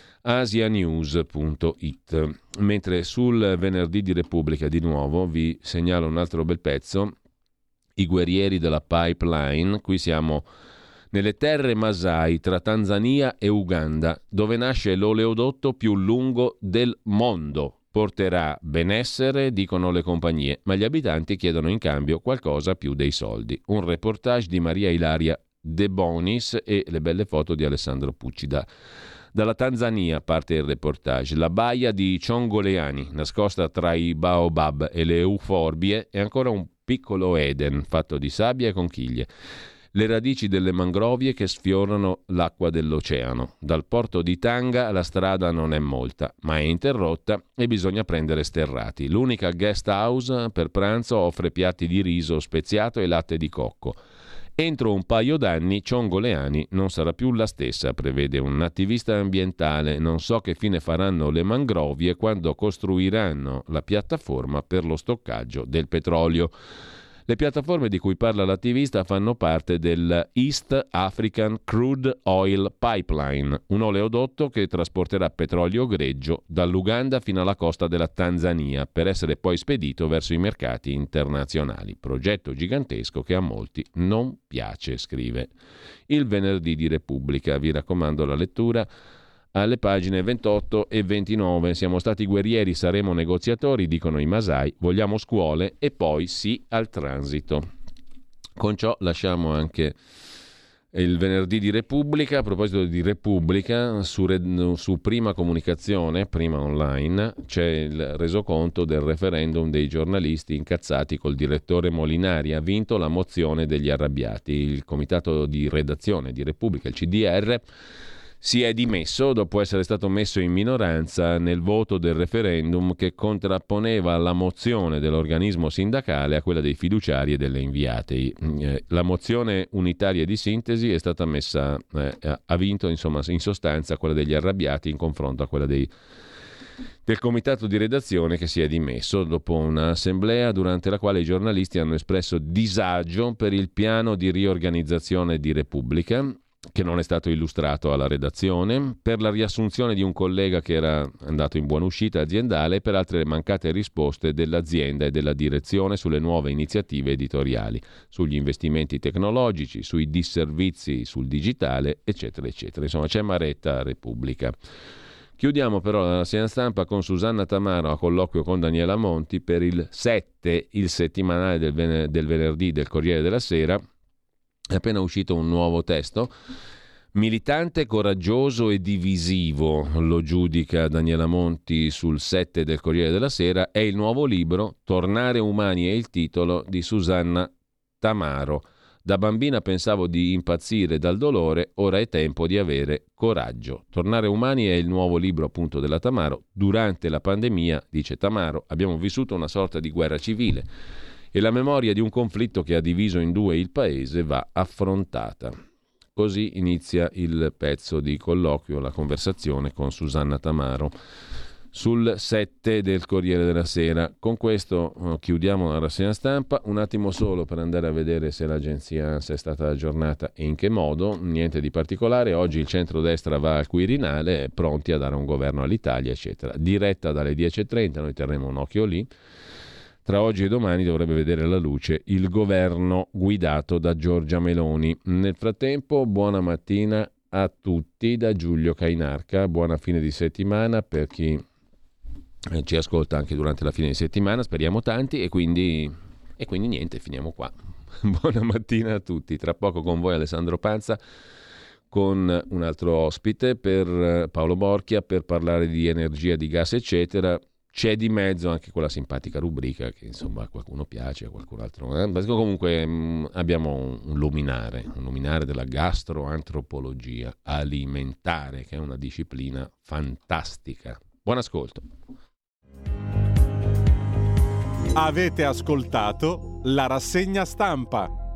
asianews.it. Mentre sul venerdì di Repubblica, di nuovo, vi segnalo un altro bel pezzo, i guerrieri della pipeline. Qui siamo nelle terre Masai tra Tanzania e Uganda, dove nasce l'oleodotto più lungo del mondo. Porterà benessere, dicono le compagnie, ma gli abitanti chiedono in cambio qualcosa più dei soldi. Un reportage di Maria Ilaria De Bonis e le belle foto di Alessandro Pucci. Dalla Tanzania parte il reportage. La baia di Chongoleani, nascosta tra i baobab e le euforbie, è ancora un piccolo Eden fatto di sabbia e conchiglie. Le radici delle mangrovie che sfiorano l'acqua dell'oceano. Dal porto di Tanga la strada non è molta, ma è interrotta e bisogna prendere sterrati. L'unica guest house per pranzo offre piatti di riso speziato e latte di cocco. Entro un paio d'anni Chongoleani non sarà più la stessa, prevede un attivista ambientale. Non so che fine faranno le mangrovie quando costruiranno la piattaforma per lo stoccaggio del petrolio. Le piattaforme di cui parla l'attivista fanno parte del East African Crude Oil Pipeline, un oleodotto che trasporterà petrolio greggio dall'Uganda fino alla costa della Tanzania per essere poi spedito verso i mercati internazionali. Progetto gigantesco che a molti non piace, scrive il venerdì di Repubblica. Vi raccomando la lettura alle pagine 28 e 29. Siamo stati guerrieri, saremo negoziatori, dicono i Masai, vogliamo scuole e poi sì al transito. Con ciò lasciamo anche il venerdì di Repubblica. A proposito di Repubblica, su Prima Comunicazione, Prima Online, c'è il resoconto del referendum dei giornalisti incazzati col direttore Molinari. Ha vinto la mozione degli arrabbiati. Il comitato di redazione di Repubblica, il CDR, si è dimesso dopo essere stato messo in minoranza nel voto del referendum che contrapponeva la mozione dell'organismo sindacale a quella dei fiduciari e delle inviate. La mozione unitaria di sintesi è stata messa, ha vinto insomma in sostanza quella degli arrabbiati in confronto a quella del comitato di redazione, che si è dimesso dopo un'assemblea durante la quale i giornalisti hanno espresso disagio per il piano di riorganizzazione di Repubblica, che non è stato illustrato alla redazione, per la riassunzione di un collega che era andato in buona uscita aziendale e per altre mancate risposte dell'azienda e della direzione sulle nuove iniziative editoriali, sugli investimenti tecnologici, sui disservizi sul digitale, eccetera, eccetera. Insomma, c'è maretta Repubblica. Chiudiamo però la rassegna stampa con Susanna Tamaro a colloquio con Daniela Monti per il 7, il settimanale del venerdì del Corriere della Sera. È appena uscito un nuovo testo, militante, coraggioso e divisivo, lo giudica Daniela Monti sul 7 del Corriere della Sera. È il nuovo libro, Tornare umani è il titolo, di Susanna Tamaro. Da bambina pensavo di impazzire dal dolore, ora è tempo di avere coraggio. Tornare umani è il nuovo libro appunto della Tamaro. Durante la pandemia, dice Tamaro, abbiamo vissuto una sorta di guerra civile e la memoria di un conflitto che ha diviso in due il paese va affrontata. Così inizia il pezzo di colloquio, la conversazione con Susanna Tamaro sul 7 del Corriere della Sera. Con questo chiudiamo la rassegna stampa. Un attimo solo per andare a vedere se l'agenzia ANSA è stata aggiornata e in che modo. Niente di particolare. Oggi il centrodestra va al Quirinale, pronti a dare un governo all'Italia, eccetera. Diretta dalle 10.30, noi terremo un occhio lì. tra oggi e domani dovrebbe vedere la luce il governo guidato da Giorgia Meloni. Nel frattempo, buona mattina a tutti da Giulio Cainarca, buona fine di settimana per chi ci ascolta anche durante la fine di settimana, speriamo tanti, e quindi niente, finiamo qua. Buona mattina a tutti, tra poco con voi Alessandro Panza con un altro ospite, per Paolo Borchia, per parlare di energia, di gas eccetera. C'è di mezzo anche quella simpatica rubrica che insomma a qualcuno piace, a qualcun altro comunque abbiamo un luminare della gastroantropologia alimentare, che è una disciplina fantastica. Buon ascolto.
Avete ascoltato la rassegna stampa.